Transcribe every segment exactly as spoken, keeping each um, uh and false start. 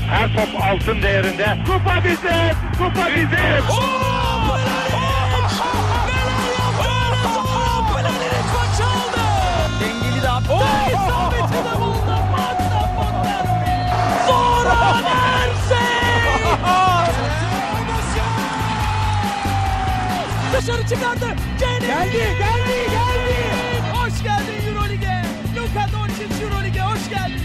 Her top altın değerinde. Kupa bizim, kupa bizim. Oh, Mladenovic maçı aldı. Dengeli de attı. İsabeti de buldu. Maçta Fontervi. Zoran Ersin. Dışarı çıkardı. Geldi, geldi, geldi. Hoş geldin Euroleague'e. Luka Doncic Euroleague'e hoş geldin.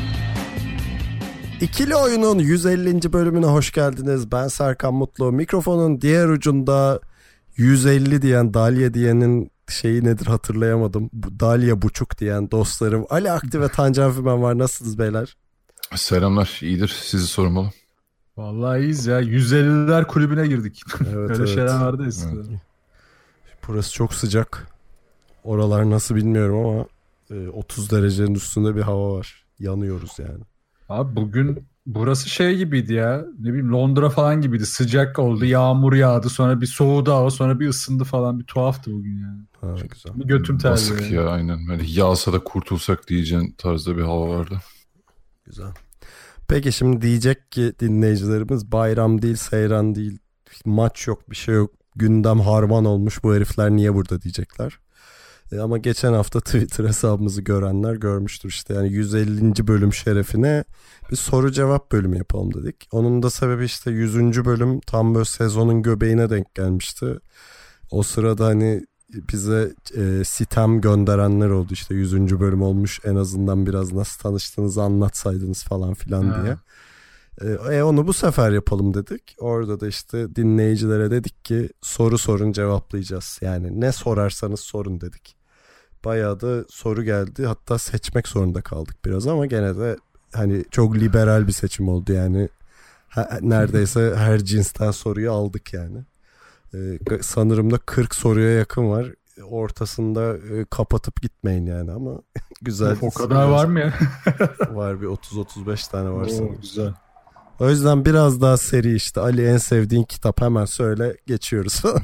İkili Oyun'un yüz ellinci bölümüne hoş geldiniz. Ben Serkan Mutlu. Mikrofonun diğer ucunda yüz elli diyen, Dalya diyenin şeyi nedir hatırlayamadım. Dalya buçuk diyen dostlarım Ali Akti ve Tancan Fümen var. Nasılsınız beyler? Selamlar, iyidir. Sizi sormalı. Vallahi iyiyiz ya. yüz elliler kulübüne girdik. Evet, Öyle evet. şeyler vardı eskiden. Evet. Burası çok sıcak. Oralar nasıl bilmiyorum ama otuz derecenin üstünde bir hava var. Yanıyoruz yani. Abi bugün burası şey gibiydi ya. Ne bileyim Londra falan gibiydi. Sıcak oldu, yağmur yağdı, sonra bir soğudu hava, sonra bir ısındı falan. Bir tuhaftı bugün yani. Ha, güzel. Bir götüm terliyor. Basık yani. ya, aynen. Böyle yağsa da kurtulsak diyeceğin tarzda bir hava vardı. Güzel. Peki şimdi diyecek ki dinleyicilerimiz bayram değil, seyran değil, maç yok, bir şey yok. Gündem harman olmuş, bu herifler niye burada diyecekler. E ama geçen hafta Twitter hesabımızı görenler görmüştür işte, yani yüz ellinci bölüm şerefine bir soru cevap bölümü yapalım dedik. Onun da sebebi işte yüzüncü bölüm tam böyle sezonun göbeğine denk gelmişti. O sırada hani bize e, sitem gönderenler oldu, işte yüzüncü bölüm olmuş, en azından biraz nasıl tanıştığınızı anlatsaydınız falan filan Ha. diye. E, onu bu sefer yapalım dedik. Orada da işte dinleyicilere dedik ki soru sorun, cevaplayacağız. Yani ne sorarsanız sorun dedik. Bayağı da soru geldi. Hatta seçmek zorunda kaldık biraz ama gene de hani çok liberal bir seçim oldu yani. Ha, neredeyse her cinsten soruyu aldık yani. E, sanırım da kırk soruya yakın var. Ortasında e, kapatıp gitmeyin yani ama güzel. O kadar var mı ya? Var, bir otuz otuz beş tane var sanırım. Oo, güzel. O yüzden biraz daha seri işte. Ali en sevdiğin kitap, hemen söyle, geçiyoruz falan.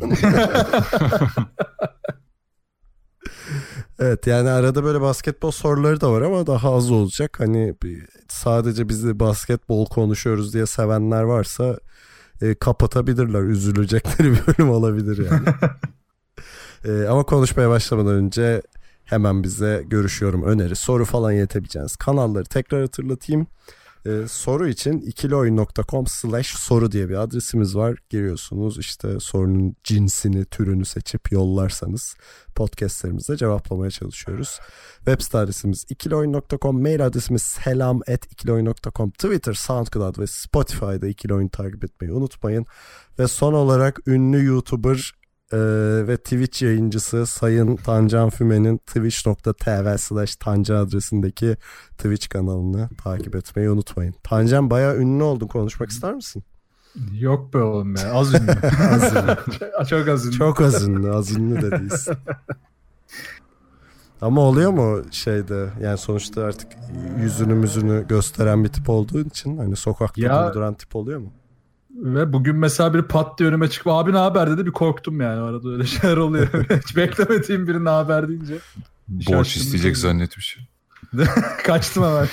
Evet, yani arada böyle basketbol soruları da var ama daha az olacak. Hani sadece bizi basketbol konuşuyoruz diye sevenler varsa e, kapatabilirler. Üzülecekleri bir bölüm olabilir yani. e, ama konuşmaya başlamadan önce hemen bize görüşüyorum, öneri, soru falan iletebileceğiniz kanalları tekrar hatırlatayım. Ee, soru için ikilioyun nokta com slash soru diye bir adresimiz var. Giriyorsunuz, işte sorunun cinsini, türünü seçip yollarsanız podcastlerimizde cevaplamaya çalışıyoruz. Web site adresimiz ikilioyun nokta com, mail adresimiz selam at ikilioyun nokta com, Twitter, SoundCloud ve Spotify'da İkilioyun takip etmeyi unutmayın. Ve son olarak ünlü YouTuber Ee, ve Twitch yayıncısı Sayın Tancan Fümen'in twitch nokta tv slash tancan adresindeki Twitch kanalını takip etmeyi unutmayın. Tancan bayağı ünlü oldun, konuşmak ister misin? Yok be oğlum ya, az ünlü. Az ünlü. Çok az ünlü. Çok az ünlü, az ünlü de değilsin. Ama oluyor mu şeyde, yani sonuçta artık yüzünü müzünü gösteren bir tip olduğun için hani sokakta Ya... durduran tip oluyor mu? Ve bugün mesela biri pat diye önüme çıkıp abi ne haber dedi, bir korktum yani. Arada öyle şeyler oluyor. Hiç beklemediğim biri ne haber deyince. Borç isteyecek zannetmiş. Kaçtım hemen.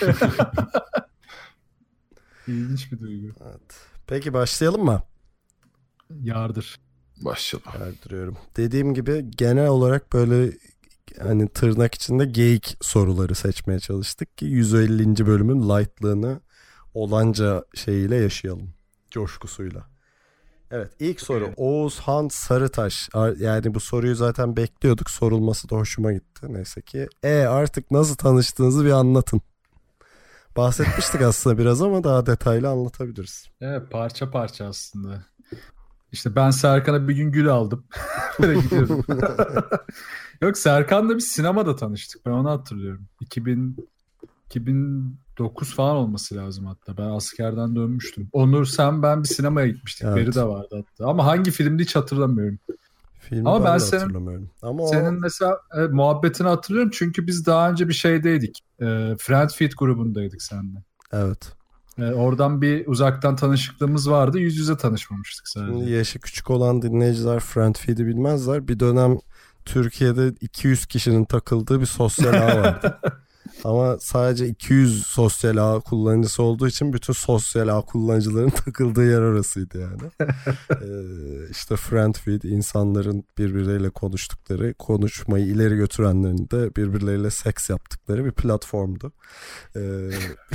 İlginç bir duygu. Evet. Peki başlayalım mı? Yardır. Başlayalım. Yardırıyorum. Dediğim gibi genel olarak böyle hani tırnak içinde geyik soruları seçmeye çalıştık ki yüz ellinci bölümün lightlığını olanca şeyiyle yaşayalım. Coşkusuyla. Evet, ilk soru Oğuzhan Sarıtaş. Yani bu soruyu zaten bekliyorduk. Sorulması da hoşuma gitti. Neyse ki. E artık nasıl tanıştığınızı bir anlatın. Bahsetmiştik aslında biraz ama daha detaylı anlatabiliriz. Evet, parça parça aslında. İşte ben Serkan'a bir gün gül aldım. Böyle gidiyordum. Yok, Serkan'la bir sinemada tanıştık. Ben onu hatırlıyorum. iki bin, iki bin dokuz falan olması lazım hatta. Ben askerden dönmüştüm. Onur, sen, ben bir sinemaya gitmiştik. Evet. Beri de vardı hatta. Ama hangi filmdi hiç hatırlamıyorum. Filmi Ama ben, ben senin, hatırlamıyorum. Ama senin o... mesela e, muhabbetini hatırlıyorum. Çünkü biz daha önce bir şeydeydik. E, Friend Feed grubundaydık seninle. Evet. E, oradan bir uzaktan tanışıklığımız vardı. Yüz yüze tanışmamıştık sadece. Şimdi yaşı küçük olan dinleyiciler Friend Feed'i bilmezler. Bir dönem Türkiye'de iki yüz kişinin takıldığı bir sosyal ağ vardı. Ama sadece iki yüz sosyal ağ kullanıcısı olduğu için bütün sosyal ağ kullanıcıların takıldığı yer orasıydı yani. ee, işte Friendfeed, insanların birbirleriyle konuştukları, konuşmayı ileri götürenlerin de birbirleriyle seks yaptıkları bir platformdu. Ee...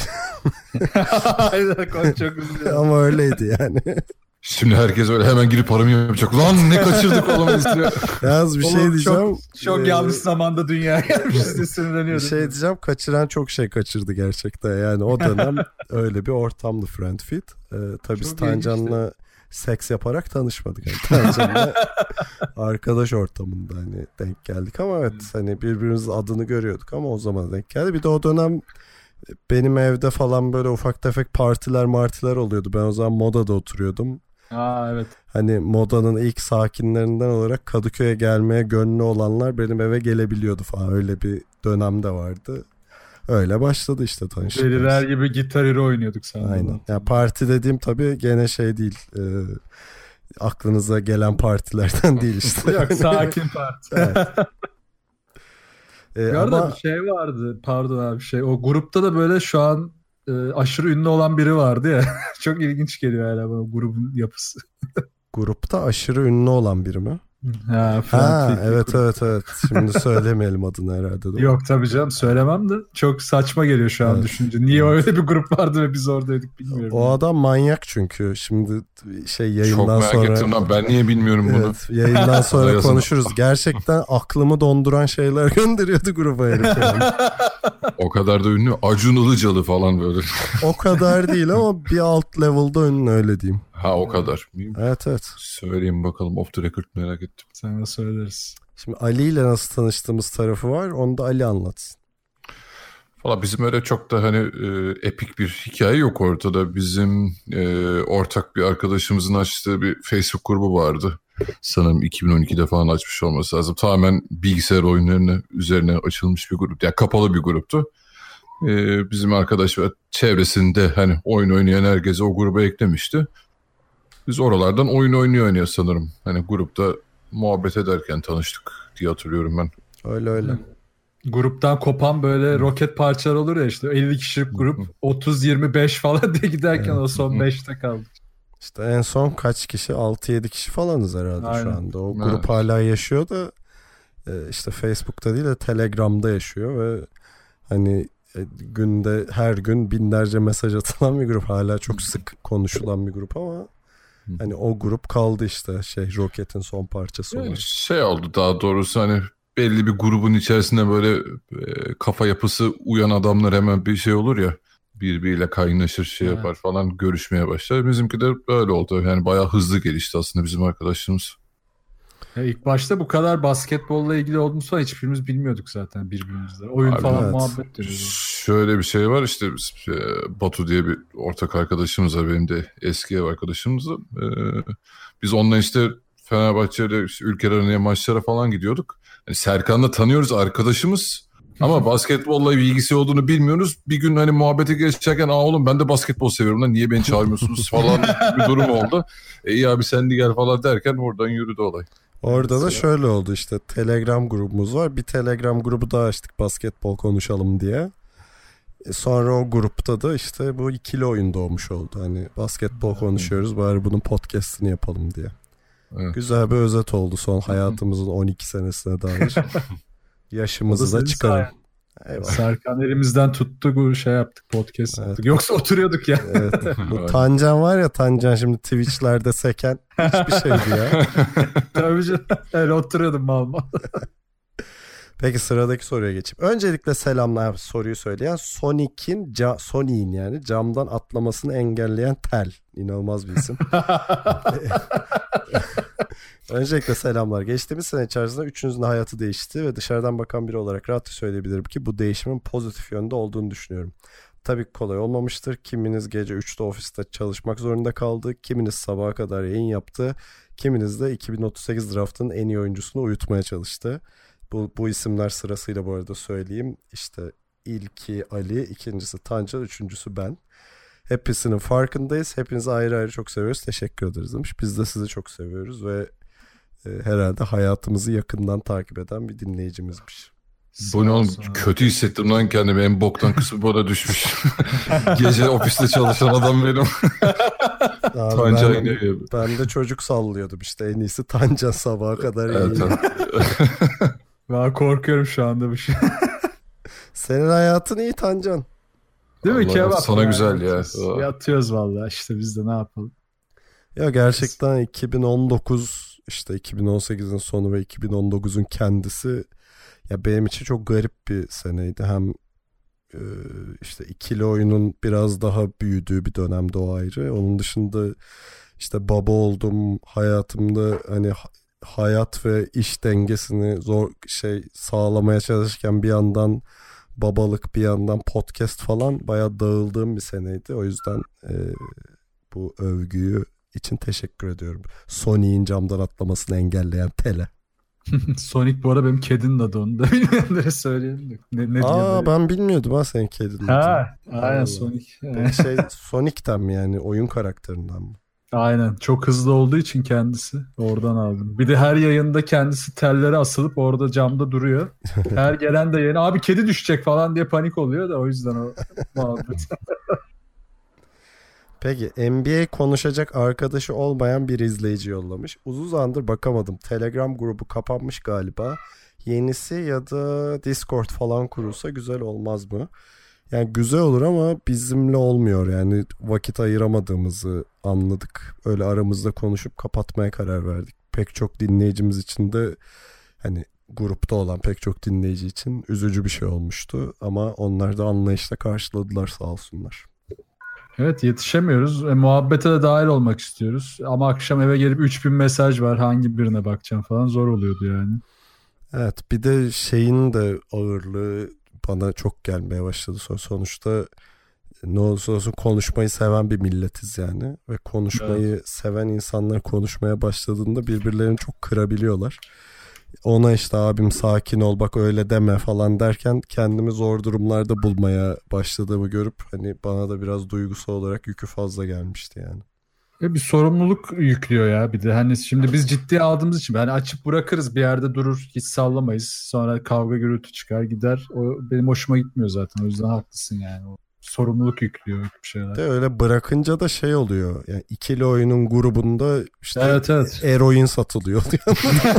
Aynen, çok güzel. Ama öyleydi yani. Şimdi herkes öyle hemen girip paramı yapacak. Lan ne kaçırdık oğlum istiyor. Yalnız bir Oğlum, şey diyeceğim. Çok, çok ee, yanlış zamanda dünyaya gelmişiz diye Bir sinirleniyordum. şey diyeceğim, kaçıran çok şey kaçırdı gerçekten. Yani o dönem öyle bir ortamdı Friendfeed. Ee, tabii biz Çok Tancan'la seks yaparak tanışmadık. Yani Tancan'la arkadaş ortamında hani denk geldik ama evet hani birbirimizin adını görüyorduk ama o zaman denk geldi. Bir de o dönem benim evde falan böyle ufak tefek partiler martiler oluyordu. Ben o zaman Moda'da oturuyordum. Aa evet. Hani Moda'nın ilk sakinlerinden olarak Kadıköy'e gelmeye gönlü olanlar benim eve gelebiliyordu falan. Öyle bir dönem de vardı. Öyle başladı işte tanışıklığımız. Deliler gibi Gitar Hero oynuyorduk sanırım. Aynen. Yani parti dediğim tabii gene şey değil. E, aklınıza gelen partilerden değil işte. Yok, sakin parti. Evet. E, Bu arada ama bir şey vardı. Pardon abi şey. O grupta da böyle şu an e, aşırı ünlü olan biri vardı ya. Çok ilginç geliyor hala bana grubun yapısı. grupta aşırı ünlü olan biri mi? Ha, Ha Friendfeed evet grup. evet evet. Şimdi söylemeyelim adını herhalde. Değil mi? Yok tabii canım söylemem de çok saçma geliyor şu an Evet. düşünce. Niye öyle bir grup vardı ve biz oradaydık bilmiyorum. O adam manyak çünkü. Şimdi şey Çok yayından merak sonra ettim lan. Ben niye bilmiyorum bunu. evet, yayından sonra Yazın. konuşuruz. Gerçekten aklımı donduran şeyler gönderiyordu gruba herif yani. O kadar da ünlü. Acun Ilıcalı falan böyle. O kadar değil ama bir alt level'da ünlü öyle diyeyim. Ha o kadar. Evet evet. Söyleyeyim bakalım, off the record, merak ettim. Sana söyleriz. Şimdi Ali ile nasıl tanıştığımız tarafı var. Onu da Ali anlatsın. Valla bizim öyle çok da hani e, epik bir hikaye yok ortada. Bizim e, ortak bir arkadaşımızın açtığı bir Facebook grubu vardı. Sanırım iki bin on ikide falan açmış olması lazım. Tamamen bilgisayar oyunlarını üzerine açılmış bir grup. Yani kapalı bir gruptu. E, bizim arkadaş ve çevresinde hani oyun oynayan herkese o gruba eklemişti. Biz oralardan oyun oynuyor oynuyor sanırım. Hani grupta muhabbet ederken tanıştık diye hatırlıyorum ben. Öyle öyle. Gruptan kopan böyle roket parçalar olur ya işte elli kişilik grup otuz yirmi beş falan diye giderken Evet. o son beşte kaldık. İşte en son kaç kişi? altı yedi kişi falanız herhalde Aynen. şu anda. O Evet. grup hala yaşıyor da e, işte Facebook'ta değil de Telegram'da yaşıyor ve hani e, günde her gün binlerce mesaj atılan bir grup. Hala çok sık konuşulan bir grup ama hani o grup kaldı işte şey Rocket'in son parçası Yani olarak. şey oldu daha doğrusu, hani belli bir grubun içerisinde böyle e, kafa yapısı uyan adamlar hemen bir şey olur ya, birbiriyle kaynaşır şey Evet. yapar falan, görüşmeye başlar. Bizimki de böyle oldu. Yani bayağı hızlı gelişti aslında bizim arkadaşlığımız. Ya ilk başta bu kadar basketbolla ilgili olduğumuzu falan hiçbirimiz bilmiyorduk zaten birbirimizle. Oyun Abi, falan evet. muhabbet dönüyordu. Şöyle bir şey var işte, biz, e, Batu diye bir ortak arkadaşımız var, benim de eski ev arkadaşımız. E, biz onunla işte Fenerbahçe'de işte ülke arenaya maçlara falan gidiyorduk. Yani Serkan'la tanıyoruz, arkadaşımız. Ama basketbolla bir ilgisi olduğunu bilmiyoruz. Bir gün hani muhabbete geçerken aa oğlum ben de basketbol seviyorum lan, niye beni çağırmıyorsunuz falan bir durum oldu. E iyi abi sen de gel falan derken oradan yürüdü olay. Orada da şöyle oldu işte Telegram grubumuz var. Bir Telegram grubu daha açtık basketbol konuşalım diye. E sonra o grupta da işte bu ikili oyun doğmuş oldu. Hani basketbol konuşuyoruz bari bunun podcast'ini yapalım diye. Evet. Güzel bir özet oldu son hayatımızın on iki senesine dair. O da Yaşımızı da senin çıkarın. sayen. Eyvallah. Serkan elimizden tuttu, bu şey yaptık, podcast Evet. yaptık. Yoksa oturuyorduk ya. Evet. Bu Tancan var ya, Tancan şimdi Twitch'lerde seken hiçbir şeydi ya. Tabii canım. Öyle oturuyordum mal mal. Peki sıradaki soruya geçeyim. Öncelikle selamlar, soruyu söyleyen Sonic'in ca- Sonic'in yani camdan atlamasını engelleyen tel. İnanılmaz bir isim. Öncelikle selamlar. Geçtiğimiz sene içerisinde üçünüzün de hayatı değişti ve dışarıdan bakan biri olarak rahatça söyleyebilirim ki bu değişimin pozitif yönde olduğunu düşünüyorum. Tabii kolay olmamıştır. Kiminiz gece üçte ofiste çalışmak zorunda kaldı. Kiminiz sabaha kadar yayın yaptı. Kiminiz de iki bin otuz sekiz draft'ın en iyi oyuncusunu uyutmaya çalıştı. Bu, bu isimler sırasıyla bu arada söyleyeyim. İşte ilki Ali, ikincisi Tancan, üçüncüsü ben. Hepsinin farkındayız. Hepinizi ayrı ayrı çok seviyoruz. Teşekkür ederiz demiş. Biz de sizi çok seviyoruz ve e, herhalde hayatımızı yakından takip eden bir dinleyicimizmiş. Bu ne oğlum, kötü hissettim lan kendimi, en boktan kısmı bana düşmüş. Gece ofiste çalışan adam benim. Abi Tanca ben, yine. ben de çocuk sallıyordum işte, en iyisi Tanca sabaha kadar Evet, iyi. Ben korkuyorum şu anda bu şey. Senin hayatın iyi Tancan. Değil mi? Allah Kebap sana ya, güzel ya. yatıyoruz. Yatıyoruz vallahi işte, biz de ne yapalım. Ya gerçekten iki bin on dokuz, işte iki bin on sekizin sonu ve iki bin on dokuzun kendisi ya benim için çok garip bir seneydi. Hem e, işte ikili oyunun biraz daha büyüdüğü bir dönemde, o ayrı. Onun dışında işte baba oldum, hayatımda hani ha- hayat ve iş dengesini zor şey sağlamaya çalışırken bir yandan babalık, bir yandan podcast falan, bayağı dağıldığım bir seneydi. O yüzden e, bu övgüyü için teşekkür ediyorum. Sony'in camdan atlamasını engelleyen tele. Sonic bu arada benim kedinin adı, onu da bilmeyenlere söyleyelim de. Ne, ne Aa diyor ben bilmiyordum ha senin kedinin. Ha, aynen Allah. Sonic. Peki şey Sonic'ten mi, yani oyun karakterinden mi? Aynen. Çok hızlı olduğu için kendisi. Oradan aldım. Bir de her yayında kendisi tellere asılıp orada camda duruyor. Her gelen de yeni abi kedi düşecek falan diye panik oluyor da, o yüzden o muhabbet. Peki N B A konuşacak arkadaşı olmayan bir izleyici yollamış. Uzun zamandır bakamadım. Telegram grubu kapanmış galiba. Yenisi ya da Discord falan kurulsa güzel olmaz mı? Yani güzel olur ama bizimle olmuyor. Yani vakit ayıramadığımızı anladık. Öyle aramızda konuşup kapatmaya karar verdik. Pek çok dinleyicimiz için de, hani grupta olan pek çok dinleyici için üzücü bir şey olmuştu. Ama onlar da anlayışla karşıladılar, sağ olsunlar. Evet, yetişemiyoruz. E, muhabbete de dahil olmak istiyoruz. Ama akşam eve gelip üç bin mesaj var. Hangi birine bakacağım falan, zor oluyordu yani. Evet, bir de şeyin de ağırlığı bana çok gelmeye başladı. Sonuçta ne olursa olsun konuşmayı seven bir milletiz yani. Ve konuşmayı evet. seven insanlar konuşmaya başladığında birbirlerini çok kırabiliyorlar. Ona işte abim sakin ol bak öyle deme falan derken kendimi zor durumlarda bulmaya başladığımı görüp hani bana da biraz duygusal olarak yükü fazla gelmişti yani. E bir sorumluluk yüklüyor ya bir de. Hani şimdi biz ciddiye aldığımız için hani açıp bırakırız, bir yerde durur, hiç sallamayız. Sonra kavga gürültü çıkar gider. O benim hoşuma gitmiyor zaten. O yüzden haklısın yani. O sorumluluk yüklüyor bir şeyler. De öyle bırakınca da şey oluyor. Yani ikili oyunun grubunda işte evet, evet. eroin satılıyor diyor.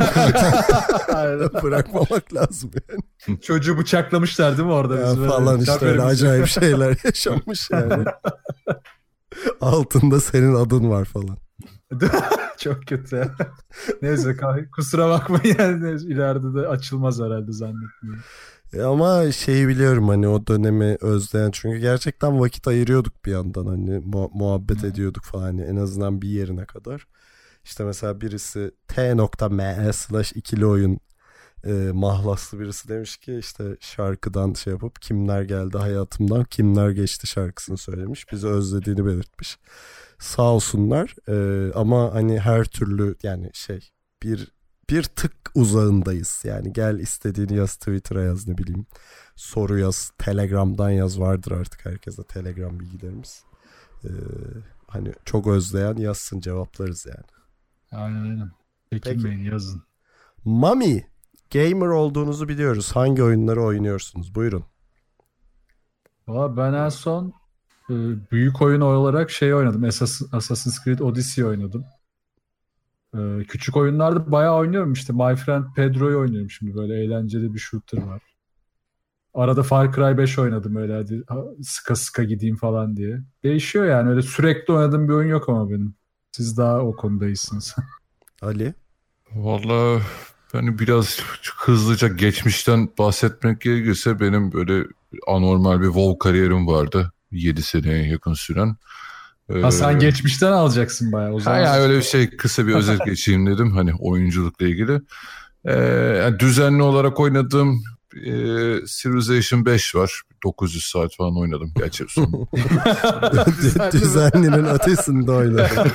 Bırakmamak lazım yani. Çocuğu bıçaklamışlar değil mi orada? Ya falan işte öyle acayip şeyler yaşanmış yani. Altında senin adın var falan. Çok kötü ya. Neyse kusura bakmayın yani, ileride de açılmaz herhalde zannetmiyorum. Ama şeyi biliyorum hani o dönemi özleyen, çünkü gerçekten vakit ayırıyorduk bir yandan, hani mu- muhabbet hmm. ediyorduk falan, hani en azından bir yerine kadar. İşte mesela birisi t.me slash ikili oyun e, mahlaslı birisi demiş ki işte şarkıdan şey yapıp kimler geldi hayatımdan kimler geçti şarkısını söylemiş. Bizi özlediğini belirtmiş. Sağ olsunlar e, ama hani her türlü yani şey bir bir tık uzağındayız. Yani gel istediğini yaz, Twitter'a yaz, ne bileyim soru yaz, Telegram'dan yaz, vardır artık herkeste Telegram bilgilerimiz. Ee, hani çok özleyen yazsın, cevaplarız yani. Aynen aynen. Çekinmeyin, yazın. Mami, gamer olduğunuzu biliyoruz. Hangi oyunları oynuyorsunuz? Buyurun. Valla ben en son e, büyük oyun olarak şey oynadım. Assassin's Creed Odyssey oynadım. Ee, küçük oyunlarda bayağı oynuyorum, işte My Friend Pedro'yu oynuyorum şimdi, böyle eğlenceli bir shooter var. Arada Far Cry beş oynadım öyle, hadi sıka sıka gideyim falan diye. Değişiyor yani, öyle sürekli oynadığım bir oyun yok ama benim. Siz daha o konuda iyisiniz. Ali? Vallahi hani biraz hızlıca geçmişten bahsetmek gerekirse benim böyle anormal bir WoW kariyerim vardı. yedi seneye yakın süren. Ha, sen geçmişten alacaksın bayağı o zaman. Ha ya öyle bir şey, kısa bir özet geçeyim dedim hani oyunculukla ilgili. Ee, yani düzenli olarak oynadığım e, Civilization beş var. dokuz yüz saat falan oynadım gerçi son. Düzenlinin ötesinde oynadım.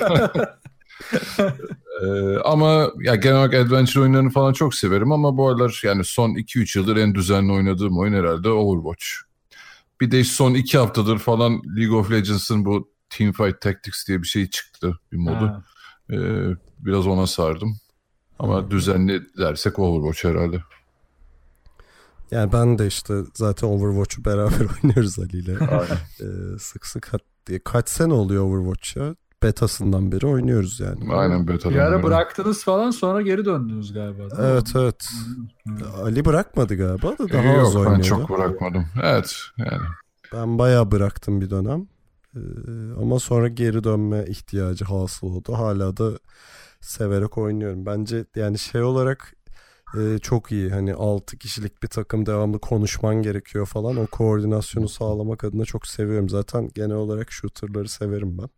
ee, ama ya genel olarak adventure oyunlarını falan çok severim ama bu aralar yani son iki üç yıldır en düzenli oynadığım oyun herhalde Overwatch. Bir de son iki haftadır falan League of Legends'ın bu Teamfight Tactics diye bir şey çıktı, bir modu. Ee, biraz ona sardım. Ama hmm. düzenli dersek Overwatch herhalde. Yani ben de işte zaten Overwatch'u beraber oynuyoruz Ali ile. ee, sık sık hat, kaç sene oluyor Overwatch ya? Betasından beri oynuyoruz yani. Aynen betadan. Bir ara beri. bıraktınız falan, sonra geri döndünüz galiba. Evet mi? Evet. Hı. Ali bırakmadı galiba da daha Yok, az oynuyordu. ben çok bırakmadım. Evet yani. Ben bayağı bıraktım bir dönem. Ee, ama sonra geri dönme ihtiyacı hasıl oldu. Hala da severek oynuyorum. Bence yani şey olarak e, çok iyi. Hani altı kişilik bir takım, devamlı konuşman gerekiyor falan. O koordinasyonu sağlamak adına çok seviyorum. Zaten genel olarak shooter'ları severim ben.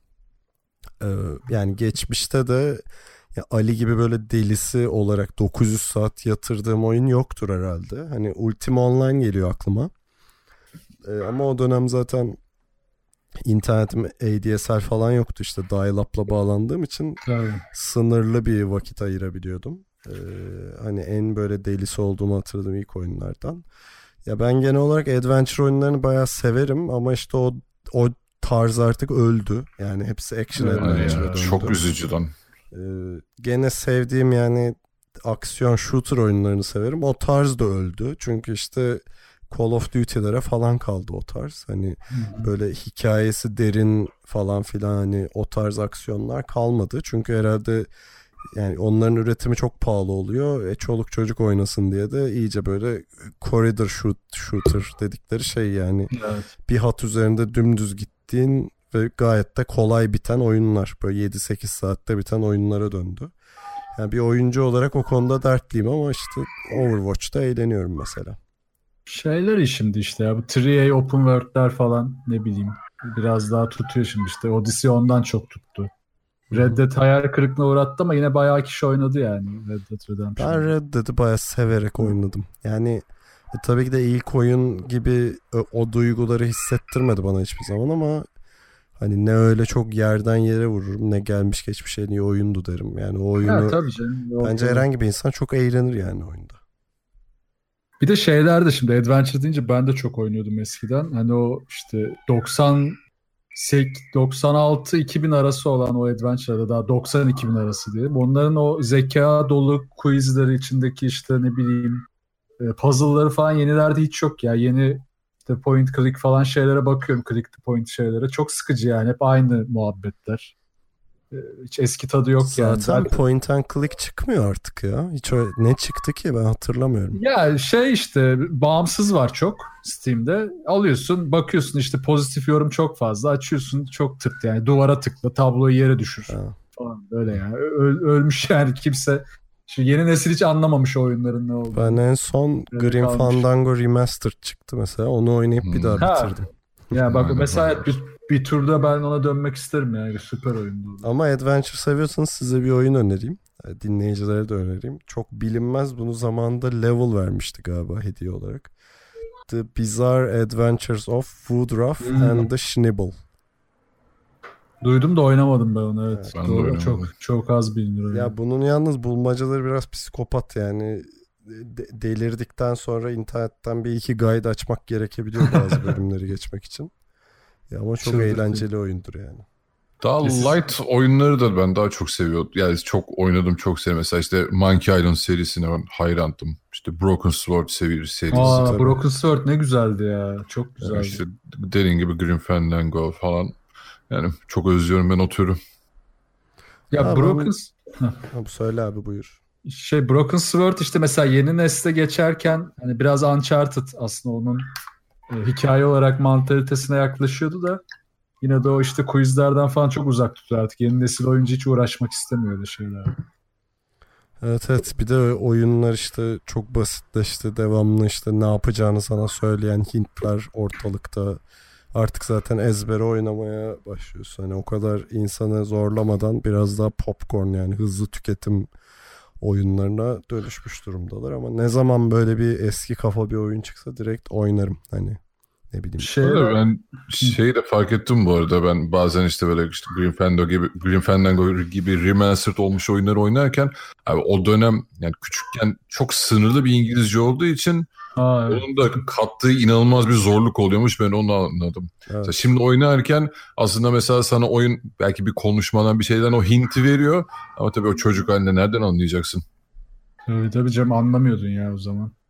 Ee, yani geçmişte de ya Ali gibi böyle delisi olarak dokuz yüz saat yatırdığım oyun yoktur herhalde. Hani Ultima Online geliyor aklıma. Ee, ama o dönem zaten internetim A D S L falan yoktu, işte dial-up'la bağlandığım için Tabii. sınırlı bir vakit ayırabiliyordum. Ee, hani en böyle delisi olduğumu hatırladığım ilk oyunlardan. Ya ben genel olarak adventure oyunlarını bayağı severim ama işte o o tarz artık öldü. Yani hepsi action Evet, adventure'a Yani döndü. çok üzücü lan. Ee, gene sevdiğim yani aksiyon shooter oyunlarını severim. O tarz da öldü. Çünkü işte Call of Duty'lere falan kaldı o tarz. Hani Hı-hı. böyle hikayesi derin falan filan, hani o tarz aksiyonlar kalmadı. Çünkü herhalde yani onların üretimi çok pahalı oluyor. E, çoluk çocuk oynasın diye de iyice böyle corridor shoot, shooter dedikleri şey yani. Evet. Bir hat üzerinde dümdüz gittiğin ve gayet de kolay biten oyunlar. Böyle yedi sekiz saatte biten oyunlara döndü. Yani bir oyuncu olarak o konuda dertliyim ama işte Overwatch'ta eğleniyorum mesela. Şeyler şimdi işte ya, bu üç A open world'ler falan, ne bileyim, biraz daha tutuyor şimdi işte. Odyssey ondan çok tuttu. Red Dead hayal kırıklığına uğrattı ama yine bayağı kişi oynadı yani Red Dead Redemption. Ben Red Dead'i bayağı severek oynadım. Yani e, tabii ki de ilk oyun gibi o, o duyguları hissettirmedi bana hiçbir zaman ama hani ne öyle çok yerden yere vururum, ne gelmiş geçmiş en iyi oyundu derim. Yani o oyunu Ha, tabii canım. Yok, bence yok. herhangi bir insan çok eğlenir yani oyunda. Bir de şeyler de şimdi adventure deyince ben de çok oynuyordum eskiden. Hani o işte doksan doksan altı iki bin arası olan o adventure'da, daha doksan iki bin arası diyelim. Onların o zeka dolu quizleri içindeki işte ne bileyim e, puzzle'ları falan yenilerde hiç yok ya. Yeni işte point click falan şeylere bakıyorum. Click to point şeylere. Çok sıkıcı yani. Hep aynı muhabbetler. E, Hiç eski tadı yok Zaten yani. Zaten point and click çıkmıyor artık ya. Hiç öyle, ne çıktı ki ben hatırlamıyorum. ya şey işte bağımsız var çok Steam'de. Alıyorsun, bakıyorsun işte pozitif yorum çok fazla. Açıyorsun, çok tırt yani. Duvara tıkla, tabloyu yere düşür Ha. falan, böyle yani. Öl- ölmüş yani kimse. Şu yeni nesil hiç anlamamış o oyunların ne olduğunu. Ben en son Öyle Grim kalmış. Fandango Remastered çıktı mesela. Onu oynayıp bir daha Ha. bitirdim. Ya bak Aynen, mesela aynen. bir, bir turda ben ona dönmek isterim yani. Süper oyundu. Ama adventure seviyorsanız size bir oyun önereyim. Dinleyicilere de önereyim. Çok bilinmez. Bunu zamanında Level vermişti galiba hediye olarak. The Bizarre Adventures of Woodruff Hmm. and the Schnibble. Duydum da oynamadım ben onu, evet. Ben de Doğru, oynamadım. çok çok az bilinir. Ya bunun yalnız bulmacaları biraz psikopat yani. De- delirdikten sonra internetten bir iki guide açmak gerekebiliyor bazı bölümleri geçmek için. Ya ama çok Çıldırtıyor. eğlenceli oyundur yani. Daha Kesin. light oyunları da ben daha çok seviyordum. Yani çok oynadım, çok sevdim. Mesela işte Monkey Island serisine ben hayrandım. İşte Broken Sword seri- serisi. Aa, tabii. Broken Sword ne güzeldi ya. Çok Yani güzeldi. işte dediğin gibi Grim Fandango falan. Yani çok özlüyorum ben o türü. Ya Ha, Broken ben- Abi söyle abi, buyur. şey Broken Sword işte mesela yeni nesle geçerken hani biraz Uncharted aslında onun e, hikaye olarak mantalitesine yaklaşıyordu da yine de o işte quizlerden falan çok uzak tutuyor artık. Yeni nesil oyuncu hiç uğraşmak istemiyor öyle şeyler. Evet evet, bir de oyunlar işte çok basitleşti, devamlı işte ne yapacağını sana söyleyen hintler ortalıkta, artık zaten ezbere oynamaya başlıyorsun. Hani o kadar insanı zorlamadan biraz daha popcorn, yani hızlı tüketim oyunlarına dönüşmüş durumdalar. Ama ne zaman böyle bir eski kafa bir oyun çıksa direkt oynarım, hani ne bileyim. Şeyler, Öyle ben şeyi de fark ettim bu arada. Ben bazen işte böyle işte Grim Fandango gibi Grim Fandango gibi remastered olmuş oyunları oynarken abi o dönem yani küçükken çok sınırlı bir İngilizce olduğu için ha, evet. onun da kattığı inanılmaz bir zorluk oluyormuş. Ben onu anladım. Evet. Mesela şimdi oynarken aslında mesela sana oyun belki bir konuşmadan bir şeyden o hinti veriyor. Ama tabii o çocuk halinde nereden anlayacaksın? Tabii tabii canım, anlamıyordun ya o zaman.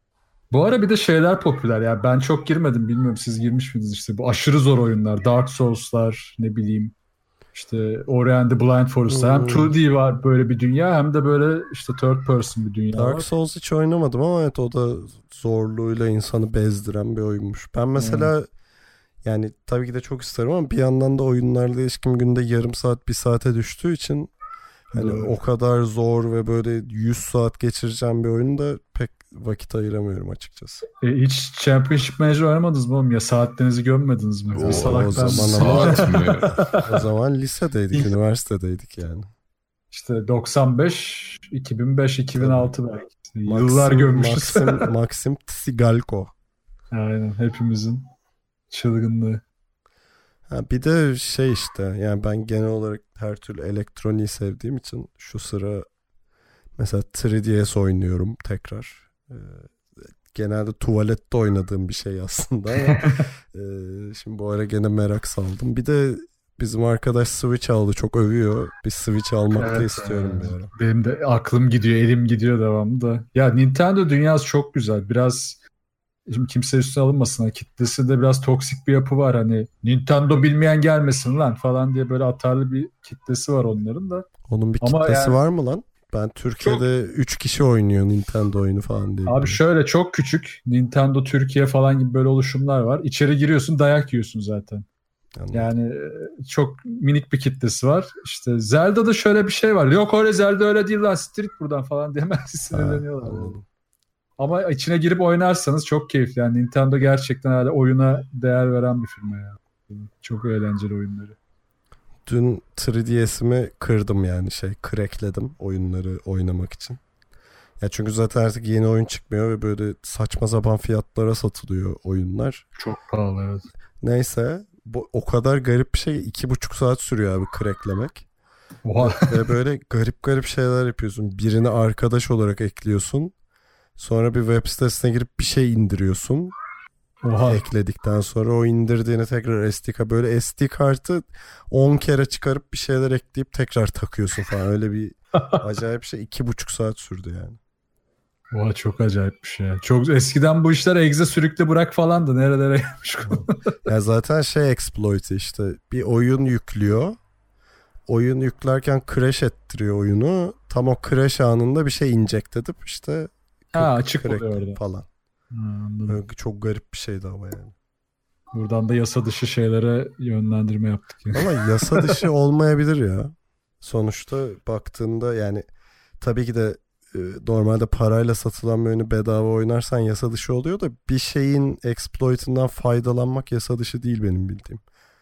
Bu ara bir de şeyler popüler ya. Ben çok girmedim, bilmiyorum siz girmiş miydiniz, işte bu aşırı zor oyunlar. Dark Souls'lar, ne bileyim. İşte Ori and the Blind Forest'ta hem Hmm. iki D var böyle bir dünya, hem de böyle işte third person bir dünya Dark var. Souls hiç oynamadım ama evet, o da zorluğuyla insanı bezdiren bir oyunmuş. Ben mesela yani tabii ki de çok isterim ama bir yandan da oyunlarla ilişkim günde yarım saat bir saate düştüğü için hani Doğru. o kadar zor ve böyle yüz saat geçireceğim bir oyunda pek vakit ayıramıyorum açıkçası. E, hiç Championship Manager oynamadınız mı oğlum ya? Saatlerinizi gömmediniz mi? O- Bir salak o ben- zaman ama- Saat mi? O zaman lisedeydik, üniversitedeydik yani. İşte doksan beş, iki bin beş, iki bin altı belki. İşte yıllar Maxim- gömmüşüz. Maxim, Maxim Tsigalko. Aynen, hepimizin çılgınlığı. Ha, bir de şey işte yani ben genel olarak her türlü elektroniği sevdiğim için şu sıra mesela üç D S oynuyorum tekrar. Ee, genelde tuvalette oynadığım bir şey aslında ama e, şimdi bu ara gene merak saldım. Bir de bizim arkadaş Switch aldı, çok övüyor. Bir Switch almak da Evet, istiyorum evet. bir ara. Benim de aklım gidiyor, elim gidiyor devamlı da. Ya Nintendo dünyası çok güzel. Biraz şimdi kimse üstüne alınmasın. Hani kitlesi de biraz toksik bir yapı var. Hani Nintendo bilmeyen gelmesin lan falan diye böyle atarlı bir kitlesi var onların da. Onun bir Ama kitlesi yani- var mı lan? Ben Türkiye'de üç kişi oynuyor Nintendo oyunu falan diye. Abi şöyle çok küçük Nintendo Türkiye falan gibi böyle oluşumlar var. İçeri giriyorsun, dayak yiyorsun zaten. Anladım. Yani e, çok minik bir kitlesi var. İşte Zelda'da şöyle bir şey var. Yok öyle Zelda öyle değil lan, street buradan falan diye hemen sinirleniyorlar. Ha, anladım. Ama içine girip oynarsanız çok keyifli. Yani Nintendo gerçekten hala oyuna değer veren bir firma ya. Çok eğlenceli oyunları. Dün üç D S'imi kırdım yani şey crackledim oyunları oynamak için. Ya çünkü zaten artık yeni oyun çıkmıyor ve böyle saçma sapan fiyatlara satılıyor oyunlar. Çok pahalı, evet. Neyse bu o kadar garip bir şey, iki buçuk saat sürüyor abi cracklemek. Oha. Ve böyle garip garip şeyler yapıyorsun. Birini arkadaş olarak ekliyorsun. Sonra bir web sitesine girip bir şey indiriyorsun. Oha. Ekledikten sonra o indirdiğini tekrar S D kart, böyle S D kartı on kere çıkarıp bir şeyler ekleyip tekrar takıyorsun falan. Öyle bir acayip şey. iki buçuk saat sürdü yani. Oha, çok acayip bir şey. Çok eskiden bu işler egze sürükle bırak falan da nerelere gelmiş. Ya zaten şey exploit işte bir oyun yüklüyor. Oyun yüklerken crash ettiriyor oyunu. Tam o crash anında bir şey inject edip işte Ha, açık crack oluyor orada. falan. Ha, anladım. Öyle çok garip bir şeydi ama yani. Buradan da yasa dışı şeylere yönlendirme yaptık. Yani. Ama yasa dışı olmayabilir ya. Sonuçta baktığında yani tabii ki de e, normalde parayla satılan bir oyunu bedava oynarsan yasa dışı oluyor da bir şeyin exploit'inden faydalanmak yasa dışı değil benim bildiğim.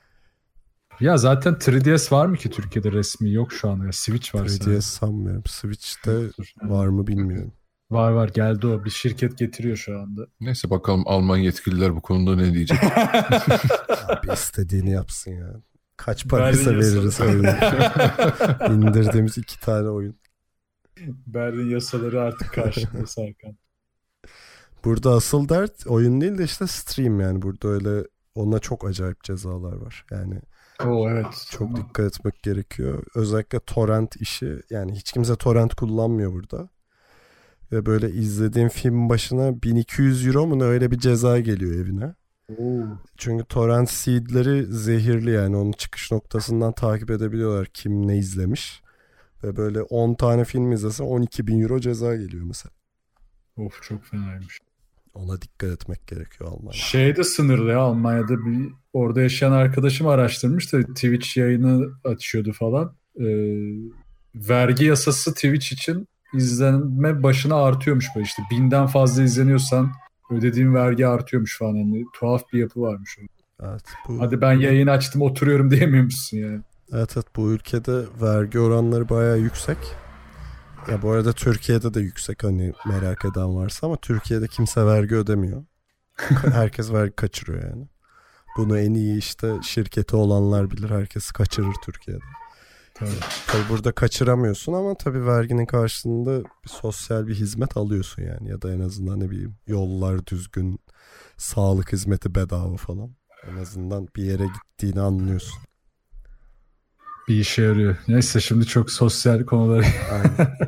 Ya zaten üç D S var mı ki Türkiye'de resmi? Yok şu an. Ya Switch var üç D sadece. S sanmıyorum. Switch'te Yoktur. var mı bilmiyorum. Var var, geldi o. Bir şirket getiriyor şu anda. Neyse bakalım Alman yetkililer bu konuda ne diyecek. Abi istediğini yapsın ya. Kaç paraysa Berlin yasa. veririz oyunu. İndirdiğimiz iki tane oyun. Berlin yasaları artık karşımda Serkan. Burada asıl dert oyun değil de işte stream yani. Burada öyle ona çok acayip cezalar var. Yani Oo evet. çok dikkat etmek gerekiyor. Özellikle torrent işi. Yani hiç kimse torrent kullanmıyor burada. Ve böyle izlediğin film başına bin iki yüz euro mu ne öyle bir ceza geliyor evine. Oo. Çünkü torrent seedleri zehirli yani. Onun çıkış noktasından takip edebiliyorlar kim ne izlemiş. Ve böyle on tane film izlese on iki bin euro ceza geliyor mesela. Of, çok fenaymış. Ona dikkat etmek gerekiyor Almanya'da. Şeyde sınırlı ya, Almanya'da bir orada yaşayan arkadaşım araştırmış da Twitch yayını açıyordu falan. Ee, vergi yasası Twitch için izlenme başına artıyormuş böyle, işte binden fazla izleniyorsan ödediğin vergi artıyormuş falan, yani tuhaf bir yapı varmış orada. Evet, bu, Hadi ben yayın açtım oturuyorum diyemiyormuşsun yani. evet, evet bu ülkede vergi oranları bayağı yüksek. Ya bu arada Türkiye'de de yüksek hani merak eden varsa ama Türkiye'de kimse vergi ödemiyor. Herkes vergi kaçırıyor yani. Bunu en iyi işte şirketi olanlar bilir. Herkes kaçırır Türkiye'de. Tabii. Tabii burada kaçıramıyorsun ama tabii verginin karşılığında bir sosyal bir hizmet alıyorsun yani. Ya da en azından ne bileyim yollar düzgün, sağlık hizmeti bedava falan. En azından bir yere gittiğini anlıyorsun. Bir işe yarıyor. Neyse şimdi çok sosyal konuları. Aynen.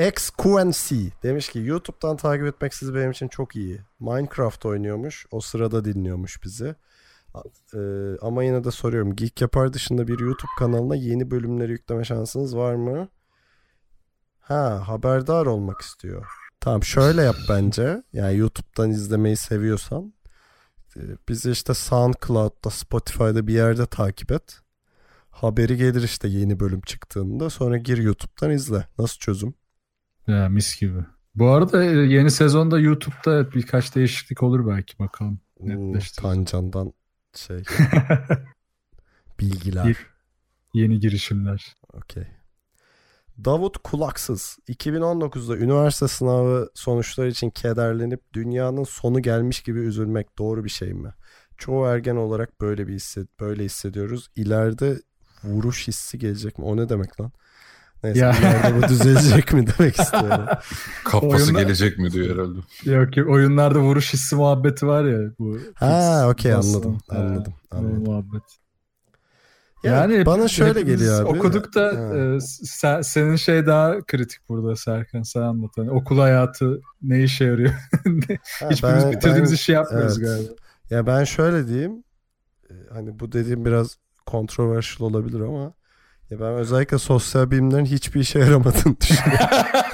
X Q N C demiş ki YouTube'dan takip etmek sizi benim için çok iyi. Minecraft oynuyormuş. O sırada dinliyormuş bizi. Ee, ama yine de soruyorum. Geek Yapar dışında bir YouTube kanalına yeni bölümleri yükleme şansınız var mı? Ha, haberdar olmak istiyor. Tamam, şöyle yap bence. Yani YouTube'dan izlemeyi seviyorsan bizi işte SoundCloud'da, Spotify'da bir yerde takip et. Haberi gelir işte yeni bölüm çıktığında. Sonra gir YouTube'dan izle. Nasıl çözüm? Ya mis gibi. Bu arada yeni sezonda YouTube'da birkaç değişiklik olur belki, bakalım. Netleştir. Tancan'dan şey bilgiler. Yeni, yeni girişimler. Okey. Davut Kulaksız iki bin on dokuzda üniversite sınavı sonuçları için kederlenip dünyanın sonu gelmiş gibi üzülmek doğru bir şey mi? Çoğu ergen olarak böyle bir hisset, böyle hissediyoruz. İleride vuruş hissi gelecek mi? O ne demek lan? Neyse, ya. ileride bu düzelecek mi demek istiyorum. Kafası Oyunlar... gelecek mi diyor herhalde. Yok yok, oyunlarda vuruş hissi muhabbeti var ya. Bu ha okey, anladım. Anladım. Ha, anladım. muhabbet. Yani, yani bana şöyle geliyor abi. Okuduk da e, sen, senin şey daha kritik burada Serkan, sen anlat. Hani okul hayatı ne işe yarıyor? ha, Hiçbirimiz ben, bitirdiğimiz ben, işi yapmıyoruz evet. galiba. Ya ben şöyle diyeyim. Hani bu dediğim biraz controversial olabilir ama ya ben özellikle sosyal bilimlerin hiçbir işe yaramadığını düşünüyorum.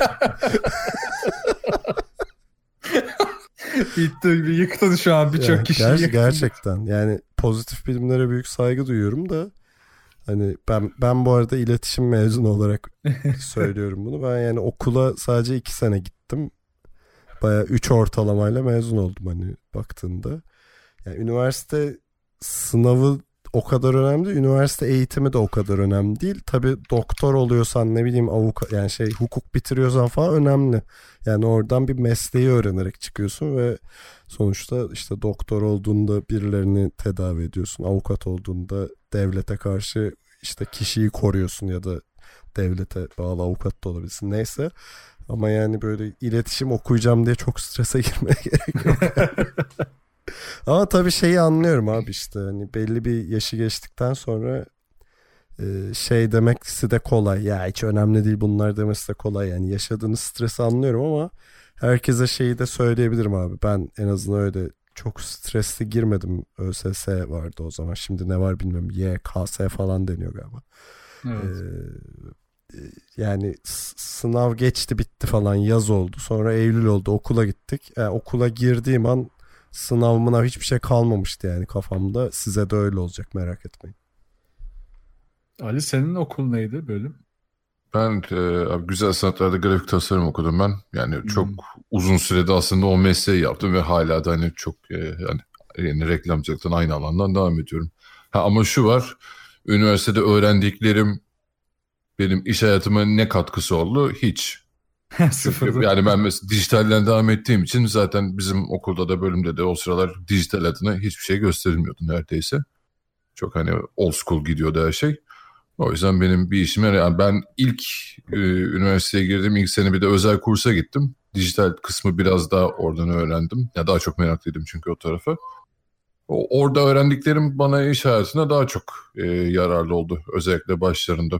Bitti gibi yıktın şu an birçok yani, kişiyi. Ger- gerçekten yani pozitif bilimlere büyük saygı duyuyorum da hani ben ben bu arada iletişim mezunu olarak söylüyorum bunu. Ben yani okula sadece iki sene gittim. Bayağı üç ortalamayla mezun oldum hani baktığında. Yani üniversite sınavı o kadar önemli, üniversite eğitimi de o kadar önemli değil. Tabii doktor oluyorsan, ne bileyim avukat, yani şey hukuk bitiriyorsan falan önemli. Yani oradan bir mesleği öğrenerek çıkıyorsun ve sonuçta işte doktor olduğunda birilerini tedavi ediyorsun. Avukat olduğunda devlete karşı işte kişiyi koruyorsun ya da devlete bağlı avukat da olabilirsin. Neyse. Ama yani böyle iletişim okuyacağım diye çok strese girmeye gerek yok. Ama tabii şeyi anlıyorum abi, işte hani belli bir yaşı geçtikten sonra e, şey demesi de kolay. Ya hiç önemli değil bunlar demesi de kolay. Yani yaşadığınız stresi anlıyorum ama herkese şeyi de söyleyebilirim abi. Ben en azından öyle çok stresli girmedim. ÖSS vardı o zaman. Şimdi ne var bilmiyorum. Y K S falan deniyor galiba. Evet. Ee, yani sınav geçti bitti falan, yaz oldu. Sonra Eylül oldu, okula gittik. Yani okula girdiğim an sınavımına hiçbir şey kalmamıştı yani kafamda. Size de öyle olacak, merak etmeyin. Ali, senin okul neydi, bölüm? Ben e, güzel sanatlarda grafik tasarım okudum ben. Yani hmm. çok uzun sürede aslında o mesleği yaptım ve hala da hani çok e, yani, yani reklamcılıktan aynı alandan devam ediyorum. Ha, ama şu var, üniversitede öğrendiklerim benim iş hayatıma ne katkısı oldu? Hiç. Sıfır. Yani ben mesela dijitalden devam ettiğim için zaten bizim okulda da bölümde de o sıralar dijital adına hiçbir şey gösterilmiyordu neredeyse. Çok hani old school gidiyordu her şey. O yüzden benim bir işime, yani ben ilk e, üniversiteye girdim ilk sene bir de özel kursa gittim. Dijital kısmı biraz daha oradan öğrendim. Ya daha çok meraklıydım çünkü o tarafa. O, orada öğrendiklerim bana iş hayatında daha çok e, yararlı oldu. Özellikle başlarında.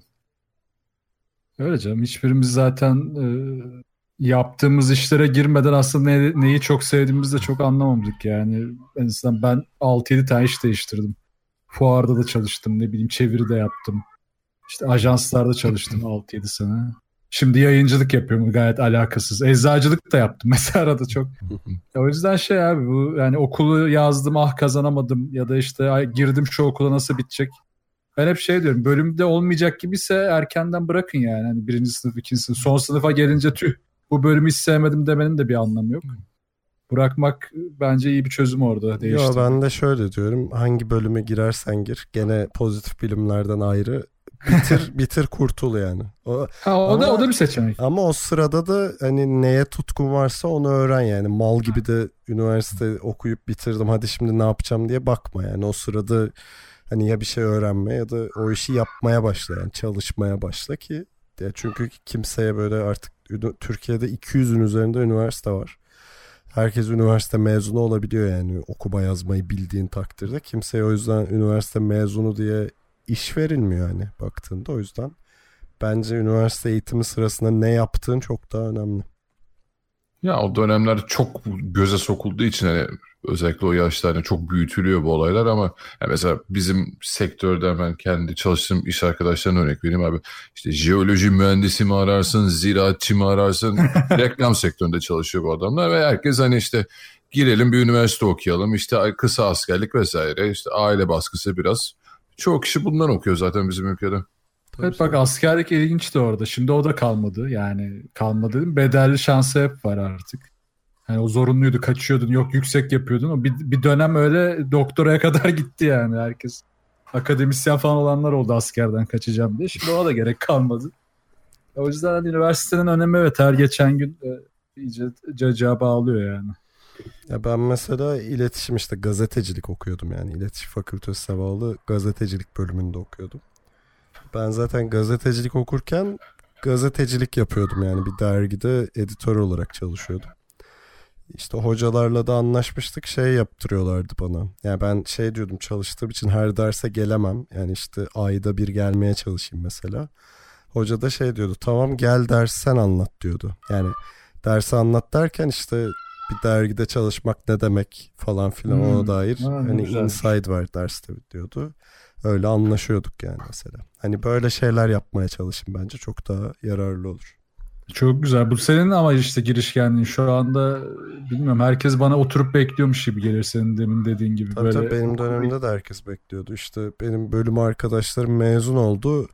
Öyle canım. Hiçbirimiz zaten e, yaptığımız işlere girmeden aslında ne, neyi çok sevdiğimizi de çok anlamadık yani. En azından ben altı yedi tane iş değiştirdim. Fuarda da çalıştım, ne bileyim çeviri de yaptım. İşte ajanslarda çalıştım altı yedi sene. Şimdi yayıncılık yapıyorum gayet alakasız. Eczacılık da yaptım mesela arada çok. O yüzden şey abi, bu yani okulu yazdım ah kazanamadım ya da işte ay, girdim şu okula nasıl bitecek. Ben hep şey diyorum, bölümde olmayacak gibiyse erkenden bırakın yani. Hani birinci sınıf, ikinci sınıf, son sınıfa gelince tüh bu bölümü hiç sevmedim demenin de bir anlamı yok. Bırakmak bence iyi bir çözüm orada. Yo, ben de şöyle diyorum, hangi bölüme girersen gir gene pozitif bilimlerden ayrı bitir bitir kurtul yani. O, ha, o ama, da o da bir seçenek. Ama o sırada da hani neye tutkun varsa onu öğren yani. Mal gibi de üniversite okuyup bitirdim hadi şimdi ne yapacağım diye bakma yani. O sırada hani ya bir şey öğrenme ya da o işi yapmaya başla yani, çalışmaya başla ki ya, çünkü kimseye böyle artık Türkiye'de iki yüzün üzerinde üniversite var. Herkes üniversite mezunu olabiliyor yani, okuma yazmayı bildiğin takdirde. Kimseye o yüzden üniversite mezunu diye iş verilmiyor hani baktığında. O yüzden bence üniversite eğitimi sırasında ne yaptığın çok daha önemli. Ya o dönemler çok göze sokulduğu için hani özellikle o yaşlarda çok büyütülüyor bu olaylar ama yani mesela bizim sektörde ben kendi çalıştığım iş arkadaşlarına örnek vereyim abi. İşte jeoloji mühendisi mi ararsın, ziraatçı mı ararsın, reklam sektöründe çalışıyor bu adamlar ve herkes hani işte girelim bir üniversite okuyalım, işte kısa askerlik vesaire, işte aile baskısı biraz. Çoğu kişi bundan okuyor zaten bizim ülkede. Evet bak askerlik ilginçti orada. Şimdi o da kalmadı. Yani kalmadı dedim. Bedelli şansı hep var artık. Yani o zorunluydu. Kaçıyordun. Yok yüksek yapıyordun. O bir, bir dönem öyle doktoraya kadar gitti yani herkes. Akademisyen falan olanlar oldu askerden kaçacağım diye. Şimdi ona da gerek kalmadı. O yüzden üniversitenin önemi evet her geçen gün e, iyice cacığa bağlıyor yani. Ya ben mesela iletişim işte gazetecilik okuyordum yani. İletişim Fakültesine bağlı gazetecilik bölümünde okuyordum. Ben zaten gazetecilik okurken gazetecilik yapıyordum yani bir dergide editör olarak çalışıyordum. İşte hocalarla da anlaşmıştık, şey yaptırıyorlardı bana. Yani ben şey diyordum, çalıştığım için her derse gelemem. Yani işte ayda bir gelmeye çalışayım mesela. Hoca da şey diyordu, tamam gel ders sen anlat diyordu. Yani dersi anlat derken işte bir dergide çalışmak ne demek falan filan hmm. ona dair ha, hani insight var derste diyordu. Öyle anlaşıyorduk yani mesela. Hani böyle şeyler yapmaya çalışın bence çok daha yararlı olur. Çok güzel. Bu senin ama işte girişkenliğin şu anda bilmiyorum herkes bana oturup bekliyormuş gibi gelir senin demin dediğin gibi. Tabii böyle. Tabii benim dönemimde de herkes bekliyordu. İşte benim bölüm arkadaşlarım mezun oldu.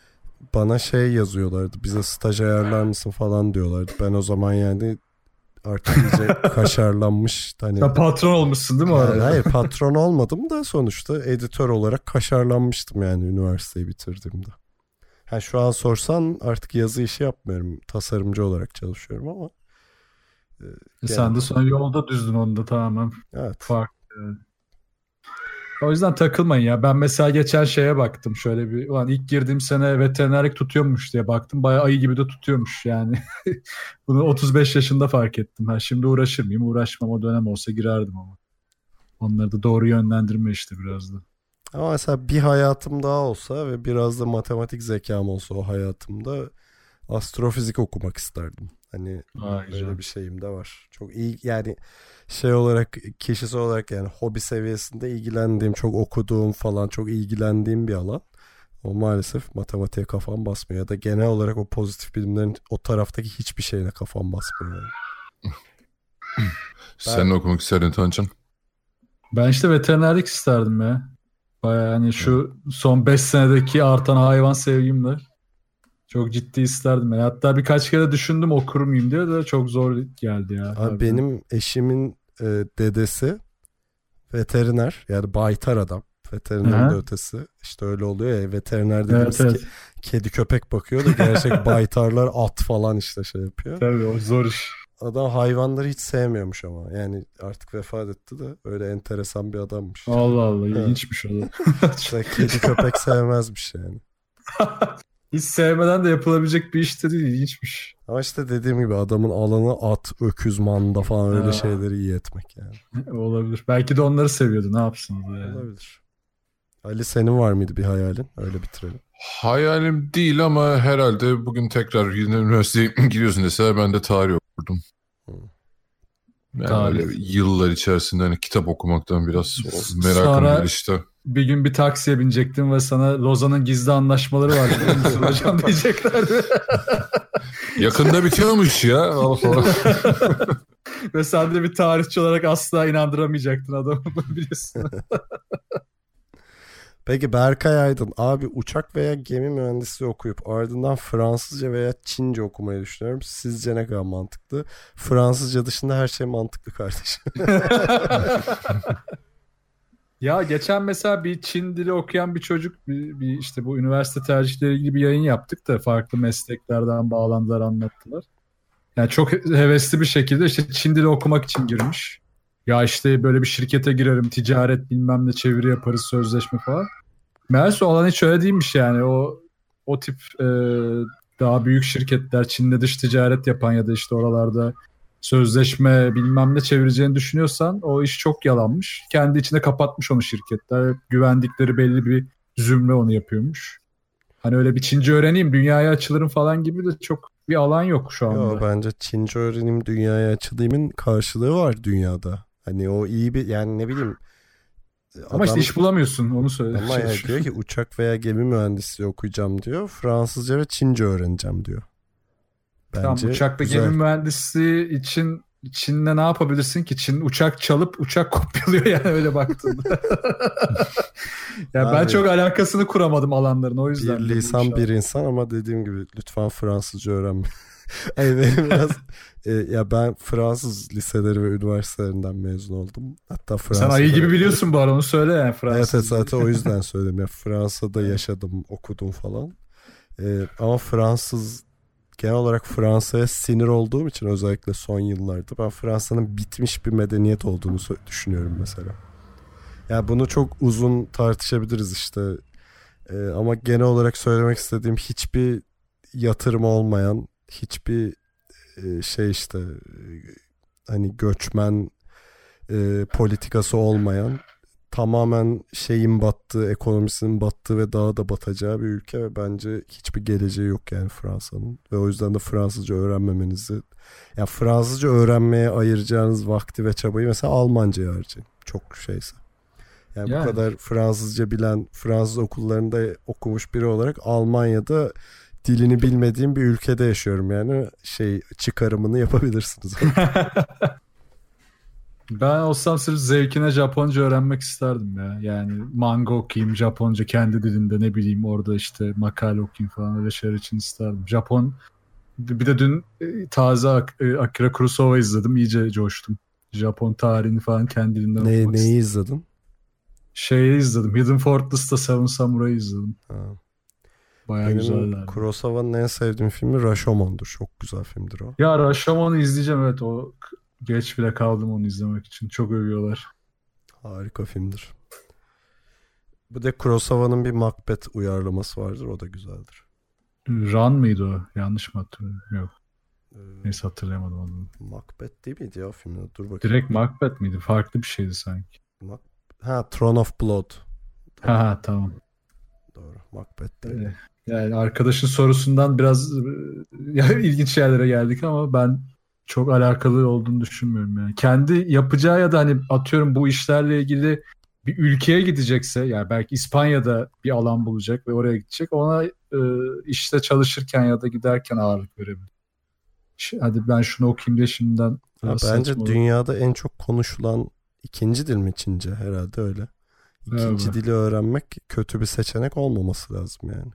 Bana şey yazıyorlardı. Bize staj ayarlar mısın falan diyorlardı. Ben o zaman yani artık iyice kaşarlanmış. Hani... Sen patron olmuşsun değil mi? Yani hayır patron olmadım da sonuçta editör olarak kaşarlanmıştım yani üniversiteyi bitirdiğimde. Ha, şu an sorsan artık yazı işi yapmıyorum. Tasarımcı olarak çalışıyorum ama. E sen de son yolda düzdün onu da tamamen. Evet. Farklı. O yüzden takılmayın ya. Ben mesela geçen şeye baktım. Şöyle bir ulan ilk girdiğim sene veterinerlik tutuyormuş diye baktım. Bayağı ayı gibi de tutuyormuş yani. Bunu otuz beş yaşında fark ettim. Ha, şimdi uğraşır mıyım? Uğraşmam. O dönem olsa girerdim ama. Onları da doğru yönlendirme işte biraz da. Ama mesela bir hayatım daha olsa ve biraz da matematik zekam olsa o hayatımda astrofizik okumak isterdim. Hani Aa, böyle güzel. Bir şeyim de var. Çok iyi yani şey olarak kişisel olarak yani hobi seviyesinde ilgilendiğim, çok okuduğum falan çok ilgilendiğim bir alan. O maalesef matematiğe kafam basmıyor ya da genel olarak o pozitif bilimlerin o taraftaki hiçbir şeyine kafam basmıyor. Yani. Sen ben... ne okumak isterdin Tancan? Ben işte veterinerlik isterdim ya. Bayağı hani şu son beş senedeki artan hayvan sevgimle çok ciddi isterdim. Yani. Hatta birkaç kere düşündüm okur muyum diye de çok zor geldi ya. Abi benim eşimin e, dedesi veteriner yani baytar adam. Veteriner de ötesi. İşte öyle oluyor ya veteriner dediğimiz evet, evet. Ke- kedi köpek bakıyor da gerçek baytarlar at falan işte şey yapıyor. Tabii o zor iş. Adam hayvanları hiç sevmiyormuş ama. Yani artık vefat etti de öyle enteresan bir adammış. Allah Allah ilginçmiş o da. İşte kedi köpek sevmezmiş yani. Hiç sevmeden de yapılabilecek bir iş de değil, ilginçmiş. Ama işte dediğim gibi adamın alanı at, öküz, manda falan öyle ha. şeyleri iyi etmek yani. Olabilir. Belki de onları seviyordu ne yapsın yani. Olabilir. Ali senin var mıydı bir hayalin? Öyle bitirelim. Hayalim değil ama herhalde bugün tekrar yine üniversiteye giriyorsun deseler ben de tarih okurdum. Yani tarih. Öyle yıllar içerisinde hani kitap okumaktan biraz merakım var işte. Bir gün bir taksiye binecektim ve sana Lozan'ın gizli anlaşmaları var. Hocam diyeceklerdi. Yakında bitiyormuş ya. Ve sen de bir tarihçi olarak asla inandıramayacaktın adamı biliyorsun. Peki Berkay Aydın abi uçak veya gemi mühendisliği okuyup ardından Fransızca veya Çince okumayı düşünüyorum. Sizce ne kadar mantıklı? Fransızca dışında her şey mantıklı kardeşim. Ya geçen mesela bir Çin dili okuyan bir çocuk bir, bir işte bu üniversite tercihleri ilgili bir yayın yaptık da farklı mesleklerden bağlantılar anlattılar. Yani çok hevesli bir şekilde işte Çin dili okumak için girmiş. Ya işte böyle bir şirkete girerim, ticaret bilmem ne çeviri yaparız, sözleşme falan. Meğerse olan hiç öyle değilmiş yani. O o tip e, daha büyük şirketler, Çin'de dış ticaret yapan ya da işte oralarda sözleşme bilmem ne çevireceğini düşünüyorsan o iş çok yalanmış. Kendi içine kapatmış onu şirketler. Güvendikleri belli bir zümre onu yapıyormuş. Hani öyle bir Çince öğreneyim, dünyaya açılırım falan gibi de çok bir alan yok şu anda. Yo, bence Çince öğreneyim, dünyaya açılayımın karşılığı var dünyada. Hani o iyi bir, yani ne bileyim. Ama işte iş bulamıyorsun, onu söyle. Ama yani diyor ki uçak veya gemi mühendisliği okuyacağım diyor. Fransızca ve Çince öğreneceğim diyor. Bence tamam, uçak ve güzel. gemi mühendisliği için Çin'de ne yapabilirsin ki? Çin uçak çalıp uçak kopyalıyor yani öyle baktığında. Ya ben Abi, çok alakasını kuramadım alanların, o yüzden. bir lisan bir insan ama dediğim gibi lütfen Fransızca öğrenme. Hani benim biraz e, ya ben Fransız liseleri ve üniversitelerinden mezun oldum. Hatta Fransa'da... Sen ayı gibi biliyorsun bu arada, onu söyle yani Fransız. Evet, zaten o yüzden söyledim. Ya Fransa'da yaşadım, okudum falan. E, ama Fransız, genel olarak Fransa'ya sinir olduğum için özellikle son yıllarda ben Fransa'nın bitmiş bir medeniyet olduğunu düşünüyorum mesela. Yani bunu çok uzun tartışabiliriz işte. Ee, ama genel olarak söylemek istediğim, hiçbir yatırım olmayan, hiçbir e, şey işte e, hani göçmen e, politikası olmayan, tamamen şeyin battığı, ekonomisinin battığı ve daha da batacağı bir ülke ve bence hiçbir geleceği yok yani Fransa'nın. Ve o yüzden de Fransızca öğrenmemenizi, yani Fransızca öğrenmeye ayıracağınız vakti ve çabayı mesela Almanca'ya harcayın. Çok şeyse. Yani, yani bu kadar Fransızca bilen, Fransız okullarında okumuş biri olarak Almanya'da dilini bilmediğim bir ülkede yaşıyorum yani, şey çıkarımını yapabilirsiniz. Ben olsam sırf zevkine Japonca öğrenmek isterdim ya. Yani manga okuyayım Japonca kendi dilinde, ne bileyim orada işte makale okuyayım falan, öyle şeyler için isterdim. Japon, bir de dün taze Akira Kurosawa izledim, iyice coştum. Japon tarihini falan kendi dilinden ne, okumak Neyi istedim. izledin? Şeyi izledim, Hidden Fortress'ta Seven Samurai'yi izledim. Ha. Bayağı Benim güzeller. Kurosawa'nın en sevdiğim filmi Rashomon'dur. Çok güzel filmdir o. Ya Rashomon'u izleyeceğim, evet, o geç bile kaldım onu izlemek için. Çok övüyorlar. Harika filmdir. Bu de Kurosawa'nın bir Macbeth uyarlaması vardır. O da güzeldir. Ran mıydı o? Yanlış mı hatırlıyorum? Yok. Ee, Neyse, hatırlayamadım onu. Macbeth değil miydi ya filmde? Dur bakayım. Direkt Macbeth miydi? Farklı bir şeydi sanki. Mac... Ha, Throne of Blood. Ha ha, tamam. Doğru. Macbeth değil. Ee, Yani arkadaşın sorusundan biraz ya, ilginç yerlere geldik ama ben çok alakalı olduğunu düşünmüyorum yani. Kendi yapacağı ya da hani atıyorum bu işlerle ilgili bir ülkeye gidecekse, yani belki İspanya'da bir alan bulacak ve oraya gidecek. Ona e, işte çalışırken ya da giderken ağırlık verebilir. Hadi ben şunu okuyayım diye şimdiden. Ha, bence dünyada en çok konuşulan ikinci dil mi Çince? Herhalde öyle. İkinci evet. Dili öğrenmek kötü bir seçenek olmaması lazım yani.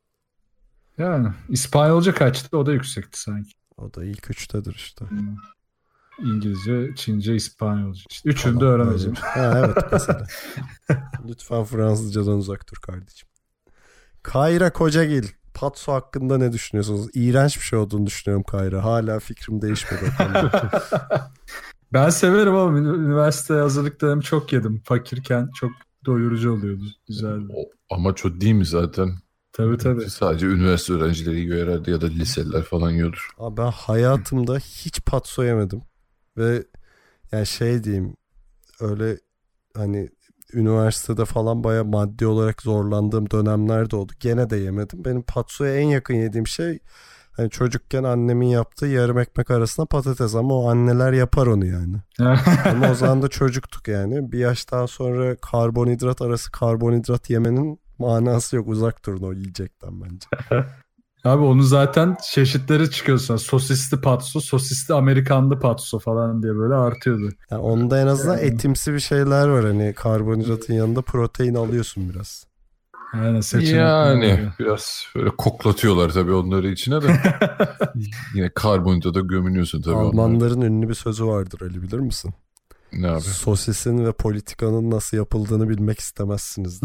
Yani İspanyolca kaçtı? O da yüksekti sanki. O da ilk üçtedir işte. Hmm. İngilizce, Çince, İspanyolca. İşte üçünü de öğreneceğim. Ha, evet mesela. Lütfen Fransızcadan uzak dur kardeşim. Kayra Kocagil. Patso hakkında ne düşünüyorsunuz? İğrenç bir şey olduğunu düşünüyorum Kayra. Hala fikrim değişmedi o konuda. Ben severim ama üniversite hazırlıklarımı çok yedim. Fakirken çok doyurucu oluyordu. Güzeldi. O amaç o değil mi zaten? Tabii tabii. Sadece üniversite öğrencileri yiyor herhalde ya da liseliler falan yiyordur. Abi ben hayatımda hiç patso yemedim. Ve yani şey diyeyim, öyle hani üniversitede falan baya maddi olarak zorlandığım dönemler de oldu. Gene de yemedim. Benim patsoya en yakın yediğim şey hani çocukken annemin yaptığı yarım ekmek arasına patates, ama o anneler yapar onu yani. Ama o zaman da çocuktuk yani. Bir yaştan sonra karbonhidrat arası karbonhidrat yemenin manası yok. Uzak durun o yiyecekten bence. Abi onun zaten çeşitleri çıkıyorsa sosisli patso, sosisli Amerikanlı patso falan diye böyle artıyordu. Yani onda en azından etimsi bir şeyler var. Hani karbonhidratın yanında protein alıyorsun biraz. Aynen, seçenek yani yani biraz böyle koklatıyorlar tabii onları içine de. Yine karbonhidrata gömünüyorsun tabii. Almanların onları. Ünlü bir sözü vardır, Ali bilir misin? Ne abi? Sosisin ve politikanın nasıl yapıldığını bilmek istemezsiniz.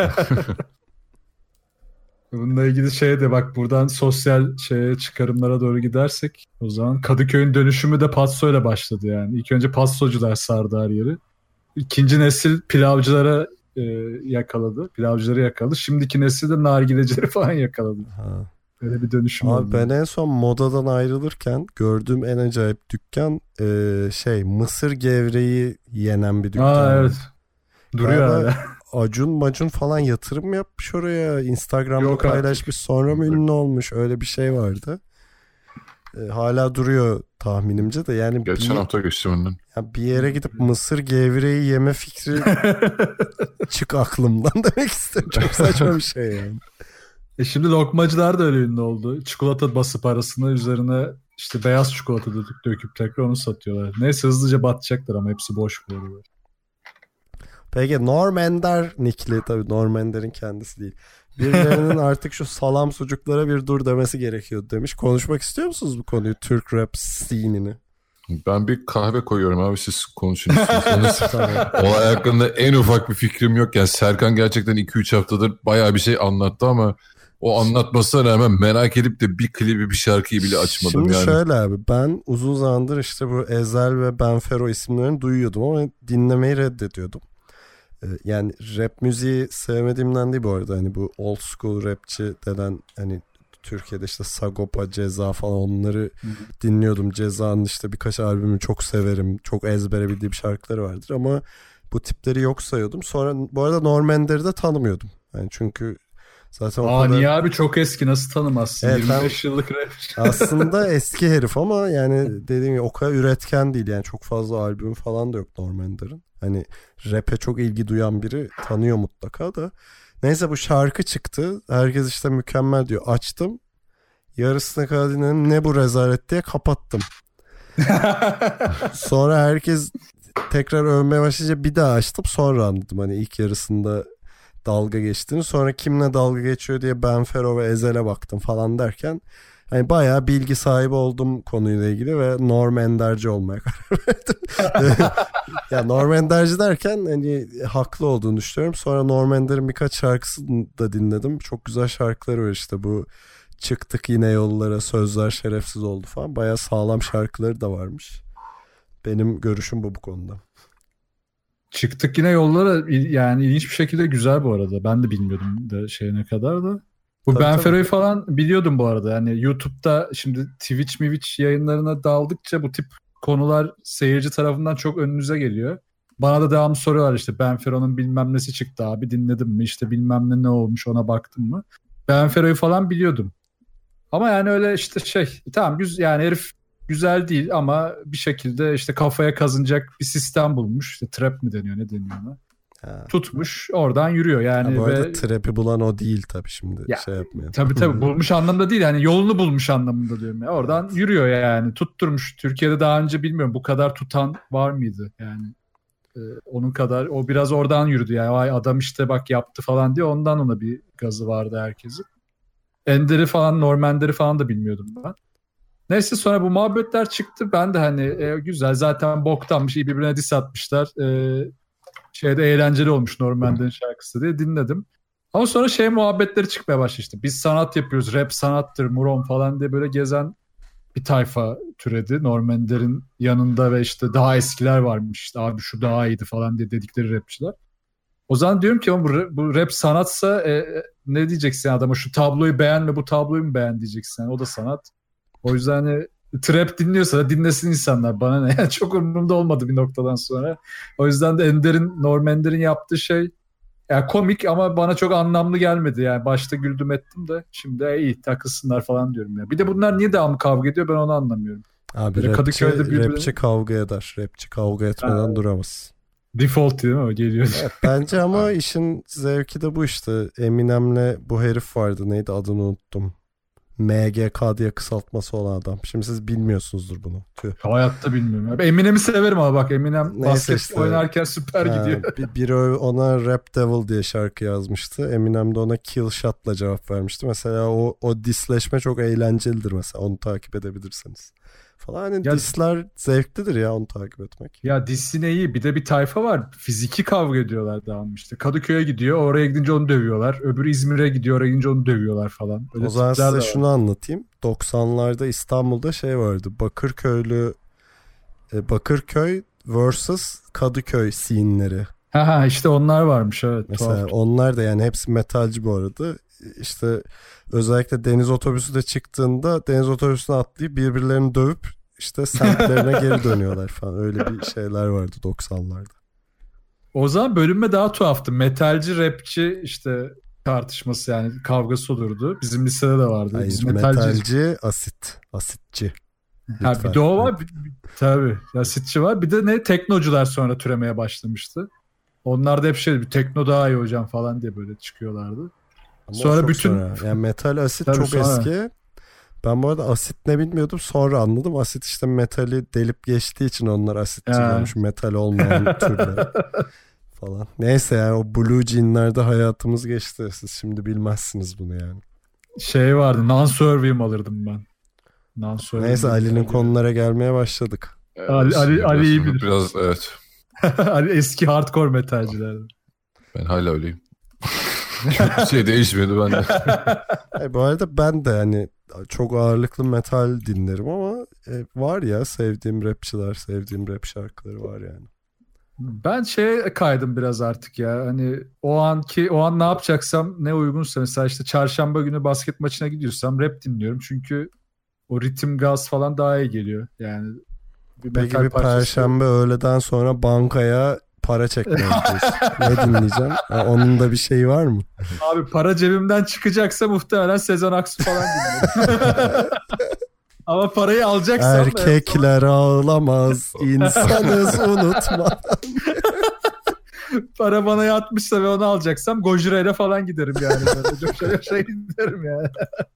Bununla ilgili şeye de bak, buradan sosyal şeye çıkarımlara doğru gidersek o zaman Kadıköy'ün dönüşümü de patso ile başladı yani. İlk önce patsocular sardı her yeri. İkinci nesil pilavcılara e, yakaladı. Pilavcıları yakaladı. Şimdiki nesil de nargilecileri falan yakaladı. Ha. Öyle bir dönüşüm Abi oldu. Ben en son modadan ayrılırken gördüğüm en acayip dükkan e, şey mısır gevreği yenen bir dükkan. Aa evet. Duruyor hala. Acun Macun falan yatırım yapmış oraya. Instagram'da Yok paylaşmış. Sonra mı ünlü olmuş? Öyle bir şey vardı. E, hala duruyor tahminimce de. Yani Geçen bir, hafta geçtim önden. ya bir yere gidip mısır gevreği yeme fikri çık aklımdan demek istedim. Çok saçma bir şey yani. E şimdi lokmacılar da öyle ünlü oldu. Çikolata basıp arasına üzerine işte beyaz çikolata döküp, döküp tekrar onu satıyorlar. Neyse hızlıca batacaklar ama hepsi boş bu arada. Peki Norm Ender nickli, tabii Norm Ender'in kendisi değil. Birilerinin artık şu salam sucuklara bir dur demesi gerekiyordu demiş. Konuşmak istiyor musunuz bu konuyu? Türk rap scene'ini. Ben bir kahve koyuyorum abi, siz konuşun istiyorsanız. Olay hakkında en ufak bir fikrim yok. Yani Serkan gerçekten iki üç haftadır bayağı bir şey anlattı ama o anlatmasına rağmen merak edip de bir klibi bir şarkıyı bile açmadım. Şimdi yani. şöyle abi, ben uzun zamandır işte bu Ezel ve Benfero isimlerini duyuyordum ama dinlemeyi reddediyordum. Yani rap müziği sevmediğimden değil bu arada. Hani bu old school rapçi denen, hani Türkiye'de işte Sagopa, Ceza falan, onları Hı-hı. dinliyordum. Ceza'nın işte birkaç albümü çok severim. Çok ezbere bildiğim şarkıları vardır ama bu tipleri yok sayıyordum. Sonra bu arada Norm Ender'i de tanımıyordum. Yani çünkü zaten Aa, o kadar... niye abi, çok eski, nasıl tanımazsın? Evet, yirmi beş yıllık rap. Aslında eski herif ama yani dediğim gibi o kadar üretken değil. Yani çok fazla albüm falan da yok Norm Ender'in. Hani rap'e çok ilgi duyan biri tanıyor mutlaka da. Neyse bu şarkı çıktı. Herkes işte mükemmel diyor. Açtım. Yarısına kadar dinledim. Ne bu rezalet diye kapattım. Sonra herkes tekrar övmeye başlayınca bir daha açtım. Sonra anladım hani ilk yarısında dalga geçtiğini. Sonra kimle dalga geçiyor diye Benfero ve Ezel'e baktım falan derken hani bayağı bilgi sahibi oldum konuyla ilgili ve Norm Ender'ci olmaya karar verdim. Ya Norm Ender'ci derken hani haklı olduğunu düşünüyorum. Sonra Norm Ender'in birkaç şarkısını da dinledim. Çok güzel şarkıları var işte, bu Çıktık Yine Yollara, Sözler Şerefsiz Oldu falan. Bayağı sağlam şarkıları da varmış. Benim görüşüm bu bu konuda. Çıktık Yine Yollara, yani ilginç bir şekilde güzel bu arada. Ben de bilmiyordum da şeyine kadar da. Bu tabii, Benfero'yu tabii. falan biliyordum bu arada. Yani YouTube'da şimdi Twitch Twitch yayınlarına daldıkça bu tip konular seyirci tarafından çok önünüze geliyor. Bana da devamlı soruyorlar işte Benfero'nun bilmem nesi çıktı abi, dinledin mi? İşte bilmem ne ne olmuş, ona baktın mı? Benfero'yu falan biliyordum. Ama yani öyle işte şey, tamam güz yani herif güzel değil ama bir şekilde işte kafaya kazınacak bir sistem bulmuş. İşte trap mi deniyor, ne deniyor ona? Ha. Tutmuş oradan yürüyor yani. Ha, bu arada ve... trap'i bulan o değil tabii, şimdi ya, şey yapmayalım. Tabii tabii bulmuş anlamda değil yani, yolunu bulmuş anlamında diyorum ya. Oradan evet. yürüyor yani, tutturmuş. Türkiye'de daha önce bilmiyorum bu kadar tutan var mıydı yani, e, onun kadar. O biraz oradan yürüdü yani, vay adam işte bak yaptı falan diye, ondan ona bir gazı vardı herkesin. Ender'i falan, Norm Ender'i falan da bilmiyordum ben. Neyse sonra bu muhabbetler çıktı. Ben de hani e, güzel zaten boktanmış, iyi birbirine diss atmışlar. E, şeyde eğlenceli olmuş Norm Ender'in şarkısı diye dinledim. Ama sonra şey muhabbetleri çıkmaya başladı işte. Biz sanat yapıyoruz, rap sanattır, muron falan diye böyle gezen bir tayfa türedi. Norm Ender'in yanında ve işte daha eskiler varmış. İşte abi şu daha iyiydi falan diye dedikleri rapçiler. O zaman diyorum ki bu, bu rap sanatsa e, ne diyeceksin adama, şu tabloyu beğenme, bu tabloyu mu beğen diyeceksin. Yani o da sanat. O yüzden hani trap dinliyorsa da dinlesin insanlar, bana ne. Yani çok umurumda olmadı bir noktadan sonra. O yüzden de Ender'in, Norm Ender'in yaptığı şey yani komik ama bana çok anlamlı gelmedi. Yani başta güldüm ettim de şimdi e, iyi takılsınlar falan diyorum ya. Bir de bunlar niye devamlı kavga ediyor, ben onu anlamıyorum. Abi rapçi, Kadıköy'de birbirine... rapçi kavga eder. Rapçi kavga etmeden ha. duramaz. Default değil mi o, geliyor. Evet, bence ama işin zevki de bu işte. Eminem'le bu herif vardı, neydi adını unuttum. M G K diye kısaltması olan adam. Şimdi siz bilmiyorsunuzdur bunu. Tüh. Hayatta bilmiyorum. Eminem'i severim ama bak Eminem neyse basket işte, oynarken süper ha, gidiyor. Bir, biri ona Rap Devil diye şarkı yazmıştı. Eminem de ona Kill Shot'la cevap vermişti. Mesela o, o disleşme çok eğlencelidir mesela. Onu takip edebilirsiniz. Falan hani ya, disler zevklidir ya, onu takip etmek. Ya dissin iyi. Bir de bir tayfa var. Fiziki kavga ediyorlar devamlı işte. Kadıköy'e gidiyor, oraya gidince onu dövüyorlar. Öbürü İzmir'e gidiyor, oraya gidince onu dövüyorlar falan. Öyle o zaman size şunu anlatayım. doksanlarda İstanbul'da şey vardı. Bakırköylü e, Bakırköy versus Kadıköy scene'leri. Ha ha işte onlar varmış evet. Mesela tuhaf. Onlar da yani hepsi metalci bu arada. İşte özellikle deniz otobüsü de çıktığında deniz otobüsüne atlayıp birbirlerini dövüp işte semtlerine geri dönüyorlar falan. Öyle bir şeyler vardı doksanlarda. O zaman bölünme daha tuhaftı. Metalci, rapçi işte tartışması yani kavgası olurdu. Bizim lisede de vardı. Hayır, Biz metalci, metalci... asit, asitçi. Ha, Lütfen. bir de o var. Bir, bir, tabii. Asitçi var. Bir de ne teknocular sonra türemeye başlamıştı. Onlar da hep şey bir tekno daha iyi hocam falan diye böyle çıkıyorlardı. Ama sonra çok bütün sonra. Yani metal asit tabii çok sonra. eski. Ben bu arada asit ne bilmiyordum, sonra anladım. Asit işte metali delip geçtiği için onlar asitçilermiş. Metal olmayan türler falan. Neyse yani o Blue Jean'lerde hayatımız geçti. Siz şimdi bilmezsiniz bunu yani. Şey vardı. Non-Servium alırdım ben. Non-Servium. Neyse Ali'nin konulara gelmeye başladık. Evet, Ali, Ali, Ali iyi bilir. Biraz evet. Ali eski hardcore metalcilerden. Ben hala öyleyim. Bir şey değişmedi bende. E, bu arada ben de hani çok ağırlıklı metal dinlerim ama e, var ya sevdiğim rapçiler, sevdiğim rap şarkıları var yani. Ben şeye kaydım biraz artık ya. Hani o anki o an ne yapacaksam ne uygunsa mesela işte çarşamba günü basket maçına gidiyorsam rap dinliyorum. Çünkü o ritim gaz falan daha iyi geliyor. Yani bir Peki bir parçası... perşembe öğleden sonra bankaya para çekmeye gidiyorsun. Ne dinleyeceğim? Ha, onun da bir şeyi var mı? Abi para cebimden çıkacaksa muhtemelen Sezen Aksu falan dinliyorum. Ama parayı alacaksam... Erkekler zaman... ağlamaz, insanız unutma. Para bana yatmışsa ve onu alacaksam Gojira'yla falan giderim yani. Çok şey, şey giderim yani.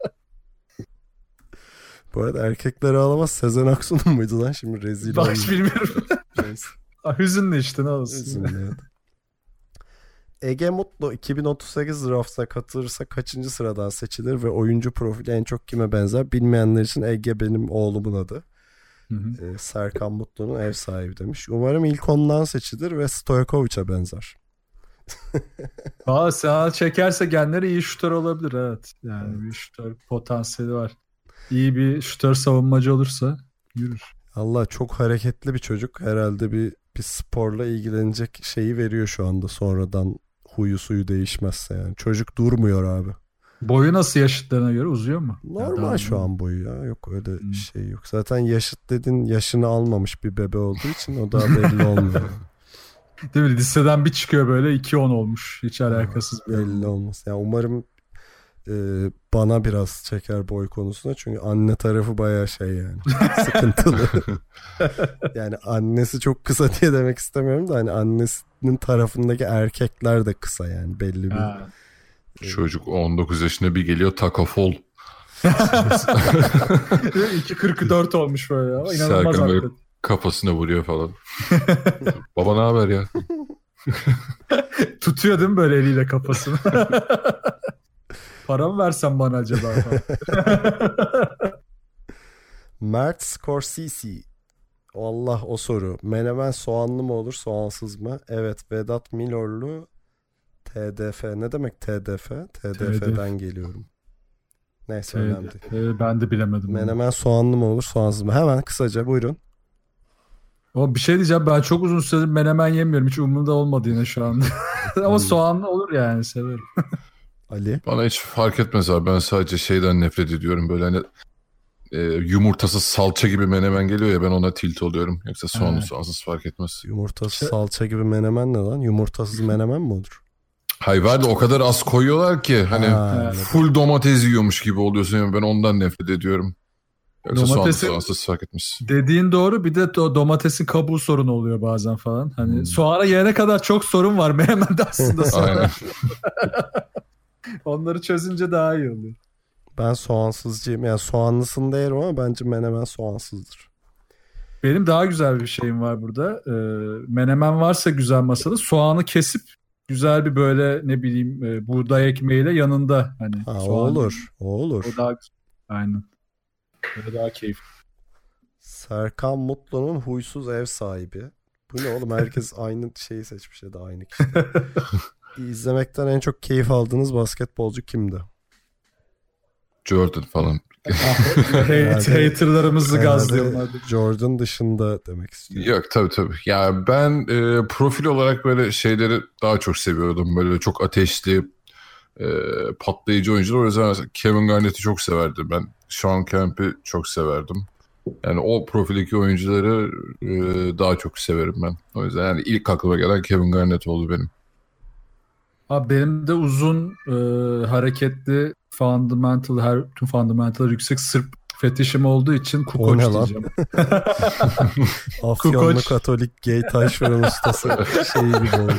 Bu arada erkekler ağlamaz Sezen Aksu'nun muydu lan? Şimdi rezil olmuş. Bak bilmiyorum. Hüzünlü işte ne olsun. Hüzünlü. Ege Mutlu iki bin otuz sekiz draft'a katılırsa kaçıncı sıradan seçilir ve oyuncu profili en çok kime benzer? Bilmeyenler için Ege benim oğlumun adı. Hı hı. Ee, Serkan Mutlu'nun ev sahibi demiş. Umarım ilk ondan seçilir ve Stojkovic'e benzer. Aa, sağa çekerse genleri iyi şutör olabilir evet. Yani evet. Bir şutör potansiyeli var. İyi bir şutör savunmacı olursa yürür. Allah çok hareketli bir çocuk. Herhalde bir bir sporla ilgilenecek şeyi veriyor şu anda sonradan huyu suyu değişmezse yani. Çocuk durmuyor abi. Boyu nasıl yaşıtlarına göre uzuyor mu? Normal yani şu an boyu ya. Yok öyle hmm. şey yok. Zaten yaşıt dedin yaşını almamış bir bebe olduğu için o daha belli olmuyor. Değil mi? Liseden bir çıkıyor böyle iki on olmuş. Hiç alakasız bir belli olmaz. Yani umarım e, bana biraz çeker boy konusunda. Çünkü anne tarafı bayağı şey yani. Sıkıntılı. Yani annesi çok kısa diye demek istemiyorum da hani annesinin tarafındaki erkekler de kısa yani belli bir. Ha. Çocuk on dokuz yaşında bir geliyor takafol. iki kırk dört olmuş böyle ya. İnanılmaz Serkan böyle kafasına vuruyor falan. Baba ne haber ya? Tutuyor değil mi böyle eliyle kafasını? Para mı versen bana acaba? Mert Scorsese. Allah o soru. Menemen soğanlı mı olur soğansız mı? Evet Vedat Milorlu T D F. Ne demek T D F? T D F'den geliyorum. Neyse önemli değil. Ben de bilemedim. Menemen onu. Soğanlı mı olur soğansız mı? Hemen kısaca buyurun. O bir şey diyeceğim, ben çok uzun süredir menemen yemiyorum. Hiç umurumda olmadı yine şu anda. Ama soğanlı olur yani, severim. Ali? Bana hiç fark etmez abi. Ben sadece şeyden nefret ediyorum. Böyle hani e, yumurtasız salça gibi menemen geliyor ya, ben ona tilt oluyorum. Yoksa soğanlı evet. Soğansız fark etmez. Yumurtasız şey... salça gibi menemen ne lan? Yumurtasız menemen mi olur? Hayır var da o kadar az koyuyorlar ki hani ha, full evet. domates yiyormuş gibi oluyorsun. Yani ben ondan nefret ediyorum. Yoksa domatesin, soğanlı soğansız fark etmez. Dediğin doğru, bir de domatesin kabuğu sorunu oluyor bazen falan. Hani hmm. soğana yene kadar çok sorun var menemende aslında sonra. Onları çözünce daha iyi oluyor. Ben soğansızcıyım. Yani soğanlısını da yerim ama bence menemen soğansızdır. Benim daha güzel bir şeyim var burada. Ee, menemen varsa güzel masada soğanı kesip güzel bir böyle ne bileyim e, buğday ekmeğiyle yanında hani. Ha, o olur. O olur. O daha aynen. Böyle daha keyifli. Serkan Mutlu'nun huysuz ev sahibi. Bu ne oğlum? Herkes aynı şeyi seçmiş ya da aynı kişi. İzlemekten en çok keyif aldığınız basketbolcu kimdi? Jordan falan. Hate, haterlarımızı gazlıyorlar. Jordan dışında demek istiyorum. Yok tabii tabii. Ya ben e, profil olarak böyle şeyleri daha çok seviyordum. Böyle çok ateşli, e, patlayıcı oyuncular. O yüzden Kevin Garnett'i çok severdim ben. Sean Kemp'i çok severdim. Yani o profildeki oyuncuları e, daha çok severim ben. O yüzden yani ilk aklıma gelen Kevin Garnett oldu benim. Abi benim de uzun e, hareketli fundamental, her tüm fundamental yüksek Sırp fetişim olduğu için Kukoc diyeceğim. Afyonlu Kukoc. Katolik gay taşeron ustası şeyi gibi oldu.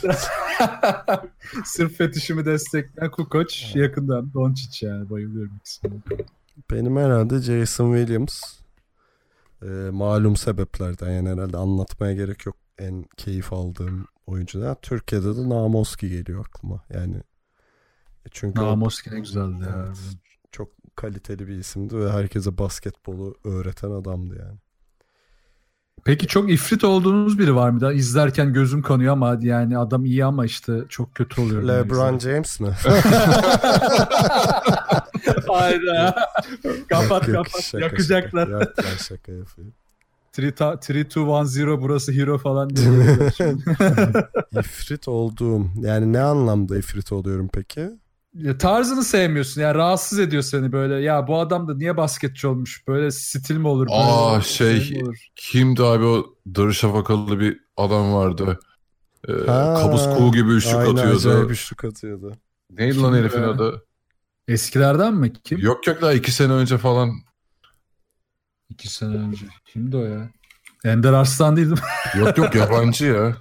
Sırp fetişimi destekleyen Kukoc, yakından Doncic, yani bayılıyorum ikisine. Benim herhalde Jason Williams. Ee, malum sebeplerden, yani herhalde anlatmaya gerek yok, en keyif aldığım oyuncular. Türkiye'de de Namoski geliyor aklıma. Yani çünkü Namoski ne güzeldi ya. evet, çok kaliteli bir isimdi ve herkese basketbolu öğreten adamdı yani. Peki çok ifrit olduğunuz biri var mı da? İzlerken gözüm kanıyor ama yani adam iyi ama işte çok kötü oluyor. LeBron James mi? Hayda. Kapat Yok, yok, kapat. şaka, Yakacaklar. Şaka. Yok, ben şaka yapıyorum. üç iki bir sıfır burası hero falan diye. İfrit olduğum, yani ne anlamda ifrit oluyorum peki? Ya tarzını sevmiyorsun. Yani rahatsız ediyor seni böyle. Ya bu adam da niye basketçi olmuş? Böyle stil mi olur? Böyle Aa şey mi olur? kimdi abi, o Darüşşafakalı bir adam vardı. Ee, Ha, kabus kuğu gibi üçlük aynen, atıyordu. acayip üçlük atıyordu. Neydi lan Kim herifin ya? adı? Eskilerden mi? Kim? Yok yok, daha iki sene önce falan. İki sene önce. Kimdi o ya? Ender Arslan değil mi? Yok yok, yabancı ya.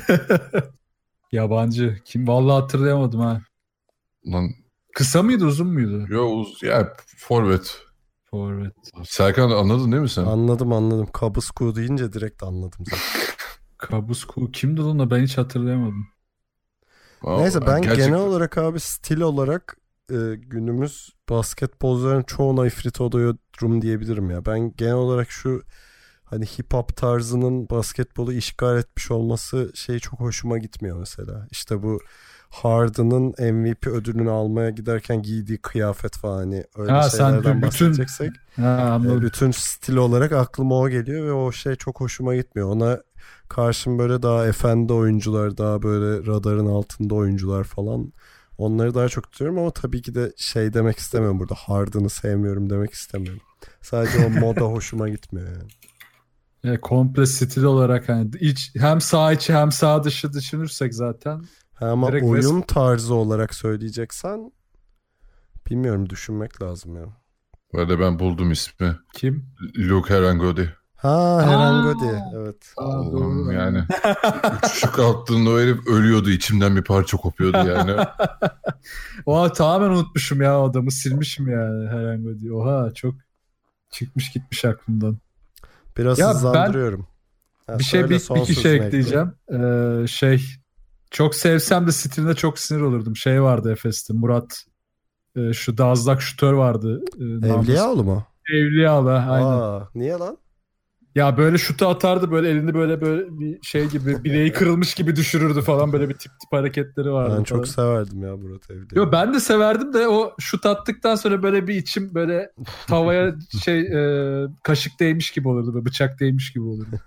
Yabancı. Kim? Vallahi hatırlayamadım ha. Lan Kısa mıydı, uzun muydu? yo uz ya forvet. Forvet. Serkan anladın değil mi sen? Anladım anladım. Kabusku deyince direkt anladım zaten. Kabusku kimdi lan o? Ben hiç hatırlayamadım. Aa, Neyse, ben gerçekten- genel olarak abi stil olarak e, günümüz basketbolcuların çoğuna ifrit oluyorum diyebilirim ya. Ben genel olarak şu hani hip hop tarzının basketbolu işgal etmiş olması şey çok hoşuma gitmiyor mesela. İşte bu Harden'ın M V P ödülünü almaya giderken giydiği kıyafet falan, hani öyle Ha, sen şeylerden bütün- bahsedeceksek. Ha, E, anladım. bütün stil olarak aklıma o geliyor ve o şey çok hoşuma gitmiyor. Ona karşım böyle daha efendi oyuncular, daha böyle radarın altında oyuncular falan, onları daha çok tutuyorum ama tabii ki de şey demek istemiyorum burada, Harden'ı sevmiyorum demek istemiyorum. Sadece o moda hoşuma gitmiyor yani. E, komple stil olarak hani iç, hem sağ içi hem sağ dışı düşünürsek zaten. Ha, ama Direkt oyun West- tarzı olarak söyleyeceksen bilmiyorum, düşünmek lazım ya. Böyle ben buldum ismi. Kim? Luke Herangodi. Ha, Herangodi, evet. Allah'ım doğru. yani. Üçlük attığında o herif ölüyordu. İçimden bir parça kopuyordu yani. Oha, tamamen unutmuşum ya o adamı, silmişim yani herhangi diye. Oha, çok çıkmış gitmiş aklımdan. Biraz Ya ben hızlandırıyorum. Ha, bir şey söyle, bir, son bir iki şey sözünü ekle. ekleyeceğim. Ee, şey çok sevsem de stiline çok sinir olurdum. Şey vardı Efes'te, Murat, e, şu dazlak şutör vardı. E, namus- Evliyaoğlu mu? Evliyaoğlu, aynen. Aa, niye lan? Ya böyle şutu atardı, böyle elini böyle böyle bir şey gibi, bileği kırılmış gibi düşürürdü falan, böyle bir tip tip hareketleri vardı. Ben falan. çok severdim ya Murat Evliyaoğlu. Yo, ben de severdim de o şut attıktan sonra böyle bir içim böyle tavaya şey e, kaşık değmiş gibi olurdu, böyle bıçak değmiş gibi olurdu.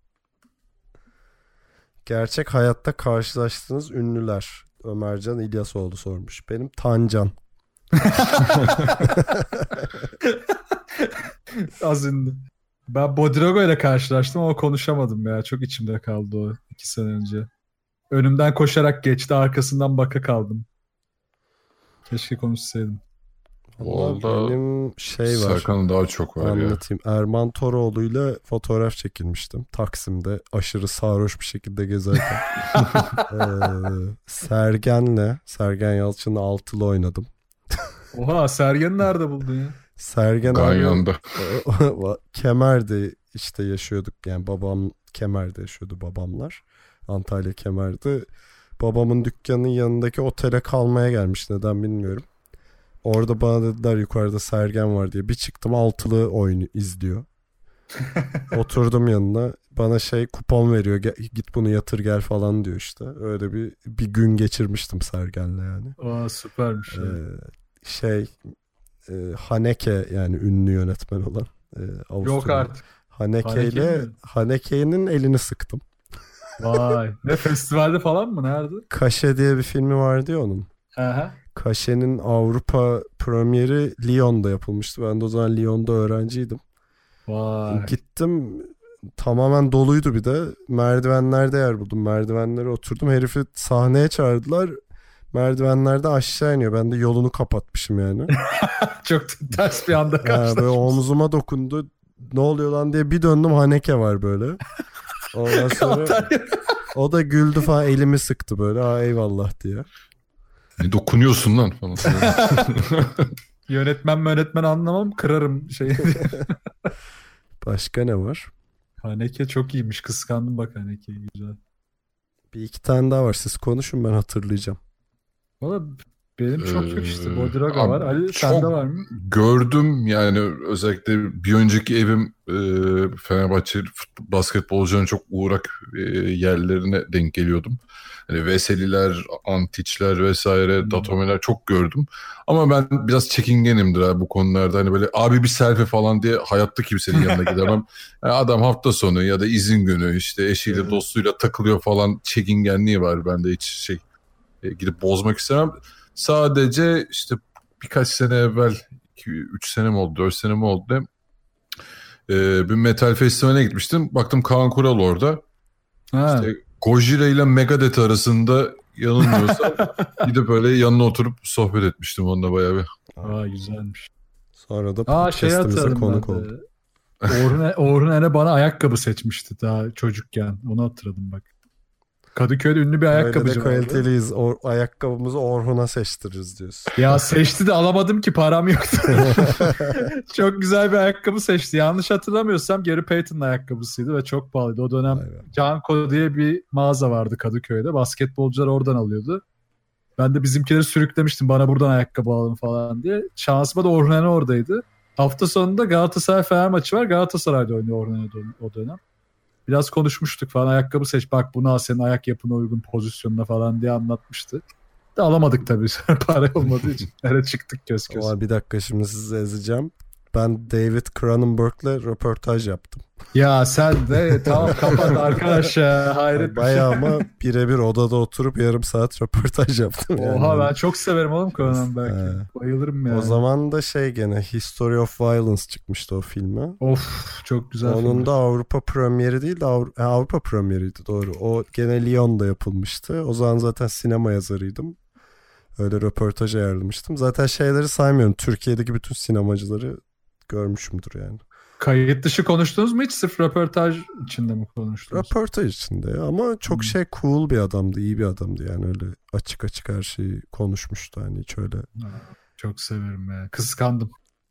Gerçek hayatta karşılaştığınız ünlüler. Ömercan İlyasoğlu sormuş. Benim Tancan. Az ünlü. Ben Bodirogo ile karşılaştım ama konuşamadım ya. Çok içimde kaldı o iki sene önce. Önümden koşarak geçti, arkasından baka kaldım. Keşke konuşsaydım. Vallahi Vallahi benim şey var. Serkan'ın daha çok var ya. Anlatayım. Erman Toroğlu'yla fotoğraf çekilmiştim. Taksim'de aşırı sarhoş bir şekilde gezerken. ee, Sergen'le, Sergen Yalçın'la altılı oynadım. Oha, Sergen'i nerede buldun ya? Sergen abi Ganyan'da. Kemer'de işte yaşıyorduk. Yani babam Kemer'de yaşıyordu, babamlar. Antalya Kemer'de. Babamın dükkanının yanındaki otele kalmaya gelmiş. Neden bilmiyorum. Orada bana dediler yukarıda Sergen var diye. Bir çıktım, altılı oyunu izliyor. Oturdum yanına. Bana şey kupon veriyor. Git bunu yatır gel falan diyor işte. Öyle bir bir gün geçirmiştim Sergen'le yani. Aa, süpermiş. ya. Ee, şey e, Haneke, yani ünlü yönetmen olan. E, Avusturya. Yok artık. Haneke Haneke ile mi? Haneke'nin elini sıktım. Vay. Ne, festivalde falan mı? Nerede? Kaşe diye bir filmi vardı ya onun. Aha. Kaşe'nin Avrupa premieri Lyon'da yapılmıştı. Ben de o zaman Lyon'da öğrenciydim. Vay. Gittim, tamamen doluydu bir de. Merdivenlerde yer buldum. Merdivenlere oturdum. Herifi sahneye çağırdılar. Merdivenlerde aşağı iniyor. Ben de yolunu kapatmışım yani. Çok ters bir anda Ha, karşılaştık. böyle omzuma dokundu. Ne oluyor lan diye bir döndüm, Haneke var böyle. Ondan sonra o da güldü falan, elimi sıktı böyle. Ha, eyvallah diye. Ne dokunuyorsun lan falan. Yönetmen yönetmen anlamam, kırarım şeyi. Başka ne var? Haneke çok iyiymiş. Kıskandım bak Haneke'yi, güzel. Bir iki tane daha var. Siz konuşun, ben hatırlayacağım. Valla benim çok yok işte. Bodiroga Abi var. Ali çok sende var mı? Gördüm yani, özellikle bir önceki evim e, Fenerbahçe fut- basketbolcuların çok uğrak e, yerlerine denk geliyordum. Hani Veseliler, Antiçler vesaire, Hmm. Datomeler çok gördüm. Ama ben biraz çekingenimdir abi bu konularda. Hani böyle abi bir selfie falan diye hayatta kimsenin yanına gidemem. Yani adam hafta sonu ya da izin günü işte eşiyle dostuyla takılıyor falan, çekingenliği var bende, hiç şey e, gidip bozmak istemem. Sadece işte birkaç sene evvel, üç sene mi oldu, dört sene mi oldu, ee, bir metal festivaline gitmiştim. Baktım Kaan Kural orada. Ha. İşte Gojira ile Megadeth arasında yanılmıyorsam gidip böyle yanına oturup sohbet etmiştim onunla bayağı bir. Aa, güzelmiş. Sonra da Aa, şey podcast'imize hatırladım konuk ben de. oldu. Orhun, Orhun Ene bana ayakkabı seçmişti daha çocukken. Onu hatırladım bak. Kadıköy'de ünlü bir Öyle de ayakkabıcı vardı. kaliteliyiz. O, ayakkabımızı Orhun'a seçtiririz diyorsun. Ya seçti de alamadım ki, param yoktu. Çok güzel bir ayakkabı seçti. Yanlış hatırlamıyorsam Gary Payton'ın ayakkabısıydı ve çok pahalıydı. O dönem Vay be. Canko diye bir mağaza vardı Kadıköy'de. Basketbolcular oradan alıyordu. Ben de bizimkileri sürüklemiştim, bana buradan ayakkabı alın falan diye. Şansıma da Orhun Ene oradaydı. Hafta sonunda Galatasaray Fener maçı var. Galatasaray'da oynuyor Orhun Ene o dönem. Biraz konuşmuştuk falan, ayakkabı seç bak bunu al, senin ayak yapına uygun pozisyonuna falan diye anlatmıştı. De alamadık tabii para olmadığı için. Nereye çıktık göz göz. Ama bir dakika, şimdi sizi ezeceğim. Ben David Cronenberg'le röportaj yaptım. Ya sen de tamam kapat arkadaş ya, hayret bir şey. Bayağı ama birebir odada oturup yarım saat röportaj yaptım. Yani. Oha, ben çok severim oğlum Cronenberg'i. He. Bayılırım ya. O zaman da şey, gene History of Violence çıkmıştı o filme. Of, çok güzel. Onun film. da Avrupa premieri değil de Avru- ha, Avrupa premieriydi, doğru. O gene Lyon'da yapılmıştı. O zaman zaten sinema yazarıydım. Öyle röportaj ayarlamıştım. Zaten şeyleri saymıyorum. Türkiye'deki bütün sinemacıları görmüşümdür yani. Kayıt dışı konuştunuz mu hiç? Sırf röportaj içinde mi konuştunuz? Röportaj içinde ya. Ama çok Hmm. şey, cool bir adamdı, iyi bir adamdı yani, öyle açık açık her şeyi konuşmuştu hani, hiç öyle. Ha, çok severim ya. Kıskandım.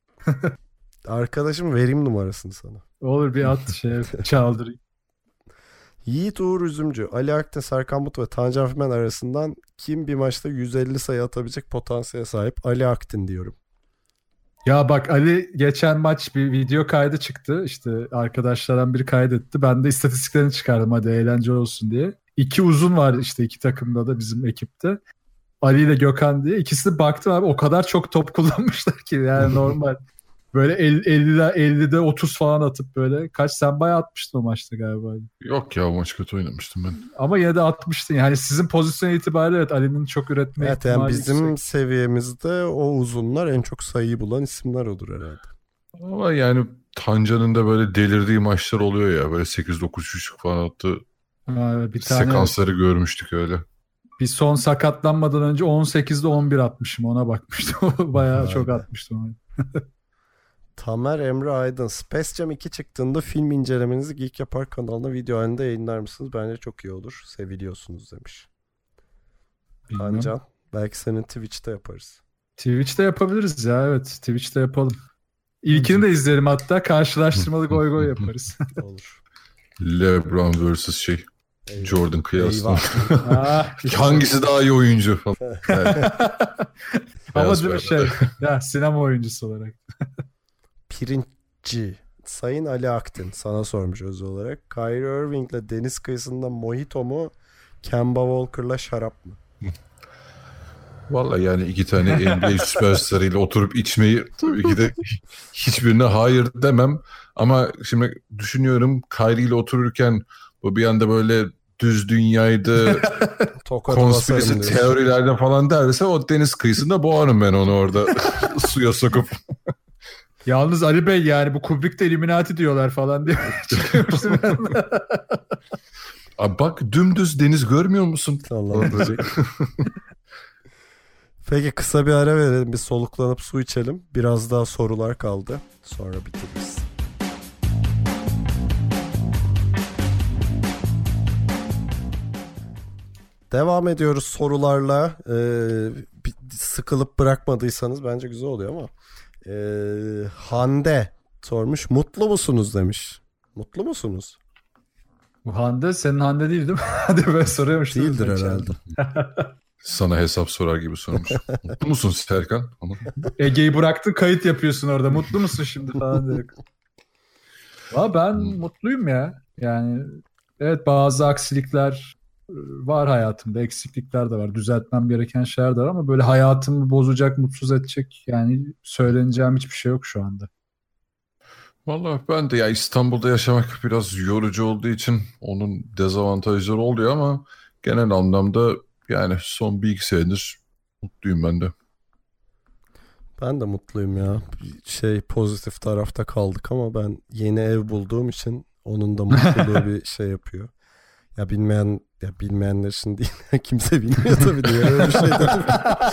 Arkadaşım, vereyim numarasını sana. Olur, bir at şey çaldırayım. Yiğit Uğur Üzümcü, Ali Akten, Serkan Bulut ve Tancan Fümen arasından kim bir maçta yüz elli sayı atabilecek potansiyele sahip? Ali Aktin diyorum. Ya bak, Ali geçen maç bir video kaydı çıktı. İşte arkadaşlardan biri kaydetti. Ben de istatistiklerini çıkardım, hadi eğlence olsun diye. İki uzun var işte iki takımda da bizim ekipte. Ali ile Gökhan diye. İkisi de baktım abi, o kadar çok top kullanmışlar ki yani normal. Böyle ellide ellide otuz falan atıp böyle. Kaç, sen bayağı atmıştın o maçta galiba. Yok ya, o maç kötü oynamıştım ben. Ama yine de atmıştın. Yani sizin pozisyon itibariyle evet, Ali'nin çok üretme Evet, yani ihtimali bizim yüksek. seviyemizde o uzunlar en çok sayıyı bulan isimler olur herhalde. Ama yani Tancan'ın da böyle delirdiği maçlar oluyor ya. Böyle sekiz dokuz üçlük falan attı. Ha, bir tane Sekansları görmüştük öyle. bir son sakatlanmadan önce on sekizde on bir atmışım, ona bakmıştım. Bayağı Vay çok be. atmıştım onu. Tamer Emre Aydın, Space Jam iki çıktığında film incelemenizi Geek Yapar kanalına video halinde yayınlar mısınız? Bence çok iyi olur. Seviliyorsunuz demiş. Bilmem. Tancan, belki senin Twitch'te yaparız. Twitch'te yapabiliriz ya, evet. Twitch'te yapalım. İlkini de izleyelim hatta. Karşılaştırmalı goy goy yaparız. Olur. LeBron versus şey Eyvah. Jordan kıyasla. Eyvah. Ah, Hangisi daha iyi oyuncu falan. Evet. Ama Beyaz değil mi beyaz. şey? Ya sinema oyuncusu olarak. Pirinççi. Sayın Ali Aktin sana sormuş özel olarak. Kyrie Irving'le deniz kıyısında mojito mu? Kemba Walker'la şarap mı? Vallahi yani iki tane N B A süperstarıyla oturup içmeyi tabii ki de hiçbirine hayır demem. Ama şimdi düşünüyorum, Kyrie ile otururken bu bir anda böyle düz dünyaydı, Tokadı konspirasi basarım diyorsun. teorilerden falan derse o deniz kıyısında boğarım ben onu orada suya sokup. Yalnız Ali Bey yani bu Kubrick'te Illuminati diyorlar falan diye çıkıyormuştum ben. Abi bak dümdüz deniz görmüyor musun? Allah diyecek. Peki kısa bir ara verelim. Bir soluklanıp su içelim. Biraz daha sorular kaldı. Sonra bitiririz. Devam ediyoruz sorularla. Ee, sıkılıp bırakmadıysanız bence güzel oluyor ama. Ee, Hande sormuş. Mutlu musunuz demiş. Mutlu musunuz? Bu Hande senin Hande değil değil mi? Hadi ben soruyormuş. Değildir herhalde. Sana hesap sorar gibi sormuş. Mutlu musun Serkan? Ama... Ege'yi bıraktın kayıt yapıyorsun orada. Mutlu musun şimdi falan dedik. Valla ben hmm. mutluyum ya. Yani evet bazı aksilikler var hayatımda. Eksiklikler de var. Düzeltmem gereken şeyler de var ama böyle hayatımı bozacak, mutsuz edecek yani söyleneceğim hiçbir şey yok şu anda. Vallahi ben de ya İstanbul'da yaşamak biraz yorucu olduğu için onun dezavantajları oluyor ama genel anlamda yani son bir iki senedir mutluyum ben de. Ben de mutluyum ya. Şey pozitif tarafta kaldık ama ben yeni ev bulduğum için onun da mutluluğu bir şey yapıyor. Ya bilmeyen ya bilmeyenler için değil. Kimse bilmiyor tabii diye öyle bir şey dedim.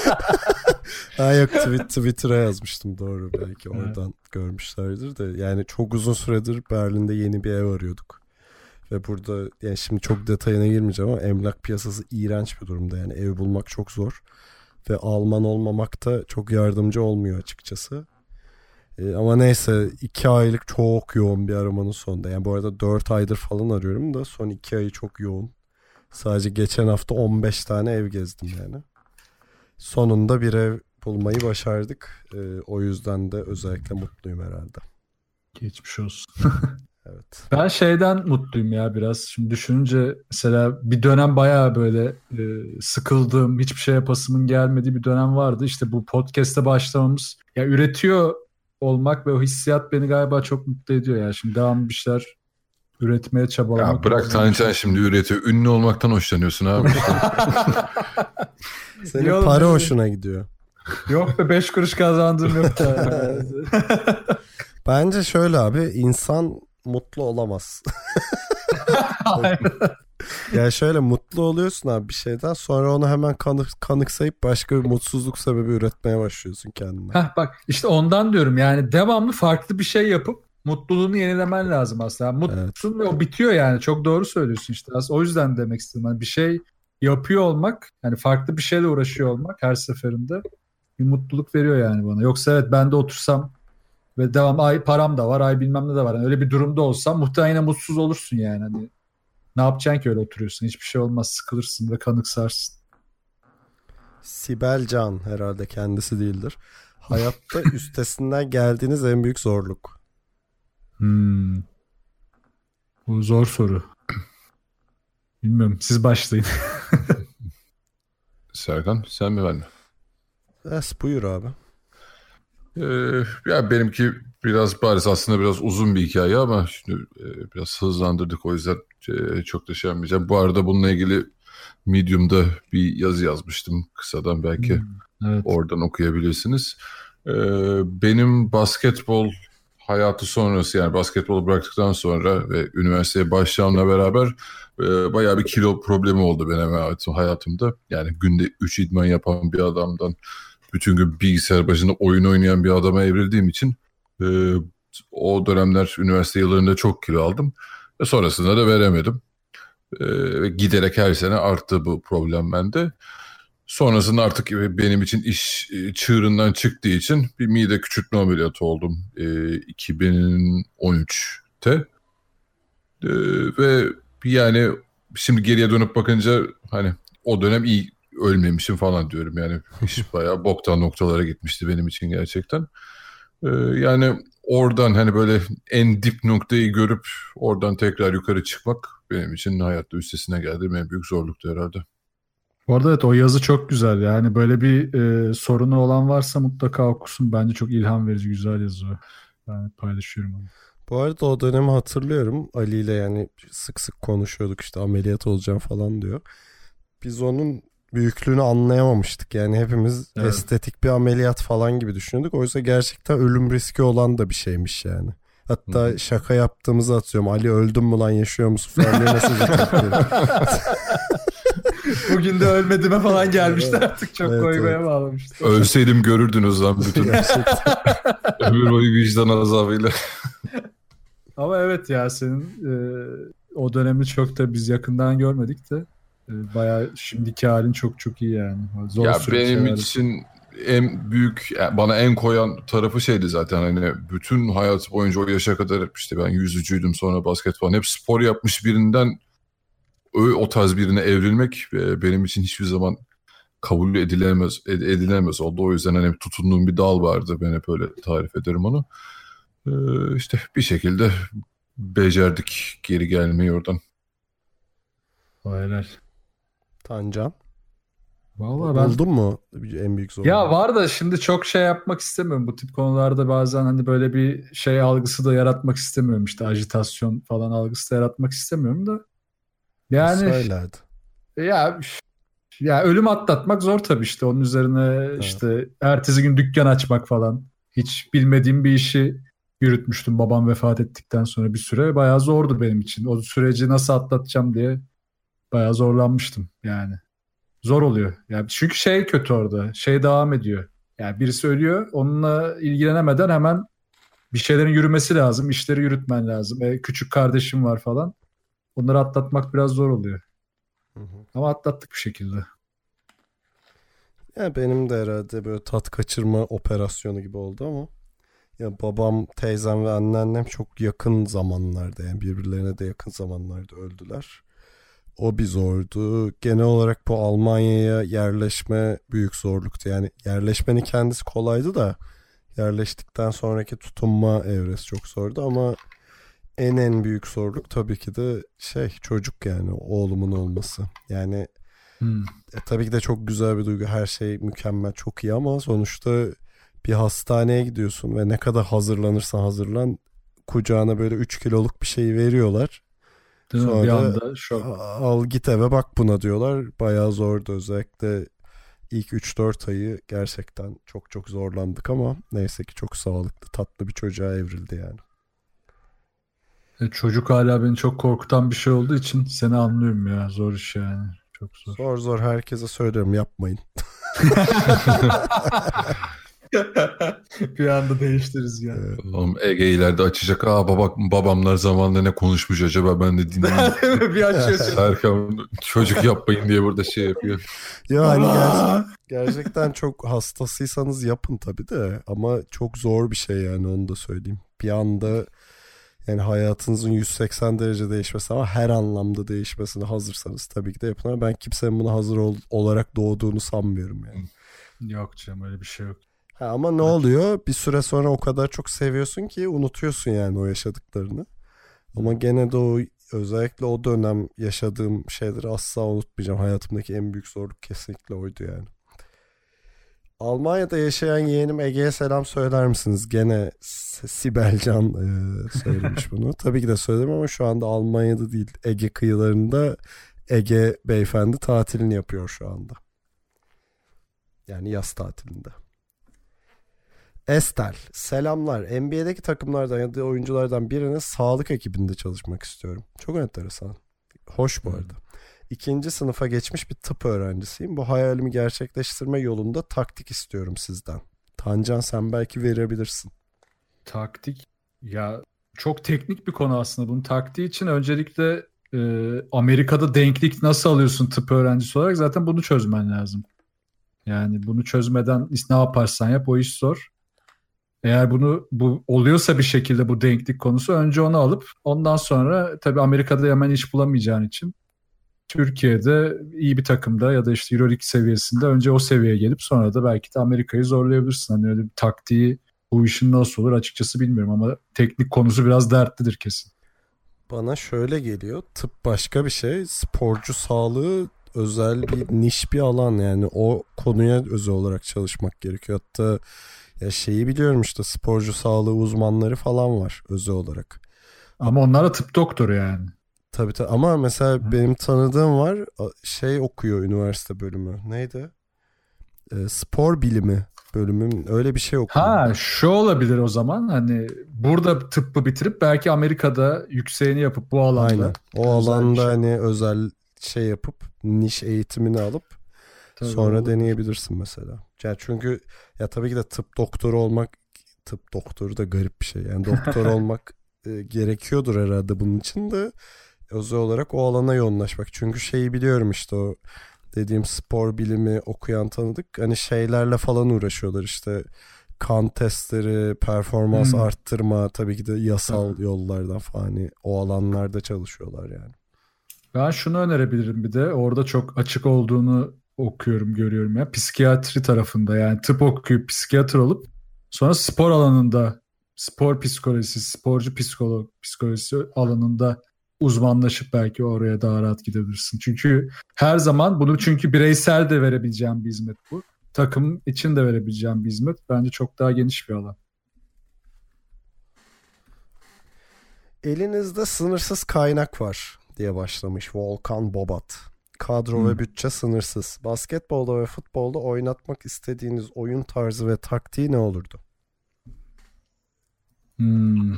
Ha yok tweet, Twitter'a yazmıştım doğru belki oradan evet. Görmüşlerdir de. Yani çok uzun süredir Berlin'de yeni bir ev arıyorduk. Ve burada yani şimdi çok detayına girmeyeceğim ama emlak piyasası iğrenç bir durumda. Yani ev bulmak çok zor. Ve Alman olmamak da çok yardımcı olmuyor açıkçası. Ee, ama neyse iki aylık çok yoğun bir aramanın sonunda. Yani bu arada dört aydır falan arıyorum da son iki ayı çok yoğun. Sadece geçen hafta on beş tane ev gezdim yani. Sonunda bir ev bulmayı başardık. Ee, o yüzden de özellikle mutluyum herhalde. Geçmiş olsun. Evet. Ben şeyden mutluyum ya biraz. Şimdi düşününce mesela bir dönem bayağı böyle e, sıkıldığım, hiçbir şey yapasımın gelmediği bir dönem vardı. İşte bu podcast'e başlamamız, ya üretiyor olmak ve o hissiyat beni galiba çok mutlu ediyor ya. Şimdi devamlı bir şeyler üretmeye çabalamak. Ya bırak Tancan şimdi üretiyor. Ünlü olmaktan hoşlanıyorsun abi. Senin Yok, para hoşuna gidiyor. Yok be beş kuruş kazandığım yok da. Bence şöyle abi insan mutlu olamaz. Ya şöyle mutlu oluyorsun abi bir şeyden sonra onu hemen kanık, kanıksayıp başka bir mutsuzluk sebebi üretmeye başlıyorsun kendine. Heh, bak işte ondan diyorum yani devamlı farklı bir şey yapıp mutluluğunu yenilemen lazım aslında. Mutlusun evet. Ve o bitiyor yani çok doğru söylüyorsun işte. Aslında o yüzden demek istedim. Yani bir şey yapıyor olmak yani farklı bir şeyle uğraşıyor olmak her seferinde bir mutluluk veriyor yani bana. Yoksa evet ben de otursam ve devam ay param da var ay bilmem ne de var. Yani öyle bir durumda olsam muhtemelen yine mutsuz olursun yani. Hani ne yapacaksın ki öyle oturuyorsun? Hiçbir şey olmaz. Sıkılırsın ve kanıksarsın. Sibel Can herhalde kendisi değildir. Hayatta üstesinden geldiğiniz en büyük zorluk. Hmm. Bu zor soru. Bilmiyorum. Siz başlayın. Serkan sen mi ben mi? Es buyur abi. Ee, ya benimki biraz bariz aslında biraz uzun bir hikaye ama şimdi e, biraz hızlandırdık o yüzden e, çok da şey yapmayacağım. Bu arada bununla ilgili Medium'da bir yazı yazmıştım kısadan belki hmm, evet. Oradan okuyabilirsiniz. Ee, benim basketbol hayatı sonrası yani basketbolu bıraktıktan sonra ve üniversiteye başlamamla beraber e, bayağı bir kilo problemi oldu benim hayatımda. Yani günde üç idman yapan bir adamdan bütün gün bilgisayar başında oyun oynayan bir adama evrildiğim için e, o dönemler üniversite yıllarında çok kilo aldım. Ve sonrasında da veremedim. E, giderek her sene arttı bu problem bende. Sonrasında artık benim için iş çığırından çıktığı için bir mide küçültme ameliyatı oldum e, iki bin on üçte. E, ve yani şimdi geriye dönüp bakınca hani o dönem iyi ölmemişim falan diyorum yani iş bayağı boktan noktalara gitmişti benim için gerçekten. Ee, yani oradan hani böyle en dip noktayı görüp oradan tekrar yukarı çıkmak benim için hayatta üstesine geldiğim en büyük zorluktu herhalde. Bu arada evet o yazı çok güzel yani böyle bir e, sorunu olan varsa mutlaka okusun bence çok ilham verici güzel yazı. Ben paylaşıyorum onu. Bu arada o dönemi hatırlıyorum Ali ile yani sık sık konuşuyorduk işte ameliyat olacağım falan diyor. Biz onun büyüklüğünü anlayamamıştık. Yani hepimiz Evet. estetik bir ameliyat falan gibi düşünüyorduk. Oysa gerçekten ölüm riski olan da bir şeymiş yani. Hatta Hı hı. şaka yaptığımızı atıyorum. Ali öldün mü lan, yaşıyor musun falan diye mesaj atıyorum. Bugün de ölmediğime falan gelmişler artık. Çok Evet, koymaya evet. bağlamışlar. Ölseydim görürdünüz lan bütün Gerçekten. ömür boyu vicdan azabıyla. Ama evet ya senin e, o dönemi çok da biz yakından görmedik de e, bayağı şimdiki halin çok çok iyi yani. Zor Ya süreç benim herhalde. için en büyük, yani bana en koyan tarafı şeydi zaten, hani bütün hayatı boyunca o yaşa kadar hep işte ben yüzücüydüm, sonra basket falan, hep spor yapmış birinden o, o tarz birine evrilmek e, benim için hiçbir zaman kabul edilemez ed- edilemez oldu. O yüzden hani tutunduğum bir dal vardı, ben hep öyle tarif ederim onu. Ee, işte bir şekilde becerdik geri gelmeyi oradan. Vay Tancan. Vallahi ben Buldun mu en büyük zorluğu? ya var da şimdi çok şey yapmak istemiyorum. Bu tip konularda bazen hani böyle bir şey algısı da yaratmak istemiyorum. İşte ajitasyon falan algısı da yaratmak istemiyorum da. Yani Söylerdi. ya ya ölüm atlatmak zor tabii işte. Onun üzerine işte ertesi gün dükkan açmak falan. Hiç bilmediğim bir işi yürütmüştüm babam vefat ettikten sonra bir süre. Bayağı zordu benim için. O süreci nasıl atlatacağım diye bayağı zorlanmıştım yani. Zor oluyor. Yani çünkü şey kötü orada. Şey devam ediyor. Yani birisi ölüyor. Onunla ilgilenemeden hemen bir şeylerin yürümesi lazım. İşleri yürütmen lazım. E, küçük kardeşim var falan. Onları atlatmak biraz zor oluyor. Hı hı. Ama atlattık bir şekilde. Ya benim de herhalde böyle tat kaçırma operasyonu gibi oldu ama ya babam, teyzem ve anneannem çok yakın zamanlarda, yani birbirlerine de yakın zamanlarda öldüler. O bir zordu. Genel olarak bu Almanya'ya yerleşme büyük zorluktu. Yani yerleşmenin kendisi kolaydı da yerleştikten sonraki tutunma evresi çok zordu ama en en büyük zorluk tabii ki de şey, çocuk, yani oğlumun olması. Yani Hmm. E, tabii ki de çok güzel bir duygu. Her şey mükemmel, çok iyi ama sonuçta bir hastaneye gidiyorsun ve ne kadar hazırlanırsan hazırlan kucağına böyle üç kiloluk bir şey veriyorlar. Değil mi? Sonra Bir anda şok. al git eve bak buna diyorlar. Bayağı zordu. Özellikle ilk üç dört ayı gerçekten çok çok zorlandık ama neyse ki çok sağlıklı, tatlı bir çocuğa evrildi yani. E, çocuk hala beni çok korkutan bir şey olduğu için seni anlıyorum ya. Zor iş yani. Çok zor. Zor zor, herkese söylüyorum, yapmayın. Bir anda değiştiririz yani. Evet. Oğlum Ege ileride açacak. Aa baba, babamlar zamanında ne konuşmuş acaba, ben de dinleyeyim. Bir açıyorsun. Serkan çocuk yapmayın diye burada şey yapıyor. Ya hani ger- gerçekten çok hastasıysanız yapın tabii de, ama çok zor bir şey yani, onu da söyleyeyim. Bir anda yani hayatınızın yüz seksen derece değişmesi ama her anlamda değişmesine hazırsanız tabii ki de yapın ama ben kimsenin buna hazır ol- olarak doğduğunu sanmıyorum yani. Yok canım, öyle bir şey yok. Ha, ama ne oluyor? Bir süre sonra o kadar çok seviyorsun ki unutuyorsun yani o yaşadıklarını. Ama gene de o, özellikle o dönem yaşadığım şeyleri asla unutmayacağım. Hayatımdaki en büyük zorluk kesinlikle oydu yani. Almanya'da yaşayan yeğenim Ege'ye selam söyler misiniz? Gene Sibelcan e, söylemiş bunu. Tabii ki de söyledim ama şu anda Almanya'da değil, Ege kıyılarında Ege beyefendi tatilini yapıyor şu anda. Yani yaz tatilinde. Estel, selamlar. N B A'deki takımlardan ya da oyunculardan birinin sağlık ekibinde çalışmak istiyorum. Çok enteresan. Hoş bu arada. İkinci sınıfa geçmiş bir tıp öğrencisiyim. Bu hayalimi gerçekleştirme yolunda taktik istiyorum sizden. Tancan, sen belki verebilirsin. Taktik ya çok teknik bir konu aslında. Bunun taktiği için öncelikle e, Amerika'da denklik nasıl alıyorsun tıp öğrencisi olarak, zaten bunu çözmen lazım. Yani bunu çözmeden ne yaparsan yap o iş zor. Eğer bunu bu oluyorsa bir şekilde bu denklik konusu, önce onu alıp ondan sonra tabii Amerika'da hemen iş bulamayacağın için Türkiye'de iyi bir takımda ya da işte Euroleague seviyesinde önce o seviyeye gelip sonra da belki de Amerika'yı zorlayabilirsin. Hani öyle bir taktiği bu işin nasıl olur açıkçası bilmiyorum ama teknik konusu biraz dertlidir kesin. Bana şöyle geliyor. Tıp başka bir şey. Sporcu sağlığı özel bir niş bir alan, yani o konuya özel olarak çalışmak gerekiyor. Hatta ya şeyi biliyorum, işte sporcu sağlığı uzmanları falan var özel olarak. Ama onlar da tıp doktoru yani. Tabii tabii ama mesela benim tanıdığım var, şey okuyor üniversite bölümü. Neydi? E, spor bilimi bölümü, öyle bir şey okuyor. Ha, şu olabilir o zaman, hani burada tıbbı bitirip belki Amerika'da yükseğini yapıp bu alanda. Aynen. O alanda şey, hani özel şey yapıp niş eğitimini alıp tabii sonra olur. Deneyebilirsin mesela. Yani çünkü ya tabii ki de tıp doktoru olmak, tıp doktoru da garip bir şey. Yani doktor olmak e, gerekiyordur herhalde bunun için de, özel olarak o alana yoğunlaşmak. Çünkü şeyi biliyorum, işte o dediğim spor bilimi okuyan tanıdık. Hani şeylerle falan uğraşıyorlar, işte kan testleri, performans hmm. arttırma, tabii ki de yasal hmm. yollardan falan, hani o alanlarda çalışıyorlar yani. Ben şunu önerebilirim bir de, orada çok açık olduğunu okuyorum, görüyorum ya. Psikiyatri tarafında, yani tıp okuyup psikiyatr olup sonra spor alanında, spor psikolojisi, sporcu psikolog psikolojisi alanında uzmanlaşıp belki oraya daha rahat gidebilirsin. Çünkü her zaman bunu, çünkü bireysel de verebileceğim bir hizmet bu. Takım için de verebileceğim bir hizmet. Bence çok daha geniş bir alan. Elinizde sınırsız kaynak var diye başlamış Volkan Bobat. Kadro hmm. ve bütçe sınırsız. Basketbolda ve futbolda oynatmak istediğiniz oyun tarzı ve taktiği ne olurdu? Hmm.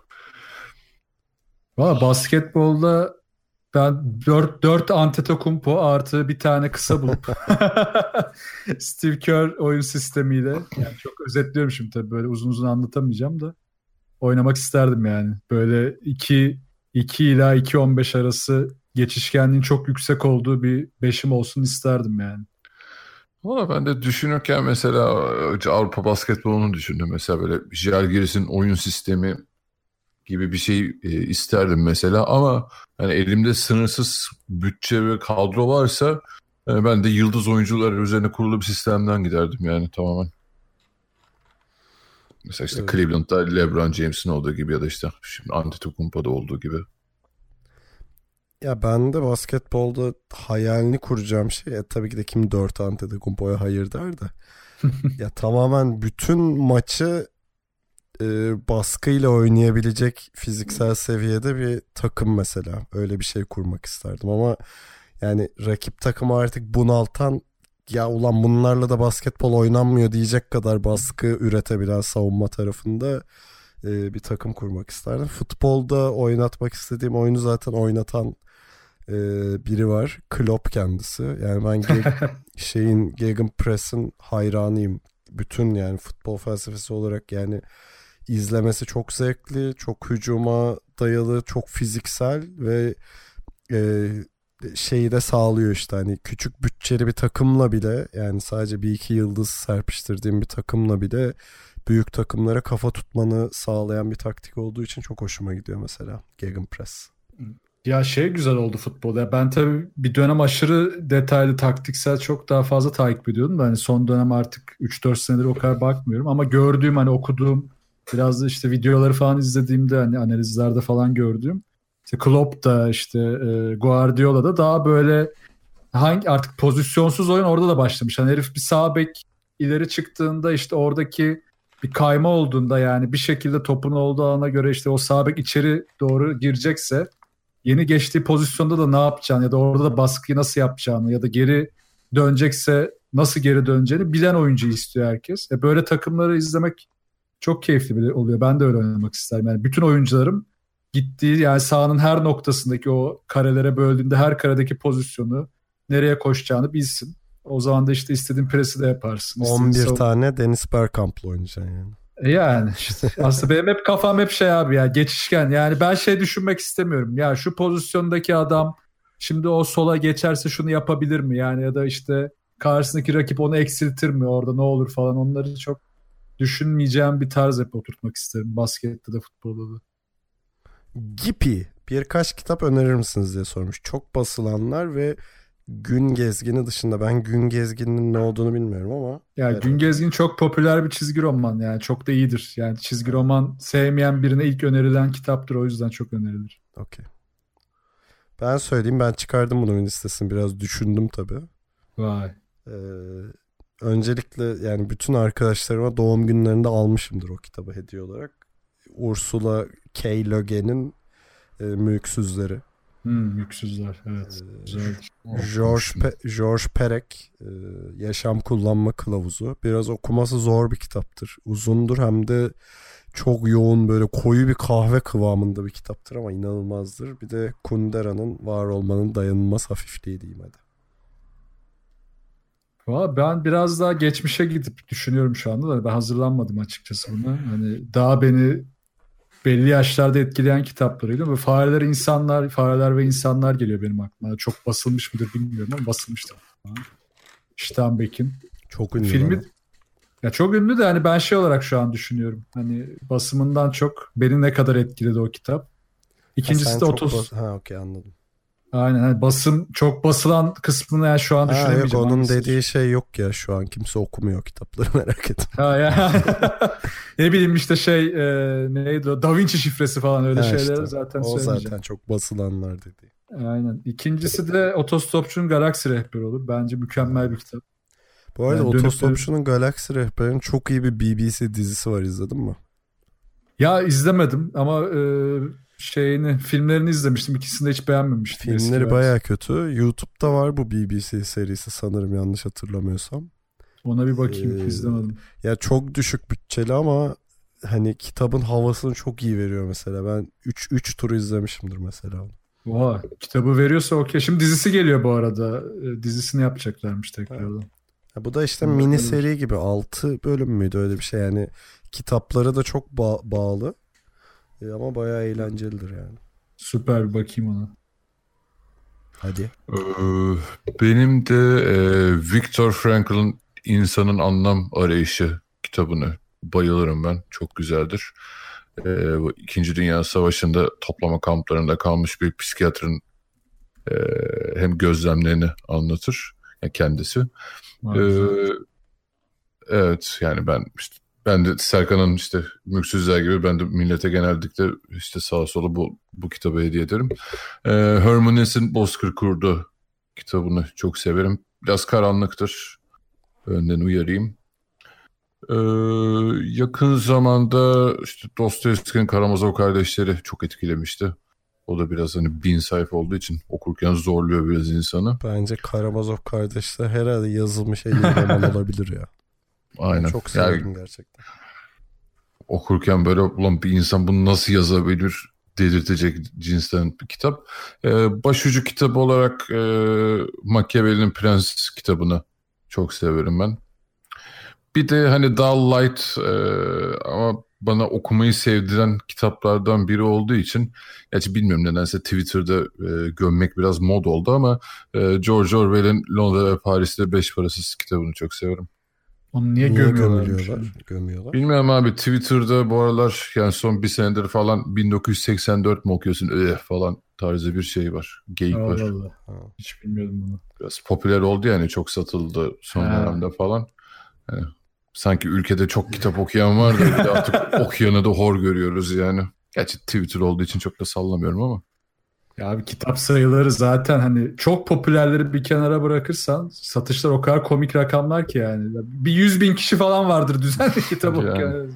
Valla basketbolda ben dört Antetokounmpo artı bir tane kısa bulup Steve Kerr oyun sistemiyle, yani çok özetliyorum şimdi tabii, böyle uzun uzun anlatamayacağım da, oynamak isterdim yani. Böyle iki ila iki on beş arası geçişkenliğin çok yüksek olduğu bir beşim olsun isterdim yani. Valla ben de düşünürken mesela Avrupa basketbolunu düşündüm. Mesela böyle Žalgiris'in oyun sistemi gibi bir şey e, isterdim mesela, ama yani elimde sınırsız bütçe ve kadro varsa e, ben de yıldız oyuncular üzerine kurulu bir sistemden giderdim yani tamamen. Mesela işte evet. Cleveland'da LeBron James'in olduğu gibi ya da işte şimdi Antetokounmpo'da olduğu gibi. Ya ben de basketbolda hayalini kuracağım şey, ya tabii ki de kim dört Antetokounmpo'ya hayır der de ya tamamen bütün maçı e, baskıyla oynayabilecek fiziksel seviyede bir takım mesela, öyle bir şey kurmak isterdim. Ama yani rakip takımı artık bunaltan, ya ulan bunlarla da basketbol oynanmıyor diyecek kadar baskı üretebilen savunma tarafında e, bir takım kurmak isterdim. Futbolda oynatmak istediğim oyunu zaten oynatan e, biri var. Klopp kendisi. Yani ben ge- şeyin Gegenpress'in hayranıyım. Bütün yani futbol felsefesi olarak yani izlemesi çok zevkli, çok hücuma dayalı, çok fiziksel ve e, şeyi de sağlıyor işte, hani küçük bütçeli bir takımla bile, yani sadece bir iki yıldız serpiştirdiğim bir takımla bile büyük takımlara kafa tutmanı sağlayan bir taktik olduğu için çok hoşuma gidiyor mesela Gegenpress. Ya şey güzel oldu futbolda. Ben tabii bir dönem aşırı detaylı taktiksel çok daha fazla takip ediyordum da hani son dönem artık üç dört senedir o kadar bakmıyorum, ama gördüğüm, hani okuduğum, biraz da işte videoları falan izlediğimde, hani analizlerde falan gördüğüm, işte Klopp da işte e, Guardiola da daha böyle hangi artık pozisyonsuz oyun orada da başlamış. Hani herif bir sağ bek ileri çıktığında, işte oradaki bir kayma olduğunda, yani bir şekilde topun olduğu alana göre işte o sağ bek içeri doğru girecekse yeni geçtiği pozisyonda da ne yapacağını ya da orada da baskıyı nasıl yapacağını ya da geri dönecekse nasıl geri döneceğini bilen oyuncuyu istiyor herkes. E böyle takımları izlemek çok keyifli oluyor. Ben de öyle oynamak isterim. Yani bütün oyuncularım gittiği, yani sahanın her noktasındaki o karelere böldüğünde her karedeki pozisyonu, nereye koşacağını bilsin. O zaman da işte istediğin presi de yaparsın. on bir savun- tane Dennis Bergkamp'la oynayacaksın yani. Yani işte aslında benim hep kafam hep şey abi ya, geçişken. Yani ben şey düşünmek istemiyorum. Ya şu pozisyondaki adam şimdi o sola geçerse şunu yapabilir mi? Yani ya da işte karşısındaki rakip onu eksiltir mi? Orada ne olur falan, onları çok düşünmeyeceğim bir tarz hep oturtmak isterim. Baskette de futbolda da. Gipi birkaç kitap önerir misiniz diye sormuş. Çok basılanlar ve Gün Gezgini dışında, ben Gün Gezgini'nin ne olduğunu bilmiyorum ama. Ya evet. Gün Gezgin çok popüler bir çizgi roman, yani çok da iyidir. Yani çizgi roman sevmeyen birine ilk önerilen kitaptır, o yüzden çok önerilir. Okey. Ben söyleyeyim, ben çıkardım bunun listesini, biraz düşündüm tabii. Vay. Ee, öncelikle yani bütün arkadaşlarıma doğum günlerinde almışımdır o kitabı hediye olarak. Ursula K. Le Guin'in e, Mülksüzleri. Hmm, Yüksüzler. Evet. Güzeldir. George, Pe- George Perec e, Yaşam Kullanma Kılavuzu. Biraz okuması zor bir kitaptır. Uzundur hem de çok yoğun böyle koyu bir kahve kıvamında bir kitaptır ama inanılmazdır. Bir de Kundera'nın Var Olmanın Dayanılmaz Hafifliği diyeyim hadi. Valla ben biraz daha geçmişe gidip düşünüyorum şu anda da ben hazırlanmadım açıkçası buna. Hani daha beni belli yaşlarda etkileyen kitaplarıydı. Böyle fareler insanlar, fareler ve insanlar geliyor benim aklıma. Çok basılmış mıdır bilmiyorum ama basılmıştır. Steinbeck'in. Çok ünlü. Filmi ama. ya çok ünlü de hani ben şey olarak şu an düşünüyorum. Hani basımından çok beni ne kadar etkiledi o kitap. İkincisi Ha, de çok otuz. bas- ha okey anladım. Aynen hani basım çok basılan kısmını yani şu an Ha yok düşünemeyeceğim. onun hangisi. dediği şey yok ya şu an kimse okumuyor kitapları merak etme. Ha ya. Ne bileyim işte şey e, neydi o Da Vinci şifresi falan öyle Ha şeyler işte, zaten o söylemeyeceğim. zaten çok basılanlar dediği. Aynen. İkincisi de Otostopçu'nun Galaksi Rehberi olur. Bence mükemmel bir kitap. Bu arada Yani dönüp Otostopçu'nun Galaksi Rehberi'nin çok iyi bir B B C dizisi var izledin mi? Ya izlemedim ama e, şeyini filmlerini izlemiştim. İkisini de hiç beğenmemiştim. Eski Filmleri versiyonu. baya kötü. YouTube'da var bu B B C serisi sanırım yanlış hatırlamıyorsam. Ona bir bakayım. Ee, izlemedim. Ya çok düşük bütçeli ama hani kitabın havasını çok iyi veriyor mesela. Ben üç üç tur izlemişimdir mesela. Oha, kitabı veriyorsa okey. Şimdi dizisi geliyor bu arada. E, dizisini yapacaklarmış tekrardan. Ya bu da işte Hmm, mini evet. seri gibi altı bölüm müydü öyle bir şey yani. Kitaplara da çok ba- bağlı. E, ama bayağı eğlencelidir yani. Süper bir bakayım ona. Hadi. Ee, benim de e, Viktor Frankl'ın İnsanın Anlam Arayışı kitabını bayılırım ben. Çok güzeldir. Ee, bu İkinci Dünya Savaşı'nda toplama kamplarında kalmış bir psikiyatrın e, hem gözlemlerini anlatır yani kendisi. Ee, evet yani ben işte ben de Serkan'ın işte Mülksüzler gibi ben de millete genellikle işte sağa sola bu bu kitabı hediye ederim. Ee, Herman Hesse'in Bozkır Kurdu kitabını çok severim. Biraz karanlıktır. Önden uyarayım. Ee, yakın zamanda işte Dostoyevski'nin Karamazov Kardeşleri çok etkilemişti. O da biraz hani bin sayfa olduğu için okurken zorluyor biraz insanı. Bence Karamazov kardeşler herhalde yazılmış en iyi roman olabilir ya. Aynen. Ben çok sevdim Yani gerçekten. okurken böyle ulan bir insan bunu nasıl yazabilir dedirtecek cinsten bir kitap. Ee, başucu kitabı olarak e, Machiavelli'nin Prens kitabını çok severim ben. Bir de hani daha light e, ama bana okumayı sevdiren kitaplardan biri olduğu için gerçi bilmiyorum nedense Twitter'da e, gömmek biraz mod oldu ama e, George Orwell'in Londra ve Paris'te Beş Parasız kitabını çok severim. Onu niye, Niye gömüyorlarmış gömülüyorlar? ya? Gömüyorlar. Bilmiyorum abi Twitter'da bu aralar yani son bir senedir falan bin dokuz yüz seksen dört mu okuyorsun öyle falan tarzı bir şey var. Geyik var. Allah Allah. Ha. Hiç bilmiyordum bunu. Biraz popüler oldu yani çok satıldı son Ha. dönemde falan. Yani, sanki ülkede çok kitap okuyan var da bir de artık okuyanı da hor görüyoruz yani. Gerçi Twitter olduğu için çok da sallamıyorum ama. Ya abi kitap sayıları zaten hani çok popülerleri bir kenara bırakırsan satışlar o kadar komik rakamlar ki yani. Bir yüz bin kişi falan vardır düzenli kitap Yani. okuyan.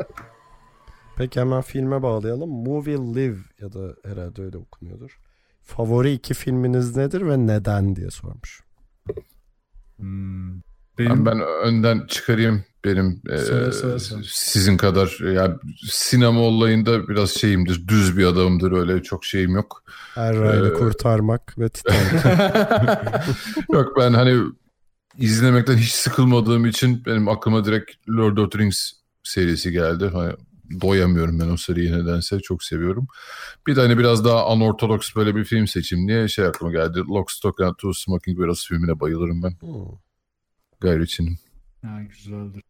Peki hemen filme bağlayalım. Movie Live ya da herhalde öyle okunuyordur. Favori iki filminiz nedir ve neden diye sormuş. Hmm. Ben, Benim ben önden çıkarayım benim e, Söyle, söyle, söyle. sizin kadar yani sinema olayında biraz şeyimdir düz bir adamımdır öyle çok şeyim yok. Erray'ı Ee, kurtarmak ve Titanic. Yok ben hani izlemekten hiç sıkılmadığım için benim aklıma direkt Lord of the Rings serisi geldi. Hani doyamıyorum ben o seriyi nedense çok seviyorum. Bir de hani biraz daha unorthodox böyle bir film seçeyim diye şey aklıma geldi. Lock, Stock and Two Smoking Barrels filmine bayılırım ben. Hmm. Guy Ritchie'nin. Ha, güzeldir.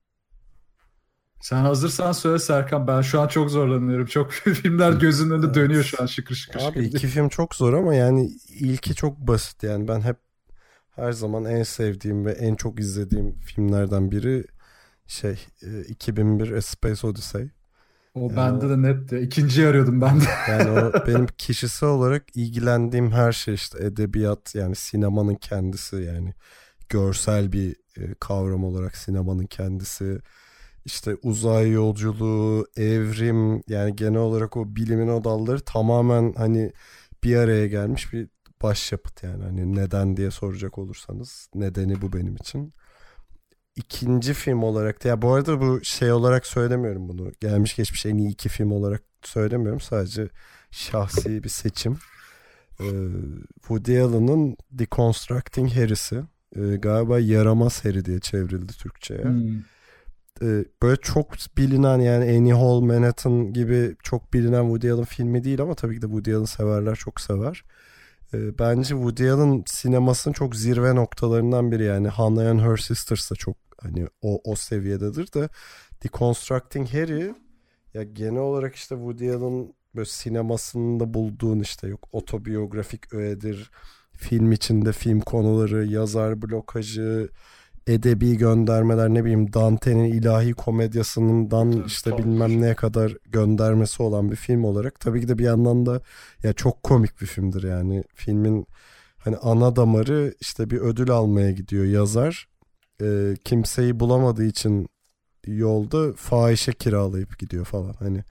Sen hazırsan söyle Serkan. Ben şu an çok zorlanıyorum. Çok filmler gözümün önünde dönüyor şu an şıkır şıkır. Abi şıkır iki diye. film çok zor ama yani ilki çok basit yani ben hep her zaman en sevdiğim ve en çok izlediğim filmlerden biri şey e, iki bin bir A Space Odyssey. O bende de net de. İkinciyi arıyordum ben de. Yani o benim kişisel olarak ilgilendiğim her şey işte edebiyat yani sinemanın kendisi yani görsel bir e, kavram olarak sinemanın kendisi işte uzay yolculuğu, evrim yani genel olarak o bilimin o dalları tamamen hani bir araya gelmiş bir başyapıt yani. Hani neden diye soracak olursanız nedeni bu benim için. İkinci film olarak da, ya bu arada bu şey olarak söylemiyorum bunu. Gelmiş geçmiş en iyi iki film olarak söylemiyorum. Sadece şahsi bir seçim. Ee, Woody Allen'ın Deconstructing Harry'si. Ee, galiba Yaramaz Harry diye çevrildi Türkçe'ye. Hmm. Ee, böyle çok bilinen, yani Annie Hall, Manhattan gibi çok bilinen Woody Allen filmi değil ama tabii ki de Woody Allen severler çok sever. Ee, bence Woody Allen sinemasının çok zirve noktalarından biri, yani Hannah and Her Sisters da çok hani o o seviyededir de Deconstructing Harry ya genel olarak işte Woody Allen böyle sinemasında bulduğun işte yok otobiyografik öğedir, film içinde film konuları, yazar blokajı, edebi göndermeler, ne bileyim Dante'nin ilahi komedyasından evet, işte bilmem neye kadar göndermesi olan bir film olarak tabii ki de bir yandan da ya çok komik bir filmdir yani. Filmin hani ana damarı işte bir ödül almaya gidiyor yazar, e, kimseyi bulamadığı için yolda fahişe kiralayıp gidiyor falan hani.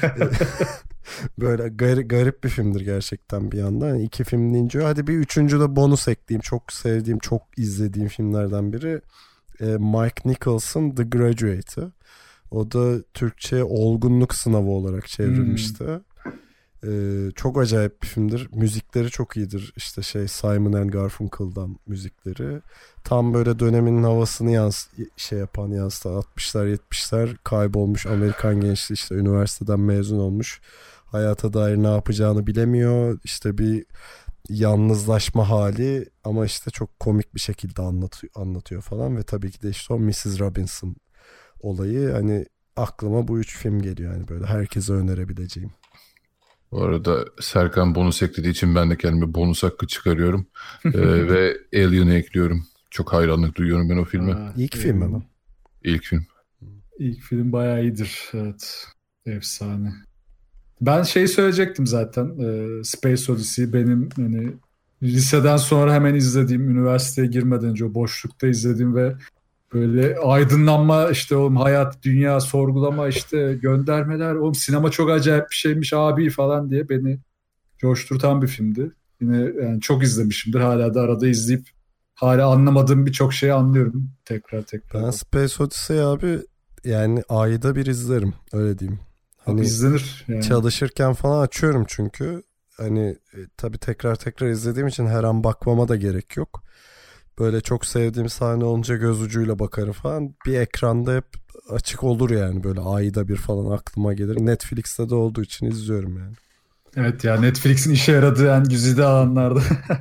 Böyle garip, garip bir filmdir gerçekten bir yandan. Yani iki film deyince hadi bir üçüncü de bonus ekleyeyim. Çok sevdiğim, çok izlediğim filmlerden biri. E, Mike Nicholson The Graduate'ı. O da Türkçe olgunluk sınavı olarak çevrilmişti. Hmm. E, çok acayip bir filmdir. Müzikleri çok iyidir. İşte şey Simon and Garfunkel'dan müzikleri. Tam böyle dönemin havasını yans şey yapan yansıtan altmışlar yetmişler kaybolmuş Amerikan gençliği, işte üniversiteden mezun olmuş. Hayata dair ne yapacağını bilemiyor. İşte bir yalnızlaşma hali ama işte çok komik bir şekilde anlatıyor, anlatıyor falan ve tabii ki de işte o missus Robinson olayı, hani aklıma bu üç film geliyor yani böyle herkese önerebileceğim. Bu arada Serkan bonus eklediği için ben de kendime bonus hakkı çıkarıyorum ee, ve Alien'ı ekliyorum. Çok hayranlık duyuyorum ben o filme. Aa, İlk film mi? İlk film. İlk film bayağı iyidir. Evet. Efsane. Ben şey söyleyecektim zaten. E, Space Odyssey benim hani liseden sonra hemen izlediğim, üniversiteye girmeden önce o boşlukta izlediğim ve böyle aydınlanma, işte oğlum hayat, dünya, sorgulama, işte göndermeler, oğlum sinema çok acayip bir şeymiş abi falan diye beni coşturtan bir filmdi. Yine yani çok izlemişimdir. Hala da arada izleyip hala anlamadığım birçok şeyi anlıyorum tekrar tekrar. Ben Space Odyssey abi yani ayda bir izlerim, öyle diyeyim. Hani izlenir yani. Çalışırken falan açıyorum çünkü hani e, tabii tekrar tekrar izlediğim için her an bakmama da gerek yok. Böyle çok sevdiğim sahne olunca göz ucuyla bakarım falan. Bir ekranda hep açık olur yani, böyle ayda bir falan aklıma gelir. Netflix'te de olduğu için izliyorum yani. Evet ya, Netflix'in işe yaradığı en güzide alanlarda.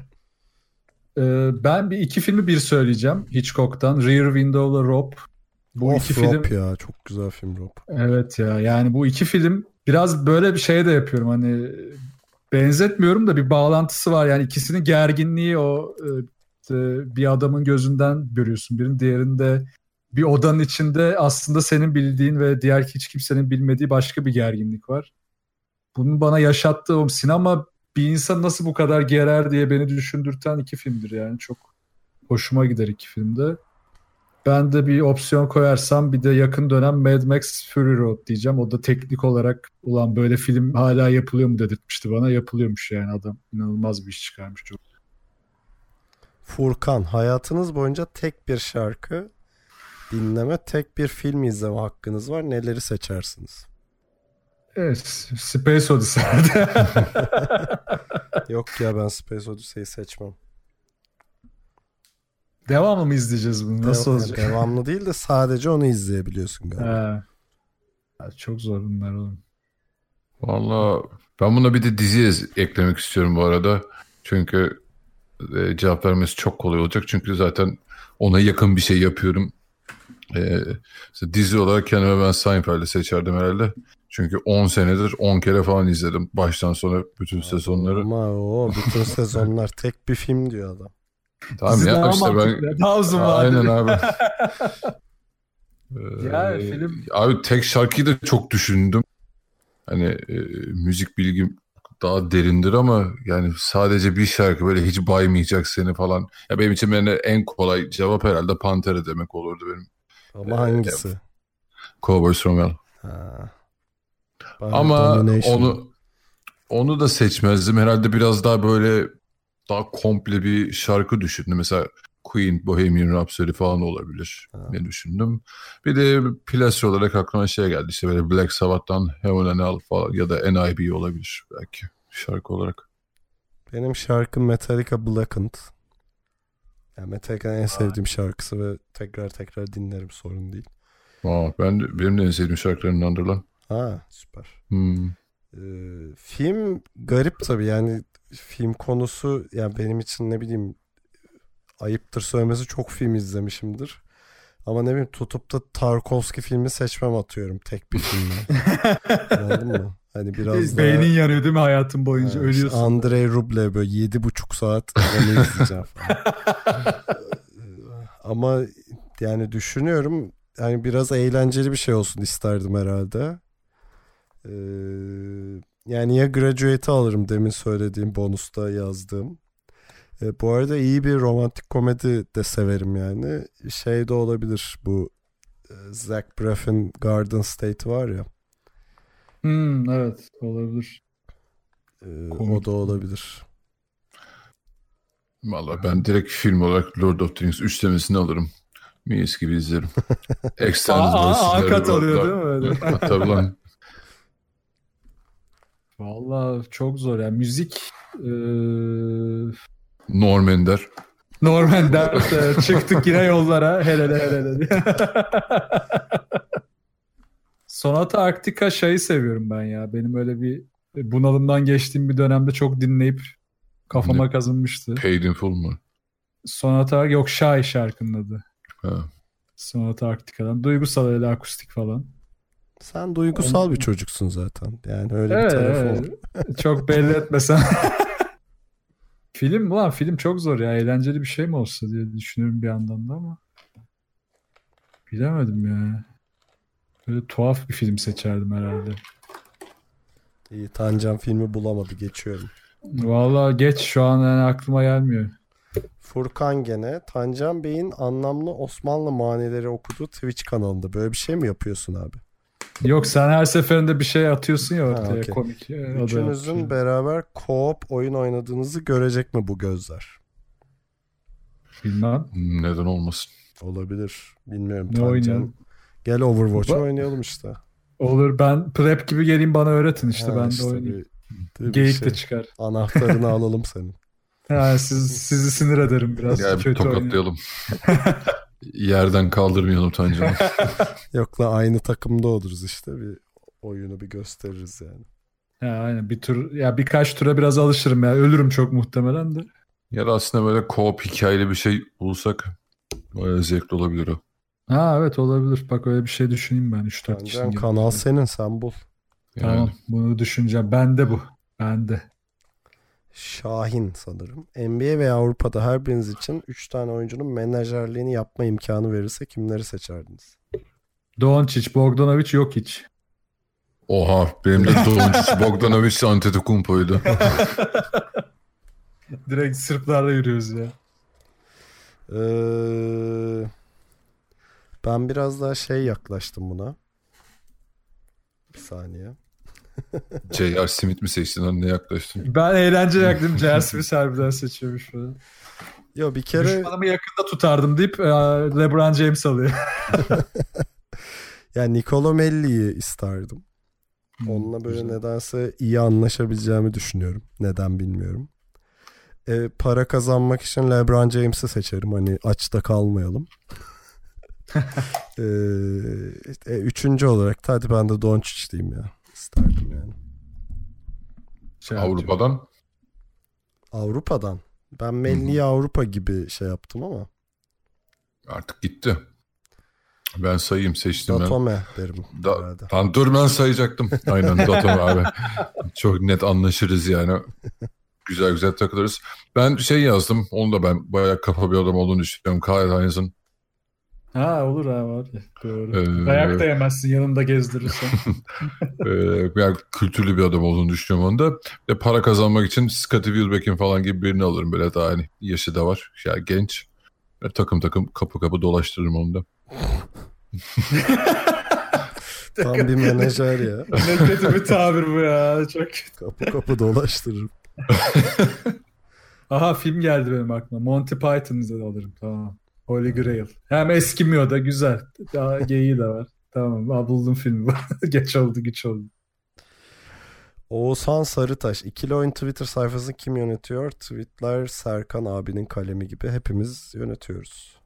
ee, ben bir iki filmi bir söyleyeceğim. Hitchcock'tan Rear Window'la Rob. Bu of, iki Rob film ya çok güzel film Rob. Evet ya, yani bu iki film biraz böyle bir şey de yapıyorum, hani benzetmiyorum da bir bağlantısı var yani, ikisinin gerginliği o e, bir adamın gözünden görüyorsun, birinin diğerinde bir odanın içinde aslında senin bildiğin ve diğer hiç kimsenin bilmediği başka bir gerginlik var. Bunun bana yaşattığı o sinema bir insan nasıl bu kadar gerer diye beni düşündürten iki filmdir yani, çok hoşuma gider iki filmde. Ben de bir opsiyon koyarsam bir de yakın dönem Mad Max Fury Road diyeceğim. O da teknik olarak ulan böyle film hala yapılıyor mu dedirtmişti bana. Yapılıyormuş yani, adam inanılmaz bir iş çıkarmış çok. Furkan, hayatınız boyunca tek bir şarkı dinleme, tek bir film izleme hakkınız var. Neleri seçersiniz? Evet, Space Odyssey'de. Yok ya, ben Space Odyssey'i seçmem. Devamlı mı izleyeceğiz bunu? Nasıl Devam, olacak? Devamlı değil de sadece onu izleyebiliyorsun galiba. Ha. Çok zor bunlar oğlum. Valla ben buna bir de dizi eklemek istiyorum bu arada. Çünkü e, cevap vermesi çok kolay olacak. Çünkü zaten ona yakın bir şey yapıyorum. E, işte dizi olarak kendime ben Seinfeld'i seçerdim herhalde. Çünkü on senedir on kere falan izledim. Baştan sona bütün Abi, sezonları. Ama o bütün sezonlar tek bir film diyor adam. Tamam Dizi ya daha işte ben. Daha uzun Aynen abi. Ya ee, film. Abi tek şarkıyı da çok düşündüm. Hani e, müzik bilgim daha derindir ama yani sadece bir şarkı böyle hiç baymayacak seni falan. Ya benim için yani en kolay cevap herhalde Pantera demek olurdu benim. Ama hangisi? E, Cowboys from Hell. Ha. Ama onu Onu da seçmezdim. Herhalde biraz daha böyle daha komple bir şarkı düşündüm. Mesela Queen, Bohemian Rhapsody falan olabilir. Ha. Ne düşündüm. Bir de plasi olarak aklıma şey geldi. İşte böyle Black Sabbath'tan Heaven and Hell falan ya da N I B olabilir belki şarkı olarak. Benim şarkım Metallica Blackened. Yani Metallica'nın en sevdiğim şarkısı ve tekrar tekrar dinlerim, sorun değil. Aa, ben de, benim de en sevdiğim şarkılarındandır lan. Ha, süper. Hmm. Ee, film garip tabii, yani film konusu, yani benim için ne bileyim, ayıptır söylemesi, çok film izlemişimdir. Ama ne bileyim, tutup da Tarkovski filmi seçmem, atıyorum tek bir filmden. Anladın mı? Hani biraz daha... Beynin yanıyor değil mi hayatın boyunca? Yani Ölüyorsun. işte Andrei Rublev böyle yedi buçuk saat onu izleyeceğim falan. Ama yani düşünüyorum, yani biraz eğlenceli bir şey olsun isterdim herhalde. Ee, yani ya Graduate'i alırım, demin söylediğim bonusta yazdığım. Ee, bu arada iyi bir romantik komedi de severim yani. Şey de olabilir, bu e, Zach Braff'in Garden State var ya. Hmm, evet olabilir. Ee, o Komik. da olabilir. Valla ben direkt film olarak Lord of the Rings üçlemesini alırım. Mis gibi izlerim. Extended Aa, aa, versiyonları kat alıyor var. değil mi öyle? Tabii lan. Valla çok zor ya. Müzik eee Norm Ender. Norman der, çıktık yine yollara. Helele helele. Sonata Arctica şeyi seviyorum ben ya. Benim öyle bir bunalımdan geçtiğim bir dönemde çok dinleyip kafama Ne? kazınmıştı. Paid in Full mu? Sonata yok, Shy şarkının adı. Ha. Sonata Arctica'dan. Duygusal, öyle akustik falan. Sen duygusal Onun- bir çocuksun zaten. Yani öyle Evet, bir tarafı evet. var. Çok belli etmesen. Film ulan film çok zor ya. Eğlenceli bir şey mi olsa diye düşünüyorum bir yandan da ama. Bilemedim ya. Böyle tuhaf bir film seçerdim herhalde. İyi, Tancan filmi bulamadı, geçiyorum. Vallahi geç, şu an yani aklıma gelmiyor. Furkan gene Tancan Bey'in anlamlı Osmanlı manileri okuduğu Twitch kanalında böyle bir şey mi yapıyorsun abi? Yok, sen her seferinde bir şey atıyorsun ya ortaya, Ha, okey. komik. e, o da Üçünüzün yapıyor. beraber co-op oyun oynadığınızı görecek mi bu gözler? Bilmem. Neden olmasın? Olabilir. Bilmiyorum. Ne Tancan. oynayalım? Gel Overwatch Ba- oynayalım işte. Olur, ben prep gibi geleyim, bana öğretin işte, Ha, ben işte de oynayayım. bir- bir Geyik şey. de çıkar. Anahtarını alalım senin. Ha, siz, sizi sinir ederim biraz. Gel bir Kötü oynayayım. tokatlayalım. Yerden kaldırmayalım Tancan'ı. Yok la, aynı takımda oluruz işte, bir oyunu bir gösteririz yani. Ha, aynen bir tur ya, birkaç tura biraz alışırım ya. Ölürüm çok muhtemelen de. Ya da aslında böyle co-op hikayeli bir şey bulsak bayağı zevkli olabilir o. Ha evet, olabilir. Bak öyle bir şey düşüneyim ben. üç dört Tancan, kişinin kanal yanında. senin, sen bul. Yani. Tamam, bunu düşüneceğim. Bende bu. Bende. Şahin sanırım. N B A veya Avrupa'da her biriniz için üç tane oyuncunun menajerliğini yapma imkanı verirse kimleri seçerdiniz? Doncic, Bogdanovic, yok hiç. Oha, benim de Doncic, Bogdanovic, Antetokounmpo'ydu. Direkt Sırplarla yürüyoruz ya. Ee, ben biraz daha şey yaklaştım buna. Bir saniye. J R. Smith mi seçtin lan, ne yaklaştın? Ben eğlence yaktım. J R. Smith harbiden seçiyormuş falan. Yo, bir kere Düşmanımı yakında tutardım deyip e, LeBron James alıyor. yani Nicolo Melli'yi isterdim. Onunla böyle Güzel. nedense iyi anlaşabileceğimi düşünüyorum. Neden bilmiyorum. E, para kazanmak için LeBron James'i seçerim. Hani açta kalmayalım. e, e, üçüncü olarak da hadi ben de Doncic diyeyim ya. İsterdim yani. Şey yapacağım. Avrupa'dan Avrupa'dan. Ben Melli'yi Avrupa gibi şey yaptım ama. artık gitti. Ben sayayım, seçtim ben. Datome derim Da, herhalde. Lan dur, ben sayacaktım. Aynen, Datome abi. Çok net anlaşırız yani. Güzel güzel takılırız. Ben şey yazdım. Onu da ben bayağı kafa bir adam olduğunu düşünüyorum. Kyle Hines'ın. Ha olur ha, var ya. Doğru. Ee, Dayak da yemezsin yanında gezdirirsen. e, yani kültürlü bir adam olduğunu düşünüyorum onu da. Ve para kazanmak için Scottie Wilbeck'in falan gibi birini alırım. Böyle daha hani yaşı da var. Yani genç. Ve takım takım kapı kapı dolaştırırım onu da. Tam bir menajer ya. Ne kötü bir tabir bu ya. Çok kötü. Kapı kapı dolaştırırım. Aha film geldi benim aklıma. Monty Python'ı da alırım. Tamam. Holy Grail. Hem eskimiyor da güzel. Daha geyiği de var. Tamam. Aa, buldum filmi. Geç oldu güç oldu. Oğuzhan Sarıtaş. İkili Oyun Twitter sayfasını kim yönetiyor? Tweetler Serkan abinin kalemi gibi hepimiz yönetiyoruz.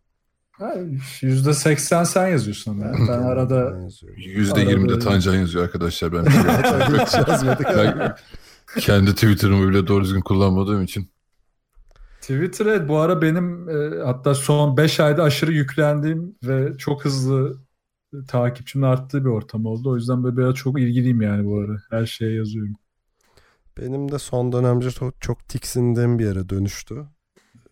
yüzde seksen sen yazıyorsun. Ya. Ben arada yüzde yirmi de Tancan yazıyor arkadaşlar. Ben, bir şey hiç yazmadık. ben kendi Twitter'ımı bile doğru düzgün kullanmadığım için. Twitter'e bu ara benim e, hatta son beş ayda aşırı yüklendiğim ve çok hızlı takipçimin arttığı bir ortam oldu. O yüzden böyle biraz çok ilgiliyim yani bu ara. Her şeye yazıyorum. Benim de son dönemde çok, çok tiksindiğim bir yere dönüştü. Ee,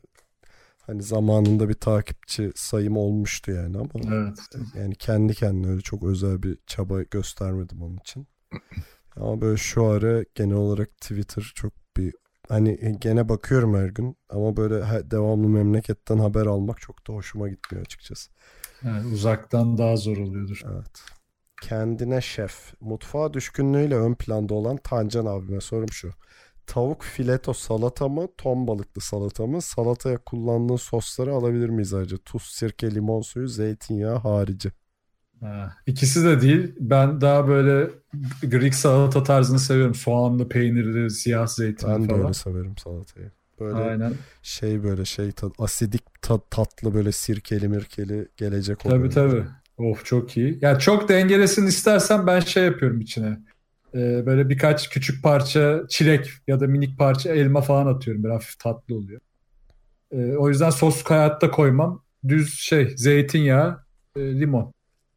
hani zamanında bir takipçi sayım olmuştu yani ama evet. Yani kendi kendine öyle çok özel bir çaba göstermedim onun için. Ama böyle şu ara genel olarak Twitter çok bir hani gene bakıyorum her gün ama böyle devamlı memleketten haber almak çok da hoşuma gitmiyor açıkçası. Yani uzaktan daha zor oluyordur. Evet. Kendine şef. Mutfağa düşkünlüğüyle ön planda olan Tancan abime sorum şu. Tavuk fileto salata mı, ton balıklı salata mı? Salataya kullandığın sosları alabilir miyiz ayrıca? Tuz, sirke, limon suyu, zeytinyağı harici. Ha, ikisi de değil. Ben daha böyle Greek salata tarzını seviyorum. Soğanlı, peynirli, siyah zeytinli ben falan. Ben de öyle severim salatayı. Böyle aynen. şey böyle şey tat, asidik tat, tatlı böyle sirkeli mirkeli gelecek tabii, oluyor. Tabii tabii. Of çok iyi. Yani çok dengelesin istersen ben şey yapıyorum içine. Ee, böyle birkaç küçük parça çilek ya da minik parça elma falan atıyorum. Böyle hafif tatlı oluyor. Ee, o yüzden sos hayatta koymam. Düz şey zeytinyağı, e, limon.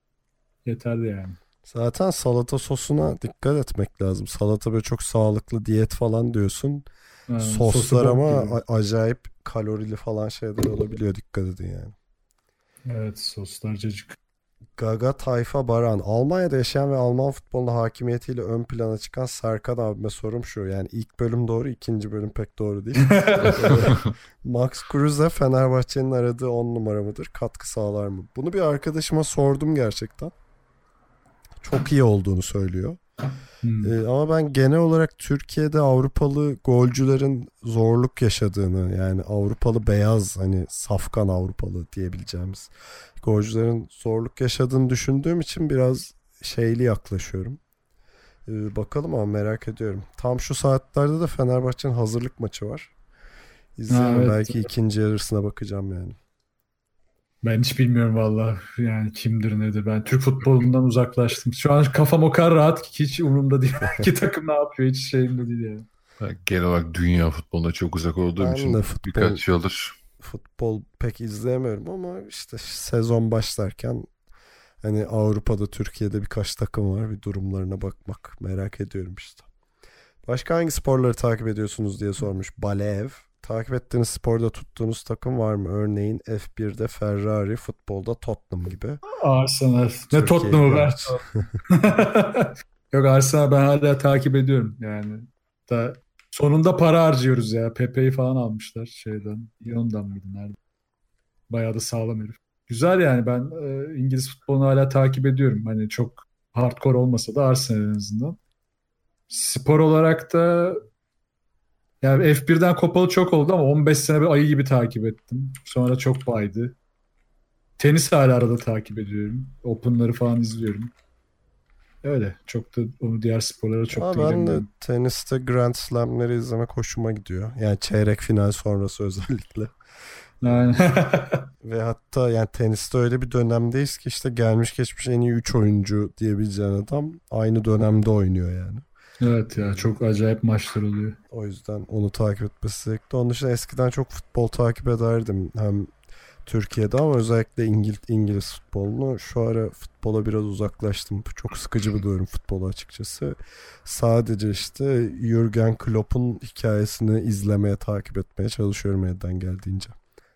Yeterli yani. Zaten salata sosuna dikkat etmek lazım. Salata böyle çok sağlıklı diyet falan diyorsun. Ha, soslar ama a- acayip kalorili falan şeyler olabiliyor. Dikkat edin yani. Evet soslar cacık. Gaga Tayfa Baran. Almanya'da yaşayan ve Alman futboluna hakimiyetiyle ön plana çıkan Serkan abime sorum şu. Yani ilk bölüm doğru, ikinci bölüm pek doğru değil. Max Kruse Fenerbahçe'nin aradığı on numara mıdır? Katkı sağlar mı? Bunu bir arkadaşıma sordum gerçekten. Çok iyi olduğunu söylüyor. Hmm. Ee, ama ben genel olarak Türkiye'de Avrupalı golcülerin zorluk yaşadığını, yani Avrupalı beyaz hani safkan Avrupalı diyebileceğimiz golcülerin zorluk yaşadığını düşündüğüm için biraz şeyli yaklaşıyorum. Ee, bakalım ama merak ediyorum. Tam şu saatlerde de Fenerbahçe'nin hazırlık maçı var. İzleyelim, evet. Belki ikinci yarısına bakacağım yani. Ben hiç bilmiyorum vallahi yani kimdir nedir. Ben Türk futbolundan uzaklaştım. Şu an kafam o kadar rahat ki hiç umurumda değil. İki takım ne yapıyor hiç şeyimde değil yani. Ben genel olarak dünya futboluna çok uzak olduğum ben için futbol, birkaç yıldır. Futbol pek izleyemiyorum ama işte sezon başlarken hani Avrupa'da Türkiye'de birkaç takım var, bir durumlarına bakmak merak ediyorum işte. Başka hangi sporları takip ediyorsunuz diye sormuş Balev. Takip ettiğiniz sporda tuttuğunuz takım var mı? Örneğin F bir'de Ferrari, futbolda Tottenham gibi. Arsenal. Ne Tottenham'ı ben? Yok Arsenal ben hala takip ediyorum. Yani da sonunda para harcıyoruz ya. Pepe'yi falan almışlar şeyden. Lyon'dan mıydı? Nerede? Bayağı da sağlam herif. Güzel yani ben e, İngiliz futbolunu hala takip ediyorum. Hani çok hardcore olmasa da Arsenal en azından. Spor olarak da yani F bir'den kopalı çok oldu ama on beş sene bir ayı gibi takip ettim. Sonra çok baydı. Tenis hala arada takip ediyorum. Open'ları falan izliyorum. Öyle. Çok da onu diğer sporlara çok Aa, da ben de teniste Grand Slam'leri izlemek hoşuma gidiyor. Yani çeyrek final sonrası özellikle. Yani. Ve hatta yani teniste öyle bir dönemdeyiz ki işte gelmiş geçmiş en iyi üç oyuncu diyebileceğin adam aynı dönemde oynuyor yani. Evet ya çok acayip maçlar oluyor. O yüzden onu takip etmesi zevkli. Onun dışında eskiden çok futbol takip ederdim. Hem Türkiye'de ama özellikle İngil İngiliz futbolunu. Şu ara futbola biraz uzaklaştım. Çok sıkıcı buluyorum futbolu açıkçası. Sadece işte Jürgen Klopp'un hikayesini izlemeye, takip etmeye çalışıyorum elden geldiğince.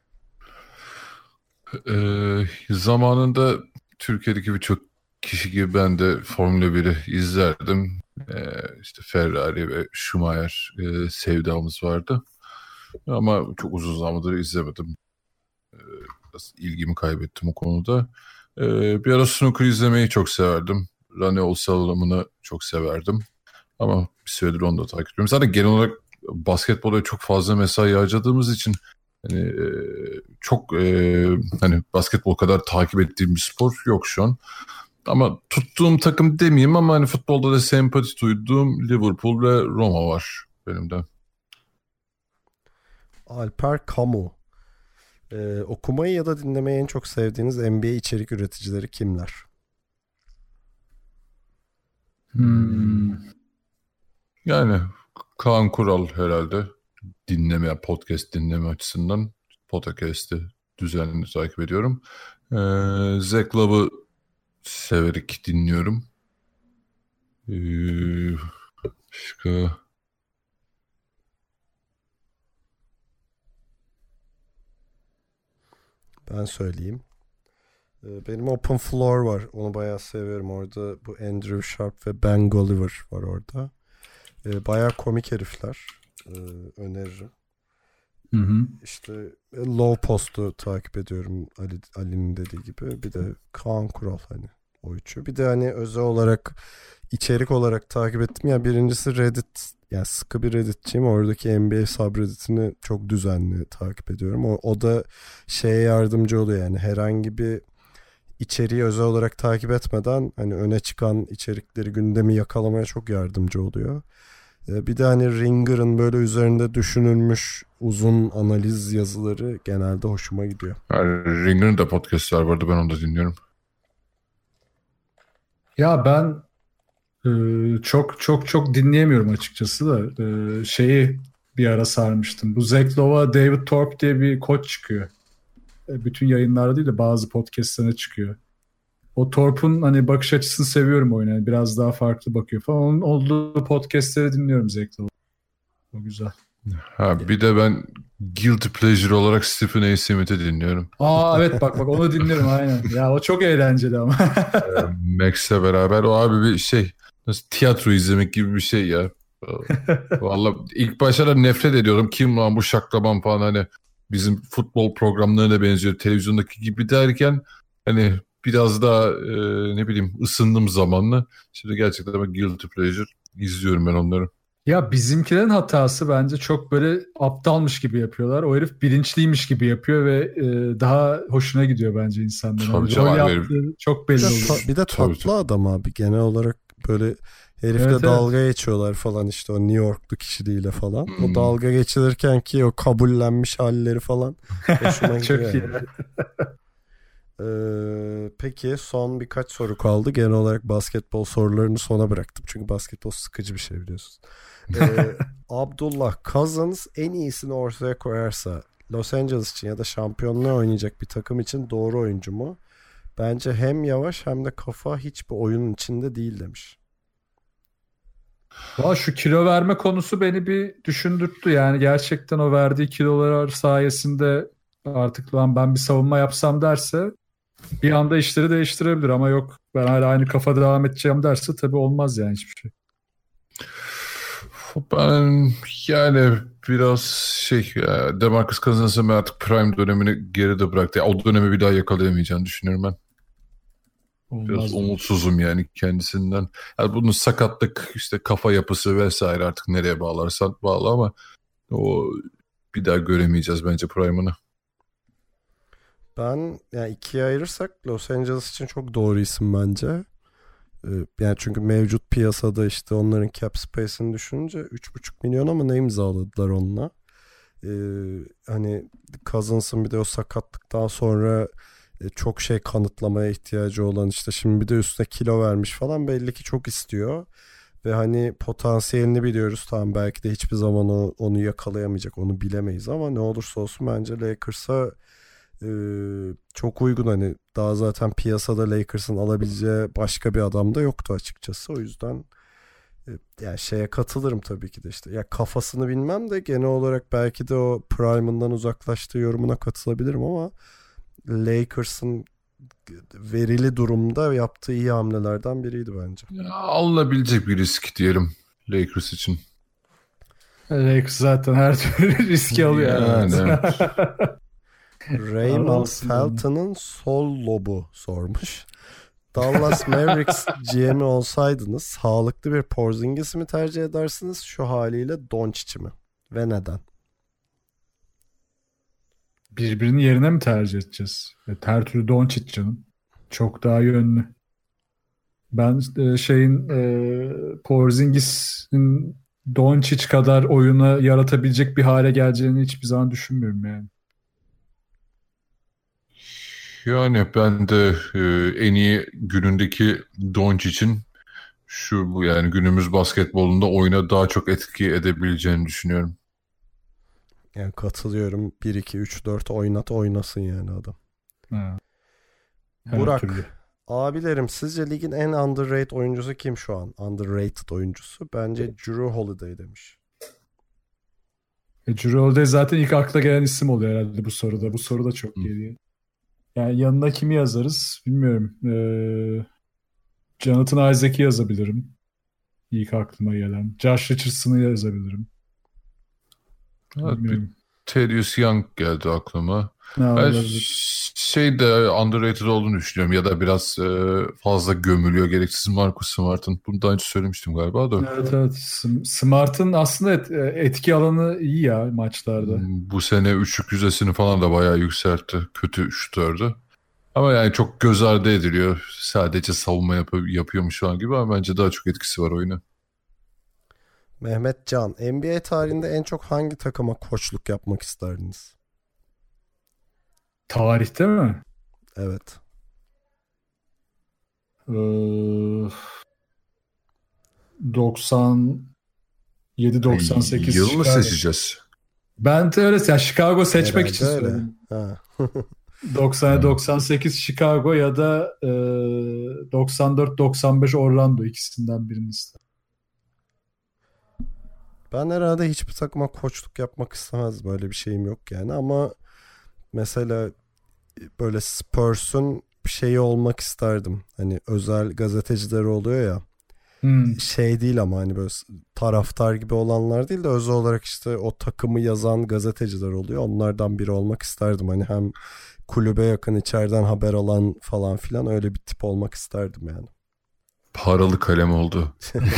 Ee, zamanında Türkiye'deki birçok kişi gibi ben de Formula bir'i izlerdim. Ee, işte Ferrari ve Schumacher e, sevdamız vardı. Ama çok uzun zamandır izlemedim. Ee, biraz ilgimi kaybettim o konuda. Ee, bir ara snooker izlemeyi çok severdim. Rane Olsalım'ını çok severdim. Ama bir süredir onu da takip ediyorum. Zaten genel olarak basketbola çok fazla mesai harcadığımız için hani e, çok e, hani basketbol kadar takip ettiğim bir spor yok şu an. Ama tuttuğum takım demeyeyim ama hani futbolda da sempati duyduğum Liverpool ve Roma var benim de. Alper Kamu. Ee, okumayı ya da dinlemeyi en çok sevdiğiniz N B A içerik üreticileri kimler? Hmm. Yani Kaan Kural herhalde dinleme, podcast dinleme açısından podcast'i düzenli takip ediyorum. Ee, Zach Love'ı severek dinliyorum. Ee, başka... Ben söyleyeyim. Benim Open Floor var. Onu bayağı seviyorum. Orada bu Andrew Sharp ve Ben Golliver var orada. Bayağı komik herifler. Öneririm. Hı hı. İşte Low Post'u takip ediyorum. Ali, Ali'nin dediği gibi. Bir de Kaan Kural hani o üçü. Bir de hani özel olarak içerik olarak takip ettim. Ya birincisi Reddit. Yani sıkı bir Redditçiyim. Oradaki N B A subredditini çok düzenli takip ediyorum. O, o da şeye yardımcı oluyor yani. Herhangi bir içeriği özel olarak takip etmeden hani öne çıkan içerikleri, gündemi yakalamaya çok yardımcı oluyor. Bir de hani Ringer'ın böyle üzerinde düşünülmüş uzun analiz yazıları genelde hoşuma gidiyor. Yani Ringer'ın da podcast'lar vardı, ben onu da dinliyorum. Ya ben e, çok çok çok dinleyemiyorum açıkçası da e, şeyi bir ara sarmıştım. Bu Zach Lowe'a David Thorpe diye bir koç çıkıyor. E, bütün yayınlarda değil de bazı podcast'larına çıkıyor. O Thorpe'un hani bakış açısını seviyorum oyuna. Yani biraz daha farklı bakıyor falan. Onun olduğu podcast'leri dinliyorum Zach Lowe. O güzel. Ha, bir de ben Guilty Pleasure olarak Stephen A. Smith'i dinliyorum. Aa evet bak bak onu dinliyorum aynen. Ya o çok eğlenceli ama. Max'le beraber o abi bir şey, nasıl tiyatro izlemek gibi bir şey ya. Vallahi ilk başta da nefret ediyordum. Kim lan bu şaklaban falan, hani bizim futbol programlarına benziyor televizyondaki gibi derken hani biraz daha e, ne bileyim ısındım zamanla. Şimdi gerçekten ama Guilty Pleasure izliyorum ben onları. Ya bizimkilerin hatası bence çok böyle aptalmış gibi yapıyorlar. O herif bilinçliymiş gibi yapıyor ve e, daha hoşuna gidiyor bence insanların. Tabii Rol canım, yaptığı çok belli Bir de, oluyor. ta- bir de tatlı Tabii. adam abi genel olarak böyle herifle Evet, dalga geçiyorlar falan işte o New Yorklu kişiliğiyle falan. Hmm. O dalga geçilirken ki o kabullenmiş halleri falan hoşuma gidiyor. Çok iyi. yani. Ee, peki son birkaç soru kaldı. Genel olarak basketbol sorularını sona bıraktım. Çünkü basketbol sıkıcı bir şey biliyorsun. Ee, Abdullah Cousins en iyisini ortaya koyarsa Los Angeles için ya da şampiyonluğa oynayacak bir takım için doğru oyuncu mu? Bence hem yavaş hem de kafa hiçbir oyunun içinde değil demiş. Valla şu kilo verme konusu beni bir düşündürttü. Yani gerçekten o verdiği kilolar sayesinde artık lan ben bir savunma yapsam derse bir anda işleri değiştirebilir ama yok ben hala aynı kafada devam edeceğim derse tabii olmaz yani hiçbir şey. Ben yani biraz şey ya, DeMarcus Cousins'ın artık prime dönemini geride bıraktı. Yani o dönemi bir daha yakalayamayacağını düşünüyorum ben. Biraz Olmaz. umutsuzum yani kendisinden. Yani bunun sakatlık, işte kafa yapısı vesaire artık nereye bağlarsan bağla ama o bir daha göremeyeceğiz bence prime'ını. Ben yani ikiye ayırırsak Los Angeles için çok doğru isim bence. Ee, yani çünkü mevcut piyasada işte onların cap space'ini düşününce üç buçuk milyon ama ne imzaladılar onunla. Ee, hani Cousins'ın bir de o sakatlıktan sonra e, çok şey kanıtlamaya ihtiyacı olan işte şimdi bir de üstüne kilo vermiş falan belli ki çok istiyor. Ve hani potansiyelini biliyoruz. Tamam belki de hiçbir zaman o, onu yakalayamayacak, onu bilemeyiz ama ne olursa olsun bence Lakers'a e, çok uygun. Hani daha zaten piyasada Lakers'ın alabileceği başka bir adam da yoktu açıkçası. O yüzden e, yani şeye katılırım tabii ki de işte. Ya kafasını bilmem de genel olarak belki de o prime'ından uzaklaştığı yorumuna katılabilirim ama Lakers'ın verili durumda yaptığı iyi hamlelerden biriydi bence. Ya, alınabilecek bir risk diyelim Lakers için. Lakers zaten her türlü riski alıyor. Yani. Yani. Raymond Alsın yani. Felton'ın sol lobu sormuş. Dallas Mavericks G M'i olsaydınız sağlıklı bir Porzingis'i mi tercih edersiniz, şu haliyle Doncic'i mi? Ve neden? Birbirinin yerine mi tercih edeceğiz? Evet, her türlü Doncic canım. Çok daha yönlü. Ben e, şeyin e, Porzingis'in Doncic kadar oyunu yaratabilecek bir hale geleceğini hiçbir zaman düşünmüyorum yani. Yani ben de e, en iyi günündeki Doncic'in şu bu yani günümüz basketbolunda oyuna daha çok etki edebileceğini düşünüyorum. Yani katılıyorum. bir iki üç dört oynat oynasın yani adam. Ha. Her Burak. türlü. Abilerim, sizce ligin en underrated oyuncusu kim şu an? Underrated oyuncusu. Bence Jrue Holiday demiş. E, Jrue Holiday zaten ilk akla gelen isim oluyor herhalde bu soruda. Bu soru da çok geliyor. Yani yanına kimi yazarız bilmiyorum. Ee, Jonathan Isaac'i yazabilirim. İlk aklıma gelen. Josh Richardson'ı yazabilirim. Evet, bir Bilmiyorum. Thaddeus Young geldi aklıma. Ne Ben olabilir? şey de underrated olduğunu düşünüyorum ya da biraz e, fazla gömülüyor gereksiz Marcus Smart'ın. Bunu daha önce söylemiştim galiba da. Evet evet. Sm- Smart'ın aslında et- etki alanı iyi ya maçlarda. Bu sene üçlük yüzdesini falan da bayağı yükseltti. Kötü şutördü. Ama yani çok göz ardı ediliyor. Sadece savunma yap- yapıyormuş şu an gibi ama bence daha çok etkisi var oyuna. Mehmet Can, N B A tarihinde en çok hangi takıma koçluk yapmak isterdiniz? Tarihte mi? Evet. Ee, doksan yedi doksan sekiz Yıl mı Chicago. seçeceğiz? Ben de öyle ya Chicago seçmek Herhalde için öyle. söyledim. Ha. doksan doksan sekiz Chicago ya da e, doksan dört doksan beş Orlando, ikisinden birini istedim. Ben herhalde hiçbir takıma koçluk yapmak istemez. Böyle bir şeyim yok yani ama mesela böyle Spurs'un şeyi olmak isterdim. Hani özel gazetecileri oluyor ya. Hmm. Şey değil ama hani böyle taraftar gibi olanlar değil de özel olarak işte o takımı yazan gazeteciler oluyor. Onlardan biri olmak isterdim. Hani hem kulübe yakın, içeriden haber alan falan filan, öyle bir tip olmak isterdim yani. Paralı kalem oldu.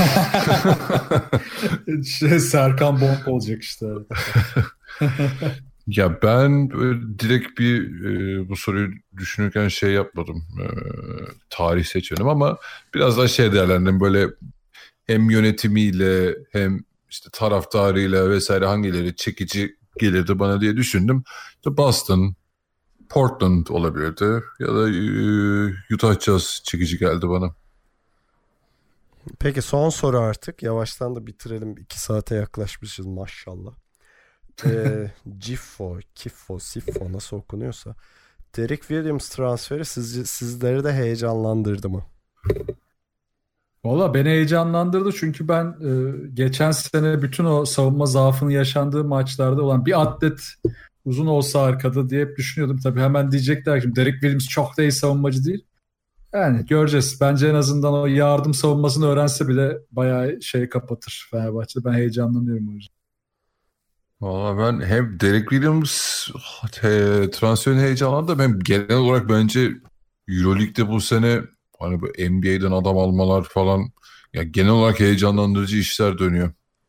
şey, Serkan Bomb olacak işte. Ya ben böyle direkt bir e, bu soruyu düşünürken şey yapmadım. E, tarih seçmedim ama biraz daha şey değerlendim. Böyle hem yönetimiyle hem işte taraftarıyla vesaire hangileri çekici gelirdi bana diye düşündüm. İşte Boston, Portland olabilirdi ya da e, Utah Jazz çekici geldi bana. Peki son soru artık. Yavaştan da bitirelim. iki saate yaklaşmışız maşallah. Ee, Ciffo, Kiffo, Siffo nasıl okunuyorsa. Derek Williams transferi sizce, sizleri de heyecanlandırdı mı? Valla beni heyecanlandırdı çünkü ben e, geçen sene bütün o savunma zaafını yaşandığı maçlarda olan bir atlet uzun olsa arkada diye hep düşünüyordum. Tabii hemen diyecekler ki Derek Williams çok da iyi savunmacı değil. Yani göreceğiz. Bence en azından o yardım savunmasını öğrense bile bayağı şey kapatır Fenerbahçe. Ben heyecanlanıyorum o yüzden. Valla ben hem Derek Williams he, transferini heyecanlandım hem genel olarak bence Euroleague'de bu sene hani bu N B A'den adam almalar falan ya genel olarak heyecanlandırıcı işler dönüyor.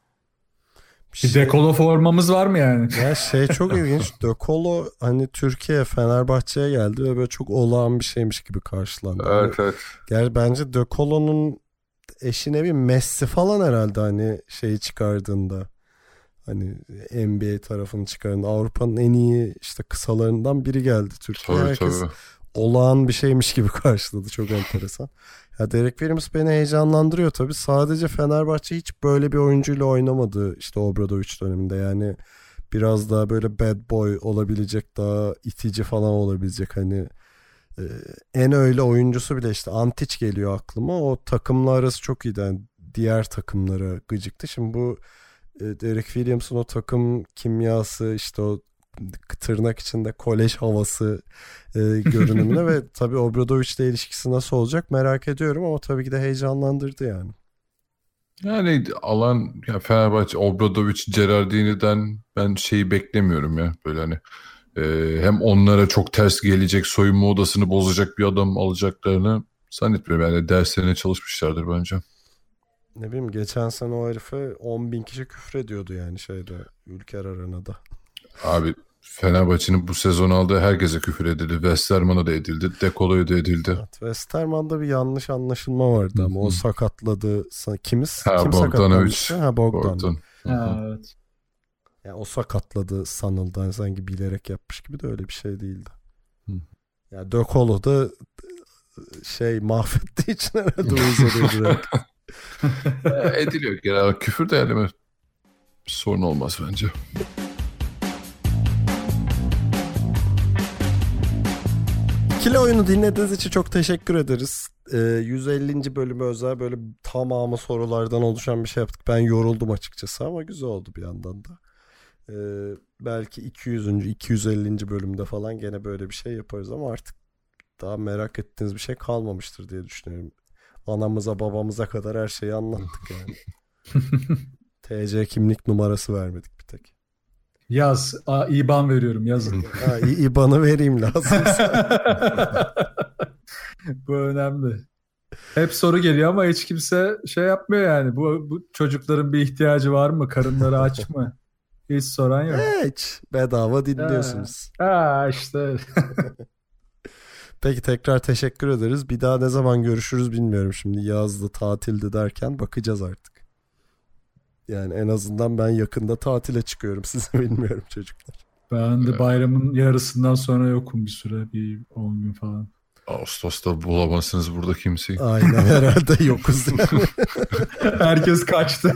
Bir De Colo formamız var mı yani? Ya şey çok ilginç. De Colo hani Türkiye Fenerbahçe'ye geldi ve böyle çok olağan bir şeymiş gibi karşılandı. Evet evet. Yani bence De Colo'nun eşine bir Messi falan herhalde hani şeyi çıkardığında. Hani N B A tarafını çıkardığında Avrupa'nın en iyi işte kısalarından biri geldi Türkiye. Tabii Herkes tabii. olağan bir şeymiş gibi karşıladı. Çok enteresan. Ya Derek Williams beni heyecanlandırıyor tabii. Sadece Fenerbahçe hiç böyle bir oyuncuyla oynamadı işte Obradović döneminde. Yani biraz daha böyle bad boy olabilecek, daha itici falan olabilecek hani e, en öyle oyuncusu bile işte Antic geliyor aklıma. O takımla arası çok iyiydi. Yani diğer takımlara gıcıktı. Şimdi bu e, Derek Williams'ın o takım kimyası, işte o tırnak içinde kolej havası e, görünümüne ve tabii Obradoviç'le ilişkisi nasıl olacak merak ediyorum ama tabii ki de heyecanlandırdı yani. Yani alan ya Fenerbahçe Obradović, Gerardini'den ben şeyi beklemiyorum ya böyle hani e, hem onlara çok ters gelecek, soyunma odasını bozacak bir adam alacaklarını Zannetmiyorum yani derslerine çalışmışlardır bence. Ne bileyim geçen sene o herife on bin kişi küfür ediyordu yani şeyde Ülker Arena'da. Abi Fenerbahçe'nin bu sezon aldığı herkese küfür edildi. Westerman'a da edildi. Dekolo'ya da edildi. Evet, Westerman'da bir yanlış anlaşılma vardı ama o sakatladı. Kimiz? Ha, Kim Bogdanovic. sakatlanmıştı? Ha Bogdan. Bogdan. Ha, evet. Yani o sakatladı sanıldı. Yani sanki bilerek yapmış gibi de öyle bir şey değildi. Hı. Yani Dekolo da şey mahvettiği için herhalde uzadı. Ediliyor genel. Küfür de yani bir sorun olmaz bence. İkili oyunu dinlediğiniz için çok teşekkür ederiz. Ee, yüz ellinci bölümü özel böyle tamamı sorulardan oluşan bir şey yaptık. Ben yoruldum açıkçası ama güzel oldu bir yandan da. Ee, belki iki yüzüncü iki yüz ellinci bölümde falan gene böyle bir şey yaparız ama artık daha merak ettiğiniz bir şey kalmamıştır diye düşünüyorum. Anamıza babamıza kadar her şeyi anlattık yani. T C kimlik numarası vermedik bir tek. Yaz. Aa, İban veriyorum yazın. Ha, İ- İBAN'ı vereyim lazımsa. Bu önemli. Hep soru geliyor ama hiç kimse şey yapmıyor yani. Bu, bu çocukların bir ihtiyacı var mı? Karınları aç mı? Hiç soran yok. Hiç. Bedava dinliyorsunuz. Ha işte. Peki tekrar teşekkür ederiz. Bir daha ne zaman görüşürüz bilmiyorum şimdi. Yazdı, tatildi derken bakacağız artık. Yani en azından ben yakında tatile çıkıyorum. Size bilmiyorum çocuklar. Ben de bayramın yarısından sonra yokum bir süre. Bir on gün falan. Ağustos'ta bulamazsınız burada kimseyi. Aynen herhalde yokuz. Herkes kaçtı.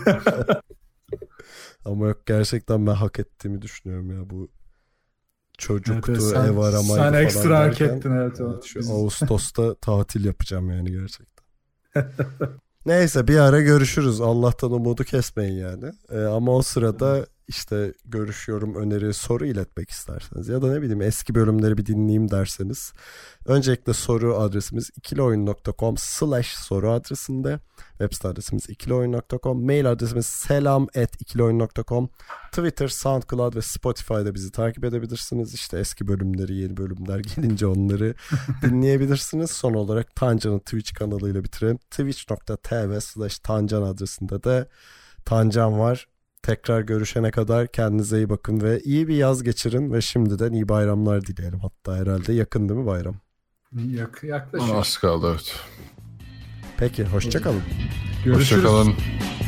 Ama yok gerçekten ben hak ettiğimi düşünüyorum ya bu çocuktu, Evet, sen, ev aramaydı sen falan ekstra hak derken, ettin evet. evet, şu Biz... Ağustos'ta tatil yapacağım yani gerçekten. Neyse bir ara görüşürüz. Allah'tan umudu kesmeyin yani. Ee, ama o sırada işte görüşüyorum, öneri, soru iletmek isterseniz ya da ne bileyim eski bölümleri bir dinleyeyim derseniz öncelikle soru adresimiz ikilioyun nokta com slash soru adresinde, web site adresimiz ikilioyun nokta com, mail adresimiz selam at ikilioyun nokta com, Twitter, SoundCloud ve Spotify'da bizi takip edebilirsiniz. İşte eski bölümleri, yeni bölümler gelince onları dinleyebilirsiniz. Son olarak Tancan'ın Twitch kanalıyla bitirelim. twitch nokta tv slash tancan adresinde de Tancan var. Tekrar görüşene kadar kendinize iyi bakın ve iyi bir yaz geçirin ve şimdiden iyi bayramlar dileyelim. Hatta herhalde yakın değil mi bayram? Yak, yaklaşıyor. Az kaldı evet. Peki hoşça kalın. Görüşürüz. Hoşça kalın.